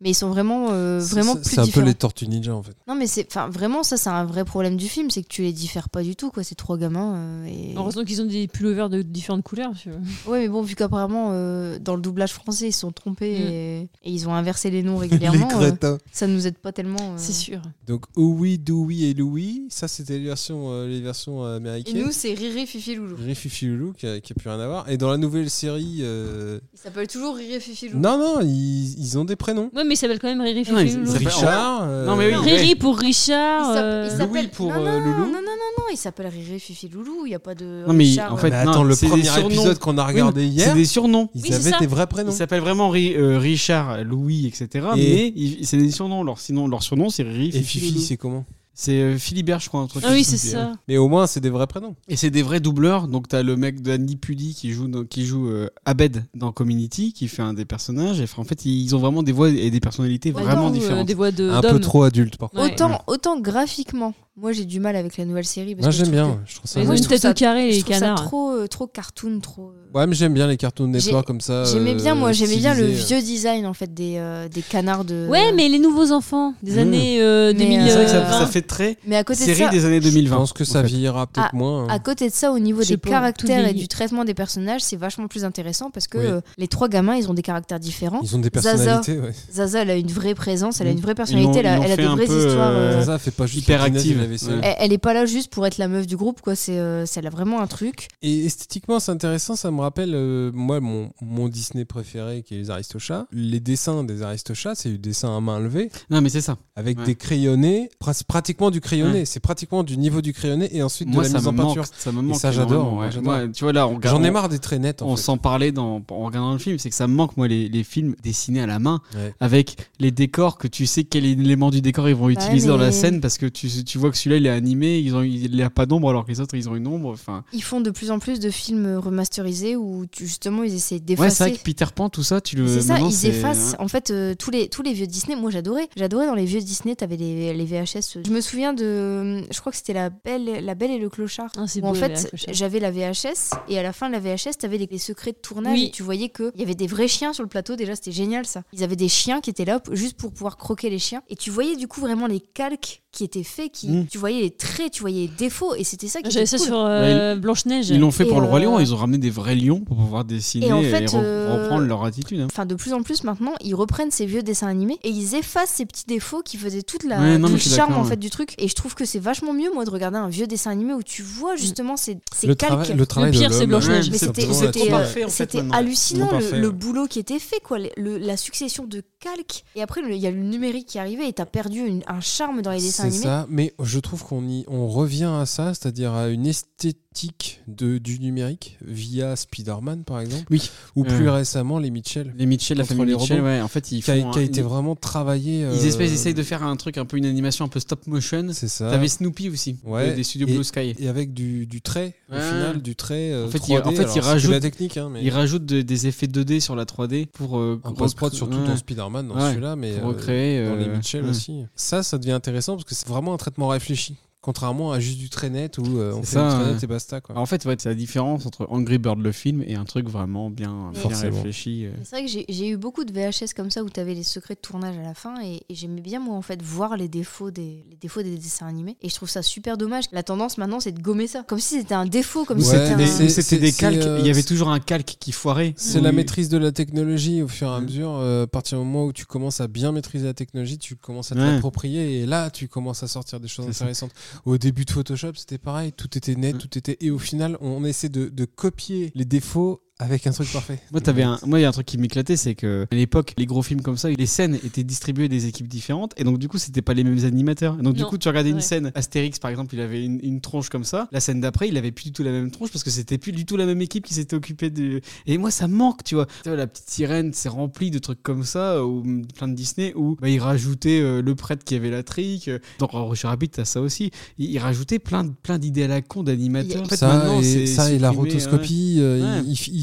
Mais ils sont vraiment, euh, C'est- vraiment c'est, plus c'est un peu différents. les Tortues Ninja en fait. Non, mais c'est, enfin, vraiment, ça, c'est un vrai problème du film, c'est que tu les diffères pas du tout, quoi. Ces trois gamins. euh, et... Heureusement qu'ils ont des pullovers de différentes couleurs. tu vois. Ouais, mais bon, vu qu'apparemment, euh, dans le doublage français, ils se sont trompés Mm. et, et ils ont inversé les noms régulièrement. Les euh, crétins. ça nous aide pas tellement. euh. C'est sûr. Donc Ouïe, Douïe et Louis, ça c'était les versions, euh, les versions euh, Et américaines. nous, c'est Riri, Fifi, Loulou. Riri, Fifi, Loulou qui a, qui a plus rien à voir. Et dans la nouvelle série, euh, Il s'appelle toujours Riri, Fifi, Loulou. non non, ils, ils ont des prénoms. Ouais, mais il s'appelle quand même Riri, Non, Fifi, il- il Loulou. s'appelle- Richard. euh, Non, mais oui. Riri pour Richard. Il s'appelle- euh, il s'appelle- Louis pour, non, euh, non, Loulou. Non, non, non, non, il s'appelle Riri, Fifi, Loulou. Il n'y a pas de. Non, mais Richard, en euh. fait, Mais attends, non, le c'est des premier surnoms. épisode qu'on a Oui, regardé mais hier, c'est des surnoms. ils Oui, c'est avaient ça. des vrais prénoms. Ils s'appellent vraiment Ri- euh, Richard, Louis, et cetera. Et- Mais ils- c'est des surnoms. Leur, sinon, leur surnom, c'est Riri, Et Fifi, Fifi, Loulou. c'est comment? C'est euh, Philibert, je crois. Un truc Ah oui, comme c'est ça. ça. Mais au moins, c'est des vrais prénoms. Et c'est des vrais doubleurs. Donc, t'as le mec d'Andy Pudi qui joue, dans- qui joue euh, Abed dans Community, qui fait un des personnages. Et en fait, ils ont vraiment des voix et des personnalités Ouais, vraiment ou, euh, différentes. des voix de Un peu d'hommes. trop adulte par contre. Ouais. Autant, autant graphiquement, moi j'ai du mal avec la nouvelle série. Parce Moi que je j'aime trouve bien, que- je trouve ça Ils ont Moi, une je trouve tête ça- au carré, je les trouve ça canards. trop, euh, trop cartoon, trop. euh, Ouais, mais j'aime bien les Cartoon Network J'ai- comme ça. J'aimais bien, euh, moi, j'aimais bien le stylisés. vieux design en fait des, euh, des canards de. Ouais, mais les nouveaux enfants des Mmh. années euh, Mais, deux mille vingt. C'est vrai que ça, Euh, ça fait très Mais à côté de série ça, des années Je deux mille vingt. pense que ça en fait. vieillira peut-être Ah, moins. hein. à côté de ça, au niveau Je sais des pas, caractères tout et vieilli. du traitement des personnages, c'est vachement plus intéressant parce que Oui. euh, les trois gamins, ils ont des caractères différents. Ils ont des Zaza, personnalités, ouais. Zaza, elle a une vraie présence, elle a Mmh. une vraie Ils personnalité, l'ont- elle a, ils l'ont elle a fait des un vraies peu, histoires. euh, euh, Zaza fait pas juste hyper le punaise active. de la vaisselle. Ouais. Elle, elle est pas là juste pour être la meuf du groupe, quoi. C'est, euh, c'est elle a vraiment un truc. Et esthétiquement, c'est intéressant. Ça me rappelle, euh, moi, mon, mon Disney préféré, qui est les Aristochats. Les dessins des Aristochats, c'est du dessin à main levée, Non, mais c'est ça. avec Ouais. des crayonnés, pras- pratiquement du crayonné. Ouais. C'est pratiquement du niveau du crayonné et ensuite Moi, de la ça mise me en manque. peinture. Ça me manque. ça, j'adore, énormément, moi, ouais. j'adore. Moi, tu vois, là, on regarde. J'en ai on- marre des traits nets. En On fait. s'en parlait dans, en regardant le film, c'est que ça me manque, moi, les, les films dessinés à la main, Ouais. avec les décors, que tu sais quel élément du décor ils vont Ouais, utiliser dans la mais- scène, parce que tu, tu vois que celui-là, il est animé, ils ont, il n'a pas d'ombre, alors que les autres, ils ont une ombre. Enfin, Ils font de plus en plus de films remasterisés où tu- justement ils essaient ouais, c'est d'effacer. vrai que Peter Pan, tout ça, tu le. C'est ça, maintenant, ils c'est- effacent. En fait, euh, tous, les, tous les vieux Disney, moi j'adorais. J'adorais dans les vieux Disney, t'avais les, les V H S. Je me souviens de. Je crois que c'était la Belle, la Belle et le Clochard. Ah, c'est Où beau, en la fait, Belle et le Clochard. j'avais la V H S et à la fin de la V H S, t'avais les, les secrets de tournage Oui. et tu voyais qu'il y avait des vrais chiens sur le plateau. Déjà, c'était génial ça. Ils avaient des chiens qui étaient là p- juste pour pouvoir croquer les chiens. Et tu voyais du coup vraiment les calques qui étaient faits, qui, Mm. tu voyais les traits, tu voyais les défauts et c'était ça qui J'avais était ça cool. sur euh, Blanche-Neige. Ils l'ont fait Et pour le Roi euh, Lion, ils ont ramené des vrais lions pour pouvoir dessiner et, Et en fait, re- euh, reprendre leur attitude. hein. Enfin, de plus en plus maintenant, ils reprennent ces vieux dessins animés et ils effacent ces petits défauts qui faisaient toute la, Ouais, non, tout mais le je suis charme d'accord, en ouais. fait du truc. Et je trouve que c'est vachement mieux, moi, de regarder un vieux dessin animé où tu vois justement ces, ces Le, calques. travail, le travail Le pire, de c'est l'homme, Blanche-Neige. ouais, Mais c'est c'était trop- c'était, trop euh, parfait, en fait, c'était maintenant. hallucinant Trop le, parfait, le ouais. boulot qui était fait, quoi, le- le- la succession de calques. Et après, le- il y a le numérique qui est arrivé et t'as perdu une- un charme dans les dessins C'est animés. ça, mais je trouve qu'on y, on revient à ça, c'est-à-dire à une esthétique de, du numérique via Spider-Man par exemple, Oui. ou plus Euh, récemment les Mitchell, Les Mitchell, la Contre famille les Mitchell, robots. ouais, en fait, ils qui a, font qui a un- été vraiment travaillé. Ils euh, espècent- essayent de faire un truc un peu une animation un peu stop motion. C'est ça. T'avais Snoopy aussi, Ouais. de- des studios Et- Blue Sky. Et avec du, du trait, au Ouais. final, du trait euh, En fait, trois D. il- en fait, alors, il c'est que rajoute- la technique, hein, mais Ils rajoutent de- des effets deux D sur la trois D pour euh, en rec- post-prod, surtout ouais, dans Spider-Man, dans Ouais. celui-là, mais pour euh, recréer dans les euh, Mitchell ouais. aussi. Ça, ça devient intéressant parce que c'est vraiment un traitement réfléchi. Contrairement à juste du trait net où euh, on C'est fait ça, du trait ouais. net et basta. Quoi. En fait, ouais, c'est la différence entre Angry Bird le film et un truc vraiment bien, bien Forcément. réfléchi. euh. Mais c'est vrai que j'ai, j'ai eu beaucoup de V H S comme ça où t'avais les secrets de tournage à la fin et, et j'aimais bien moi en fait voir les défauts des les défauts des dessins animés et je trouve ça super dommage. La tendance maintenant c'est de gommer ça comme si c'était un défaut, comme Ou si Ouais, c'était c'était des, un... c'est- ou c'était c'est- des c'est, calques. euh, Il y avait c'est- toujours un calque qui foirait. C'est Oui. la maîtrise de la technologie au fur et à Mm. mesure. Euh, à partir du moment où tu commences à bien maîtriser la technologie, tu commences à te Ouais. l'approprier et là, tu commences à sortir des choses C'est ça. intéressantes. Au début de Photoshop, c'était pareil. Tout était net, Mm. tout était. Et au final, on essaie de, de copier les défauts avec un truc parfait. Moi, t'avais un... Moi, il y a un truc qui m'éclatait, c'est que à l'époque, les gros films comme ça, les scènes étaient distribuées des équipes différentes, et donc du coup, c'était pas les mêmes animateurs. Et donc du Non, coup, tu regardais une ouais. scène, Astérix par exemple, il avait une, une tronche comme ça. La scène d'après, il avait plus du tout la même tronche parce que c'était plus du tout la même équipe qui s'était occupée de. Et moi, ça me manque, tu vois. Tu vois, la petite sirène, c'est rempli de trucs comme ça, ou plein de Disney, où bah, ils rajoutaient euh, le prêtre qui avait la trique. Dans Roger Rabbit, t'as ça aussi. Ils, ils rajoutaient plein, de- plein d'idées à la con d'animateurs. En fait, ça maintenant, et, c'est ça et la supprimé, rotoscopie, euh, Ouais. ils, ils-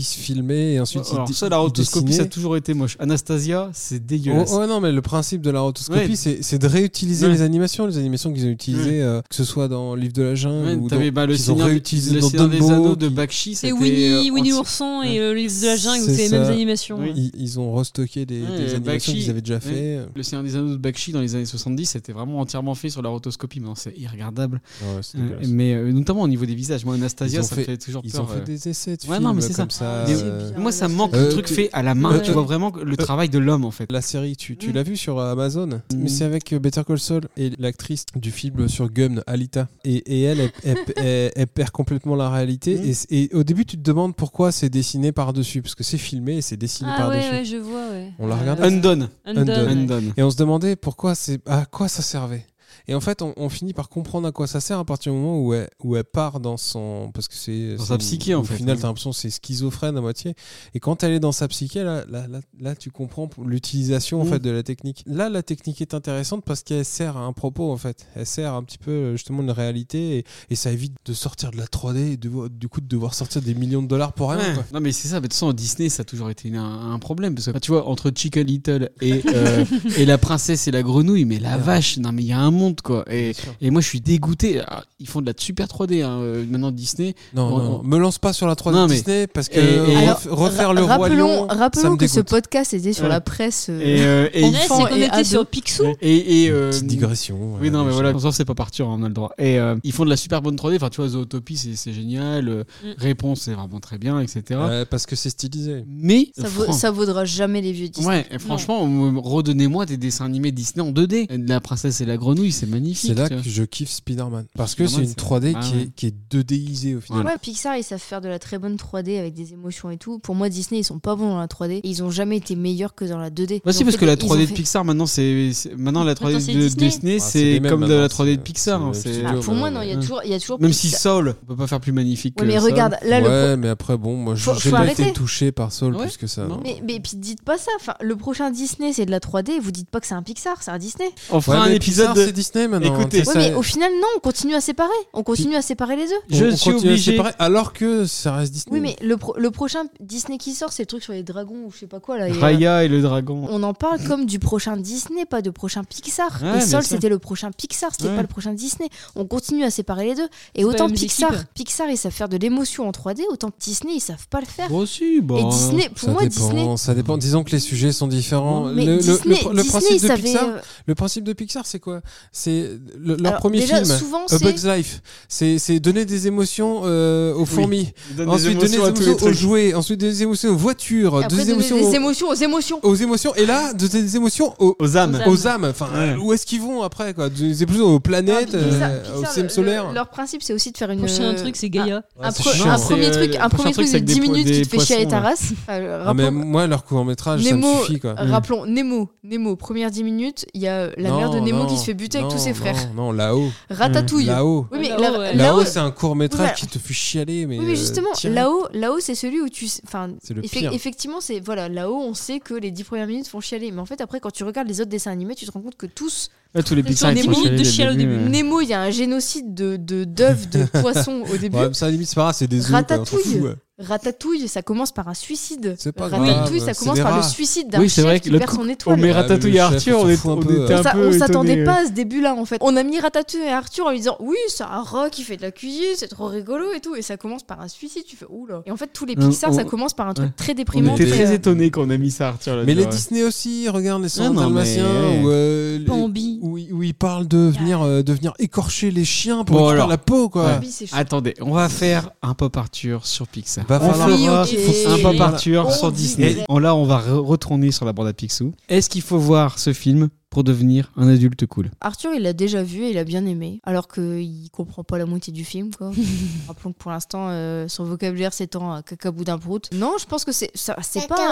se filmait et ensuite Alors il, ça, la rotoscopie, dessinait. ça a toujours été moche. Anastasia, c'est dégueulasse. Oh, oh non, mais le principe de la rotoscopie, Ouais. c'est, c'est de réutiliser Ouais. les animations, les animations qu'ils ont utilisées, Ouais. euh, que ce soit dans le livre de la jungle Ouais, ou t'avais dans, bah, le qu'ils ont Seigneur, réutilisé le dans Seigneur des Dumbo, Anneaux de qui- Bakshi, C'est c'était Winnie, euh, Winnie anti- Ourson Ouais. et euh, le livre de la jungle, où C'est c'est les ça. mêmes animations. Oui. Ils, ils ont restocké des, Ouais, des animations Bakshi, qu'ils avaient déjà ouais. fait. Le Seigneur des Anneaux de Bakshi dans les années soixante-dix, c'était vraiment entièrement fait sur la rotoscopie. Maintenant, c'est irregardable. Ouais, c'est Euh, dégueulasse. mais euh, notamment au niveau des visages. Moi, Anastasia, Ils ont ça fait- me fait toujours Ils peur. ont fait euh. des essais de Ouais, films non, mais c'est comme ça. ça. Mais- euh, Moi, ça me manque Euh, le truc tu- fait à la main. euh, Tu euh, vois vraiment le euh, travail de l'homme, en fait. La série, tu, tu Mm. l'as vu sur Amazon Mm. Mais c'est avec euh, Better Call Saul et l'actrice du film sur Gum, Alita. Et, et elle, elle, elle, elle- elle perd complètement la réalité. Mm. Et, et au début, tu te demandes pourquoi c'est dessiné par-dessus. Parce que c'est filmé et c'est dessiné Ah ouais, par-dessus. ouais, je vois, ouais. On l'a Euh, regardé Undone. Undone, Undone. ouais. Undone. Et on se demandait pourquoi c'est, à quoi ça servait. Et en fait, on, on finit par comprendre à quoi ça sert à partir du moment où elle, où elle part dans son... Parce que c'est... Dans c'est- sa psyché, en au fait. Au final, Ouais. t'as l'impression que c'est schizophrène à moitié. Et quand elle est dans sa psyché, là, là, là, là, tu comprends l'utilisation en Mm. fait, de la technique. Là, la technique est intéressante parce qu'elle sert à un propos, en fait. Elle sert un petit peu, justement, de réalité. Et, et ça évite de sortir de la trois D et de, du coup de devoir sortir des millions de dollars pour rien. Ouais. Quoi. Non mais c'est ça, mais de toute façon Disney ça a toujours été une- un, un problème parce que tu vois entre Chicken Little et, euh, et la princesse et la grenouille, mais la Ouais. vache, non mais il y a un monde quoi. Et, Bien sûr. et moi je suis dégoûté. Alors, ils font de la super trois D hein, euh, maintenant Disney. Non, On- non, on- me lance pas sur la trois D Non, mais- Disney parce que Et- et- ref- Alors, refaire ra- le Roi rappelons, Lion, ça rappelons me que ce dégoûte. podcast était sur Ouais. la presse. euh, Et, euh, et, Ouais, ils c'est font- qu'on et était ado. sur Picsou. et, et, euh, Petite digression. Oui, euh, non, mais déjà. voilà, ça c'est pas partir, on a le droit. Et euh, ils font de la super bonne trois D. Enfin, tu vois, Zootopie, c'est, c'est génial. euh, Mm. Réponse, c'est vraiment très bien, et cetera. Ouais, parce que c'est stylisé. Mais, Ça, vaut- fran- ça vaudra jamais les vieux Disney. ouais, et franchement, euh, redonnez-moi des dessins animés Disney en deux D. La princesse et la grenouille, c'est magnifique. C'est là tu vois. que je kiffe Spider-Man. Parce que c'est Spider-Man, une c'est- trois D Ah qui, ouais. est, qui est deux D-isée au final. Ouais, Pixar, ils savent faire de la très bonne trois D avec des émotions et tout. Pour moi, Disney, ils sont pas bons dans la trois D. Et ils ont jamais été meilleurs que dans la deux D. Bah Ils si ont parce fait que la des- ils trois D ont de fait- Pixar maintenant c'est, c'est- maintenant la trois D Maintenant, c'est de Disney. Disney Ah, c'est c'est les mêmes comme de maintenant, la trois D de c'est- Pixar c'est hein, le c'est- studio. Ah, pour moi, non, Ouais. il y a toujours, il y a toujours même si Pixar. Soul on peut pas faire plus magnifique Ouais, que mais Soul. regarde, là, le ouais, mais après, bon, moi, Faut- j'ai faut pas arrêter. été touché par Soul Ouais, plus que ça. non. non. Mais, mais puis dites pas ça. Enfin, le prochain Disney, c'est de la trois D. Vous dites pas que c'est un Pixar, c'est un Disney. On fera Ouais, un mais épisode Pixar, de... c'est Disney maintenant. Écoutez, Tu Ouais, sais, mais ça- au final, non, on continue à séparer. On continue à séparer les œufs. je on suis continue à obligé séparer, alors que ça reste Disney. Oui, mais le, pro- le prochain Disney qui sort, c'est le truc sur les dragons ou je sais pas quoi là. et, euh, Raya et le dragon. on en parle comme du prochain Disney, pas de prochain Pixar. Ouais, et bien Soul, sûr. c'était le prochain Pixar, c'était Ouais. pas le prochain Disney. On continue à séparer les deux. Et C'est pas autant les mêmes Pixar, équipes. Pixar, ils savent faire de l'émotion en trois D, autant Disney, ils savent pas le faire. Bon si bon. Et Disney, pour ça moi, dépend, Disney. ça dépend. Disons que les sujets sont différents. Mais le, le- Disney, le, le Disney, principe ils de savaient, Pixar, euh, le principe de Pixar, c'est quoi C'est le- leur Alors, premier déjà, film, souvent, A c'est- Bug's Life. C'est c'est donner des émotions euh, aux fourmis. Il donne des Ensuite, donner des émotions à tous les émotions aux trucs. jouets. Ensuite, des émotions aux voitures. Après, Des donner émotions des aux- émotions aux émotions. aux émotions. Et là, donner des émotions aux, Aux âmes. Aux aux âmes. Enfin, Ouais. où est-ce qu'ils vont après quoi Des émotions aux planètes, Ah, Pixar- euh, Pixar, au le- système le- solaire. Leur principe, c'est aussi de faire une. Prochain truc, c'est Gaïa. Un, c'est pro- chiant. un Non, premier c'est, truc, euh, un le prochain premier truc, truc c'est de que des dix po- minutes des qui te fait chialer ta poissons, race. Euh, Ah, mais rappelons- moi, leur court métrage, ça Nemo, me suffit quoi. euh, rappelons Nemo, Nemo, première dix minutes, il y a la Non, mère de Nemo non, qui se fait buter avec non, tous ses frères. Non, non, là-haut. Ratatouille. Là-haut. Oui, mais Là-haut, la- ouais. Là-haut, là-haut, c'est un court métrage Oui, qui te fait chialer. Mais, oui, mais euh, justement, tiré. là-haut, là-haut, c'est celui où tu, enfin, C'est le effe- pire. effectivement, c'est voilà, là-haut, on sait que les dix premières minutes font chialer, mais en fait, après, quand tu regardes les autres dessins animés, tu te rends compte que tous, Ouais, tous les Ils Pixar sont ils des font minutes chialer de dès le chial au début. ouais. Nemo, il y a un génocide de de d'œufs, de poissons au début. Ouais, mais ça, à la limite, c'est pas grave, c'est des œufs. quoi, on s'en Ratatouille. fout, ouais. Ratatouille, ça commence par un suicide. C'est pas Ratatouille, grave, ça c'est commence des par le rats. suicide d'un Oui, c'est chef vrai que qui l'autre perd son coup, on étoile. met Ah, Ratatouille mais et le chef, Arthur, on on, s'en est, fout un on peu, était euh. un On s'a- peu on s'attendait étonnés, pas ouais. à ce début-là en fait. On a mis Ratatouille et Arthur en lui disant oui, c'est un rat qui fait de la cuisine, c'est trop rigolo et tout. Et ça commence par un suicide. Tu fais oula. Et en fait, tous les Euh, Pixar, on- ça commence par un truc ouais. très On déprimant. était Mais- très étonnés quand on a mis ça Arthur là. Mais les Disney aussi, regarde les cent Ah, non, Dalmatiens, mais- où, euh, les- Bambi. où, ils- où ils parlent de venir, euh, de venir écorcher les chiens pour Bon, récupérer alors. la peau, quoi. Bambi, c'est chaud. Attendez, on va faire un pop Arthur sur Pixar. Va on falloir- Oui, fera ok. un pop Arthur On sur dit Disney. vrai. On, là, on va re- retourner sur la bande à Picsou. Est-ce qu'il faut voir ce film pour devenir un adulte cool? Arthur, il l'a déjà vu et il a bien aimé, alors qu'il comprend pas la moitié du film. Quoi. Rappelons que pour l'instant, euh, son vocabulaire s'étend à cacaboudin prout. Non, je pense que c'est ça- c'est pas,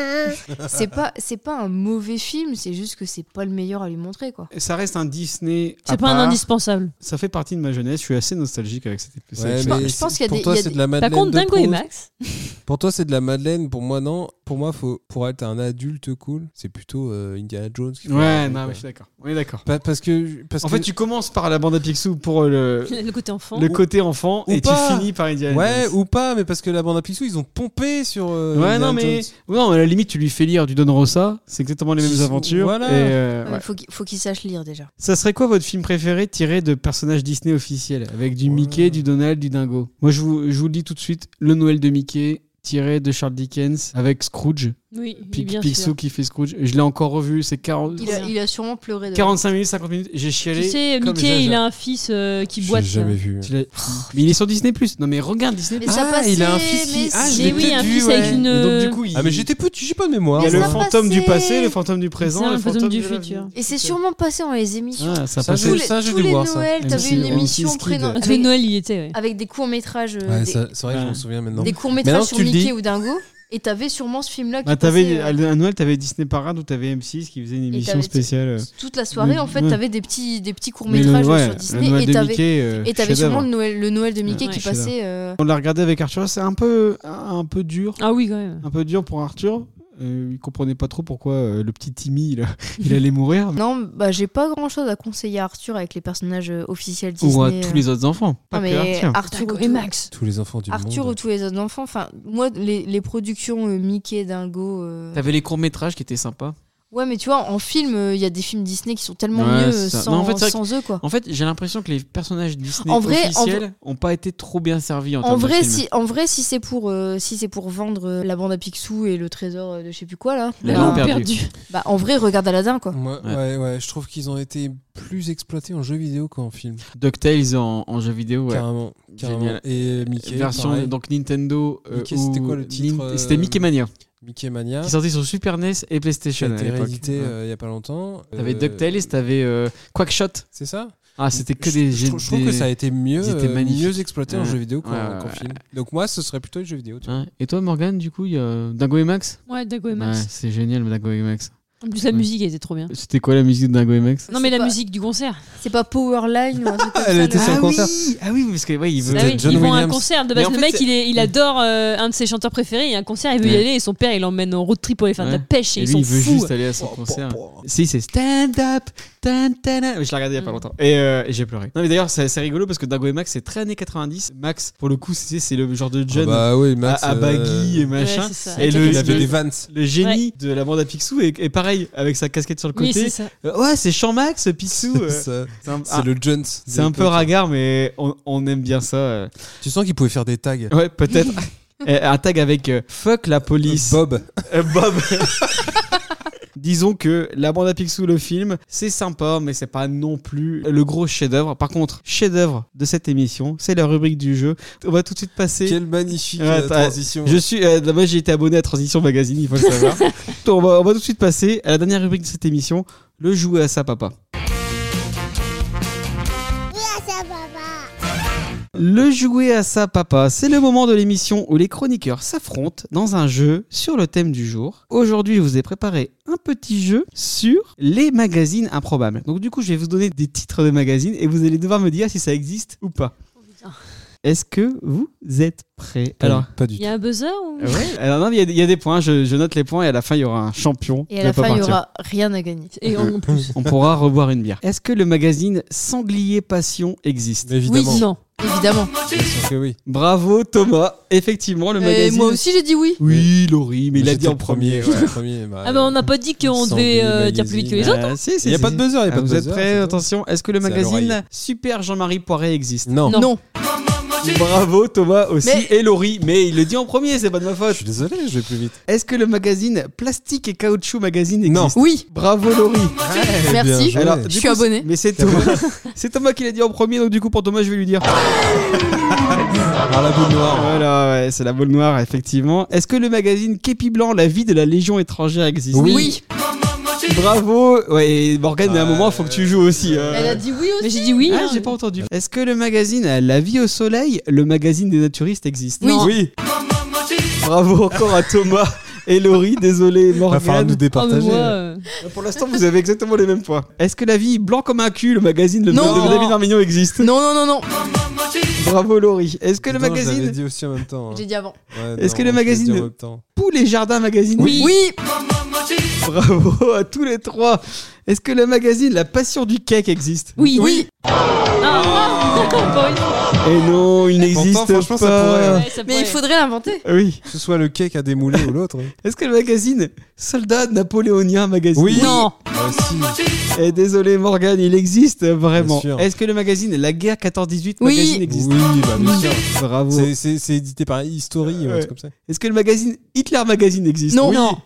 un- c'est pas c'est pas un mauvais film, c'est juste que c'est pas le meilleur à lui montrer. Quoi. Ça reste un Disney. à C'est pas un part. indispensable. Ça fait partie de ma jeunesse. Je suis assez nostalgique avec cette épisode. Ouais, je mais pense- je pense c'est- qu'il y a pour des- toi, il y a c'est des- de la Par Madeleine contre, de Dingo et Proust. Max. Pour toi, c'est de la Madeleine. Pour moi, non. Pour moi, faut, pour être un adulte cool, c'est plutôt euh, Indiana Jones. Qui faut Ouais, regarder, non, quoi. mais je suis d'accord. On est d'accord. Pa- parce que, parce En que... fait, tu commences par la bande à Picsou pour le, Le côté enfant. le côté enfant Ou et pas. tu finis par Indiana Ouais, Jones. ou pas, mais parce que la bande à Picsou, ils ont pompé sur. Euh, Ouais, Indiana non, mais. Jones. Non, à la limite, tu lui fais lire du Don Rosa. C'est exactement les mêmes Ils sont- aventures. voilà. Et, euh, Ouais, ouais. faut qu'il faut qu'il sache lire déjà. Ça serait quoi votre film préféré tiré de personnages Disney officiels avec du Mickey, du Donald, du Dingo? Moi, je vous, je vous le dis tout de suite, le Noël de Mickey tiré de Charles Dickens avec Scrooge. Oui, Pi- bien Picsou sûr. qui fait Scrooge. Je l'ai encore revu, c'est quarante... Il a, il a sûrement pleuré. de- quarante-cinq minutes, cinquante minutes. J'ai chialé. Tu sais, comme Mickey, Jaja. il a un fils euh, qui J'ai boite. jamais euh. vu. Tu l'as- Mais il est sur Disney plus. Non mais regarde Disney Mais plus. ça Ah, passait, il a un fils qui- mais Ah, je c'est- Mais l'ai oui, peut-être un vu, fils ouais. avec une. Et donc du coup, il... Ah, mais j'étais petit, j'ai pas de mémoire. il y a Mais le ça fantôme du passait. passé, le fantôme du présent, C'est un le fantôme fantôme du de l'avenir. futur. Et c'est sûrement passé dans les émissions. Ah, ça Ça, passait. je- tous les, ça, j'ai tous dû les voir, ça. Noëls, M t'avais C, une M C émission Skid. prénom- Ah, tous les avec, Noël, il était, ouais. avec des courts-métrages. euh, Ouais, des, ça- c'est vrai que je Ouais. m'en souviens maintenant. des Maintenant courts-métrages que sur tu le Mickey dis. ou Dingo. Et t'avais sûrement ce film-là qui Bah, passait, t'avais, euh, à Noël, t'avais Disney Parade où t'avais M six qui faisait une émission t'avais- spéciale. euh, toute la soirée, le- en fait, ouais. t'avais des petits, des petits mais courts-métrages le- ouais, sur le Disney. Noël Et de t'avais, Mickey, euh, et t'avais sûrement chef-d'œuvre. le Noël, le Noël de Mickey Ouais, qui chef-d'œuvre. passait. euh, On l'a regardé avec Arthur, c'est un peu, un peu dur. Ah oui, quand même. Un peu dur pour Arthur. Euh, il comprenait pas trop pourquoi euh, le petit Timmy il, il allait mourir. Non, bah j'ai pas grand chose à conseiller à Arthur avec les personnages euh, officiels Disney. Ou à euh. tous les autres enfants. Pas Non, que mais Arthur. Arthur Dingo ou et tout- Max. Tous les enfants du Arthur monde. ou tous les autres enfants. Enfin, moi, les, les productions euh, Mickey, Dingo. euh, T'avais les courts-métrages qui étaient sympas. Ouais, mais tu vois, en film, il y a des films Disney qui sont tellement Ouais, mieux c'est euh, ça. sans, Non, en fait, c'est vrai sans eux, quoi. En fait, j'ai l'impression que les personnages Disney En vrai- en officiels ont pas été trop bien servis en, En termes de vrai, films. si, en vrai, si c'est pour, euh, si c'est pour vendre euh, la bande à Picsou et le trésor euh, de je sais plus quoi là, La bah, lampe perdue. bah, en vrai, regarde Aladdin quoi. Ouais, Ouais. ouais, ouais, je trouve qu'ils ont été plus exploités en jeu vidéo qu'en film. DuckTales en, en jeu vidéo, ouais. Carrément, carrément. Génial. Et Mickey, Version pareil. donc Nintendo. euh, Mickey, ou c'était quoi le titre, Nin- euh, C'était Mickey Mania. Mickey Mania, Qui sortait sur Super N E S et qui PlayStation a à été l'époque. réédité Ouais. euh, il y a pas longtemps. T'avais Euh, DuckTales, t'avais euh, Quackshot. C'est ça. Ah, c'était que je, des je, trouve- je trouve des- que ça a été mieux, ils étaient euh, magnifiques. mieux exploité en Ouais. jeu vidéo qu'en Ouais, ouais, qu'en ouais. film. Donc moi, ce serait plutôt les jeux vidéo. Tu vois. Ouais. Et toi, Morgane, du coup, il y a Dingo et Max. Ouais, Dingo et Max. Ouais, c'est génial, Dingo et Max. En plus, la Ouais. musique, elle était trop bien. C'était quoi la musique de Dingo et Max? Non, mais C'est la pas- musique du concert. C'est pas Powerline ou un truc comme Elle ça, était le- sur le Ah concert. oui, ah oui, parce que ouais, il veut. C'était Ah oui, John ils vont à un Williams. concert de Mais base. en Le fait, mec, c'est- il, est, il adore euh, un de ses chanteurs préférés. Il y a un concert, il veut y Ouais. aller et son père, il l'emmène en road trip pour aller faire de la Ouais. pêche et, Et ils lui, sont il veut fous. juste aller à son concert. Si, c'est stand up, tan, tan, tan. Je l'ai regardé il y a pas longtemps. Et, euh, et j'ai pleuré. Non, mais d'ailleurs, c'est c'est rigolo parce que Dingo et Max, c'est très années quatre-vingt-dix. Max, pour le coup, c'est c'est le genre de Ah jeune bah oui, Max, à, à baggy euh, et machin. Ouais, c'est ça. Et Avec le, la il avait le- des Vans. le génie de la bande à Picsou est, est pareil, avec sa casquette sur le Oui, côté. c'est ça. Euh, ouais, c'est Champ-Max, Picsou. euh. Ça, C'est un, C'est ah, le Jones. c'est un peu ragard, mais on, on aime bien ça. euh. Tu sens qu'il pouvait faire des tags. Ouais, peut-être. Et un tag avec euh, fuck la police. Bob. Euh, Bob. Disons que la bande à Picsou, le film, c'est sympa, mais c'est pas non plus le gros chef-d'œuvre. Par contre, chef-d'œuvre de cette émission, c'est la rubrique du jeu. On va tout de suite passer. Quelle magnifique Ouais, euh, t'as- transition. Je suis, euh, moi j'ai été abonné à Transition Magazine, il faut le savoir. on, va, on va tout de suite passer à la dernière rubrique de cette émission, le jouet à sa papa. Le jouet à sa papa, c'est le moment de l'émission où les chroniqueurs s'affrontent dans un jeu sur le thème du jour. Aujourd'hui, je vous ai préparé un petit jeu sur les magazines improbables. Donc du coup, je vais vous donner des titres de magazines et vous allez devoir me dire si ça existe ou pas. Est-ce que vous êtes prêts? Pas- Alors, pas du Il tout. y a un buzzer ou... ouais. Alors non, il y, a- il y a des points, je, je note les points et à la fin, il y aura un champion. Et à qui la va pas fin, il y partir. aura rien à gagner. Et en plus. On pourra reboire une bière. Est-ce que le magazine Sanglier Passion existe? Évidemment. Oui, non. Évidemment. Bien sûr que oui. Bravo Thomas, effectivement le Et magazine. moi aussi, j'ai dit oui. Oui, Laurie, mais il a J'étais dit en le premier. j'étais ouais. le premier, bah, Ah bah on n'a pas dit qu'on Sanglier devait euh, dire plus vite que les autres. Euh, si, si, Il n'y a si, pas si. de buzzer, il n'y a Ah, pas de vous buzzer. êtes prêts? c'est tout. Attention, est-ce que le C'est à magazine l'oreille. Super Jean-Marie Poiret existe? Non. Non. Non. Bravo Thomas aussi Mais- et Laurie, mais il le dit en premier, c'est pas de ma Je faute. suis désolé, je vais plus vite. Est-ce que le magazine Plastique et Caoutchouc Magazine existe? Non. Oui. Bravo Laurie. Merci. bien joué. Alors, Je du suis coup, abonné. Mais c'est Thomas. C'est Thomas qui l'a dit en premier, donc du coup pour Thomas je vais lui dire. Alors la boule noire. Voilà, ouais, c'est la boule noire effectivement. Est-ce que le magazine Képi Blanc, la vie de la Légion étrangère existe? Oui. Bravo. Ouais, et Morgane, à un moment, faut que tu joues aussi. euh. Elle a dit oui Mais aussi. j'ai dit oui. Ah, hein. j'ai pas entendu. Est-ce que le magazine La vie au soleil, le magazine des naturistes existe? Oui. Oui. Bravo encore à Thomas et Laurie. Désolé Il va falloir Morgane. nous Oh, mais départager. moi, euh, Pour l'instant, vous avez exactement les mêmes points. Est-ce que la vie blanc comme un cul, le magazine le Non. de David Marmignon existe? Non, non, non, non. Bravo Laurie. Est-ce que le Putain, je l'avais magazine dit aussi en même temps. hein. J'ai dit avant. Ouais, Est-ce non, que le je l'ai dit magazine en même temps. Poules et Jardins Magazine Oui. Oui. Bravo à tous les trois. Est-ce que le magazine La Passion du cake existe? Oui. Oui. Ah, pour une fois. Et non, il n'existe Pourtant, franchement, ça pas. pourrait, hein. Ouais, ça Mais pourrait. il faudrait l'inventer. Oui. Que ce soit le cake à démouler ou l'autre. hein. Est-ce que le magazine Soldat Napoléonien Magazine? Oui. Non. Ah, si. Eh, désolé Morgane, il existe vraiment. Bien sûr. Est-ce que le magazine La Guerre quatorze dix-huit Oui. Magazine existe? Oui, bah bien sûr. Bravo. C'est- C'est c'est édité par History ou un Ouais. truc comme ça. Est-ce que le magazine Hitler Magazine existe? Non. Oui. Non.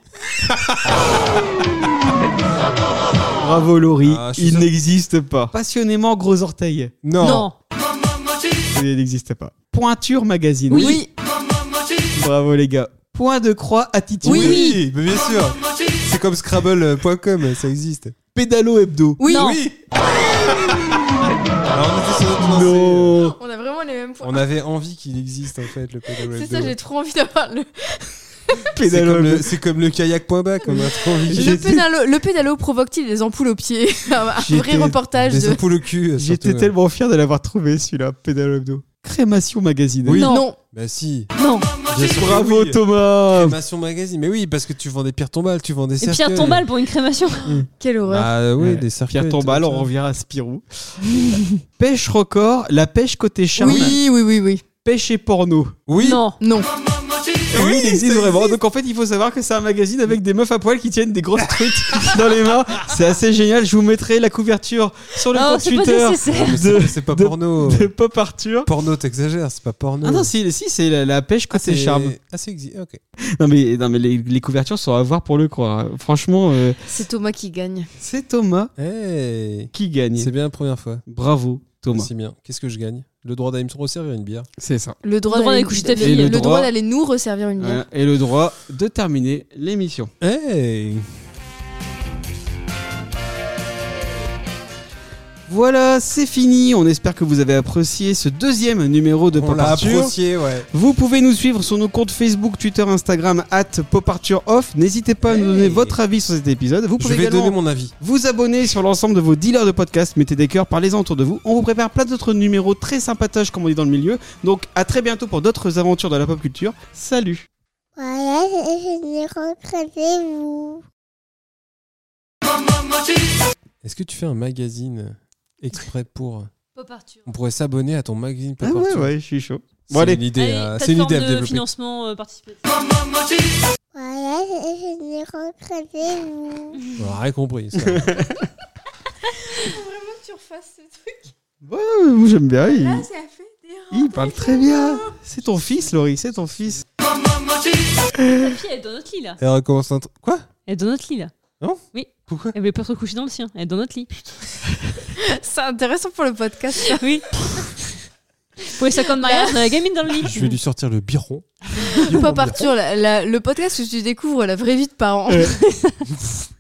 Bravo Laurie, Ah, je suis il sûr. n'existe pas. Passionnément Gros Orteil. Non. Non. Il n'existe pas. Pointure Magazine. Oui. Bravo les gars. Point de croix attitude. Oui, mais bien sûr. C'est comme Scrabble point com, ça existe. Pédalo Hebdo. Oui. Non. Oui. Alors on était sur notre lancée. Non. On a vraiment les mêmes points. On avait envie qu'il existe en fait le pédalo C'est hebdo. ça, j'ai trop envie d'avoir le, C'est Pédalo comme, le- Hebdo. c'est comme le kayak point bac, on a trop envie. le J'étais- pédalo. Le pédalo provoque-t-il des ampoules aux pieds? Un vrai J'étais- reportage Des de. ampoules au cul. J'étais surtout. tellement fier de l'avoir trouvé celui-là, Pédalo Hebdo. Crémation Magazine. Oui. Non. Non. Bah si. Non. Bien sûr que Bravo oui. Thomas. Crémation magazine. Mais oui, parce que tu vends des pierres tombales, tu vends des Et cercueils. Pierre Tombal pour une crémation. Quelle horreur. Ah oui, Ouais. des cercueils. Pierre Tombal, tout on ça. revient à Spirou. Pêche record, la pêche côté charme. Oui, oui, oui, oui. Pêche et porno. Oui. Non. Non. Et oui, il existe vraiment. Donc en fait, il faut savoir que c'est un magazine avec des meufs à poil qui tiennent des grosses trucs dans les mains. C'est assez génial. Je vous mettrai la couverture sur le Oh, compte c'est pas Twitter nécessaire. Mais de, c'est- C'est pas de- porno. de Pop Arthur. Porno, t'exagères, c'est pas porno. Ah non, si, si c'est la, la pêche Ah, côté c'est- charme. Ah, c'est exi- ok. Non mais, non, mais les, les couvertures sont à voir pour le croire. Franchement, euh, C'est Thomas qui gagne. c'est Thomas Hey. qui gagne. C'est bien la première fois. Bravo Thomas. C'est bien. Qu'est-ce que je gagne? Le droit d'aller me resservir une bière. C'est ça. Le droit Le droit d'aller d'aller coucher ta le- fille. Le, Et le droit droit- d'aller nous resservir une bière. Voilà. Et le droit de terminer l'émission. Hey. Voilà, c'est fini. On espère que vous avez apprécié ce deuxième numéro de On Pop l'a Arthur. apprécié, ouais. Vous pouvez nous suivre sur nos comptes Facebook, Twitter, Instagram, at poparturoff. N'hésitez pas à nous donner Hey. votre avis sur cet épisode. Vous Je pouvez vais également donner mon avis. vous abonner sur l'ensemble de vos dealers de podcasts. Mettez des cœurs, parlez-en autour de vous. On vous prépare plein d'autres numéros très sympatoches, comme on dit dans le milieu. Donc à très bientôt pour d'autres aventures de la pop culture. Salut. Voilà, je l'ai rencontré vous. Est-ce que tu fais un magazine exprès pour... Pop Arthur. On pourrait s'abonner à ton magazine Pop Ah ouais, Arthur. ouais, je suis chaud. C'est Bon allez. une idée, Allez, à... c'est une idée à plateforme de développer. financement euh, participatif. Voilà, je l'ai rencontré vous. On a rien compris. Ça. Faut vraiment que tu refasses ce truc. Ouais, moi j'aime bien. Il, Là, ça fait des il parle très bien. C'est ton fils, Laurie, c'est ton fils. Ta fille, elle est dans notre lit là. Elle recommence un truc. Quoi? Elle est dans notre lit là. Non? Oui. Pourquoi? Elle voulait pas se recoucher dans le sien. Elle est dans notre lit. C'est intéressant pour le podcast. ça. Oui. Vous voyez ça comme mariage, on a la gamine dans le lit. Je vais lui sortir le biron. Pop Arthur, la- la- le podcast où tu découvres la vraie vie de parents. Ouais.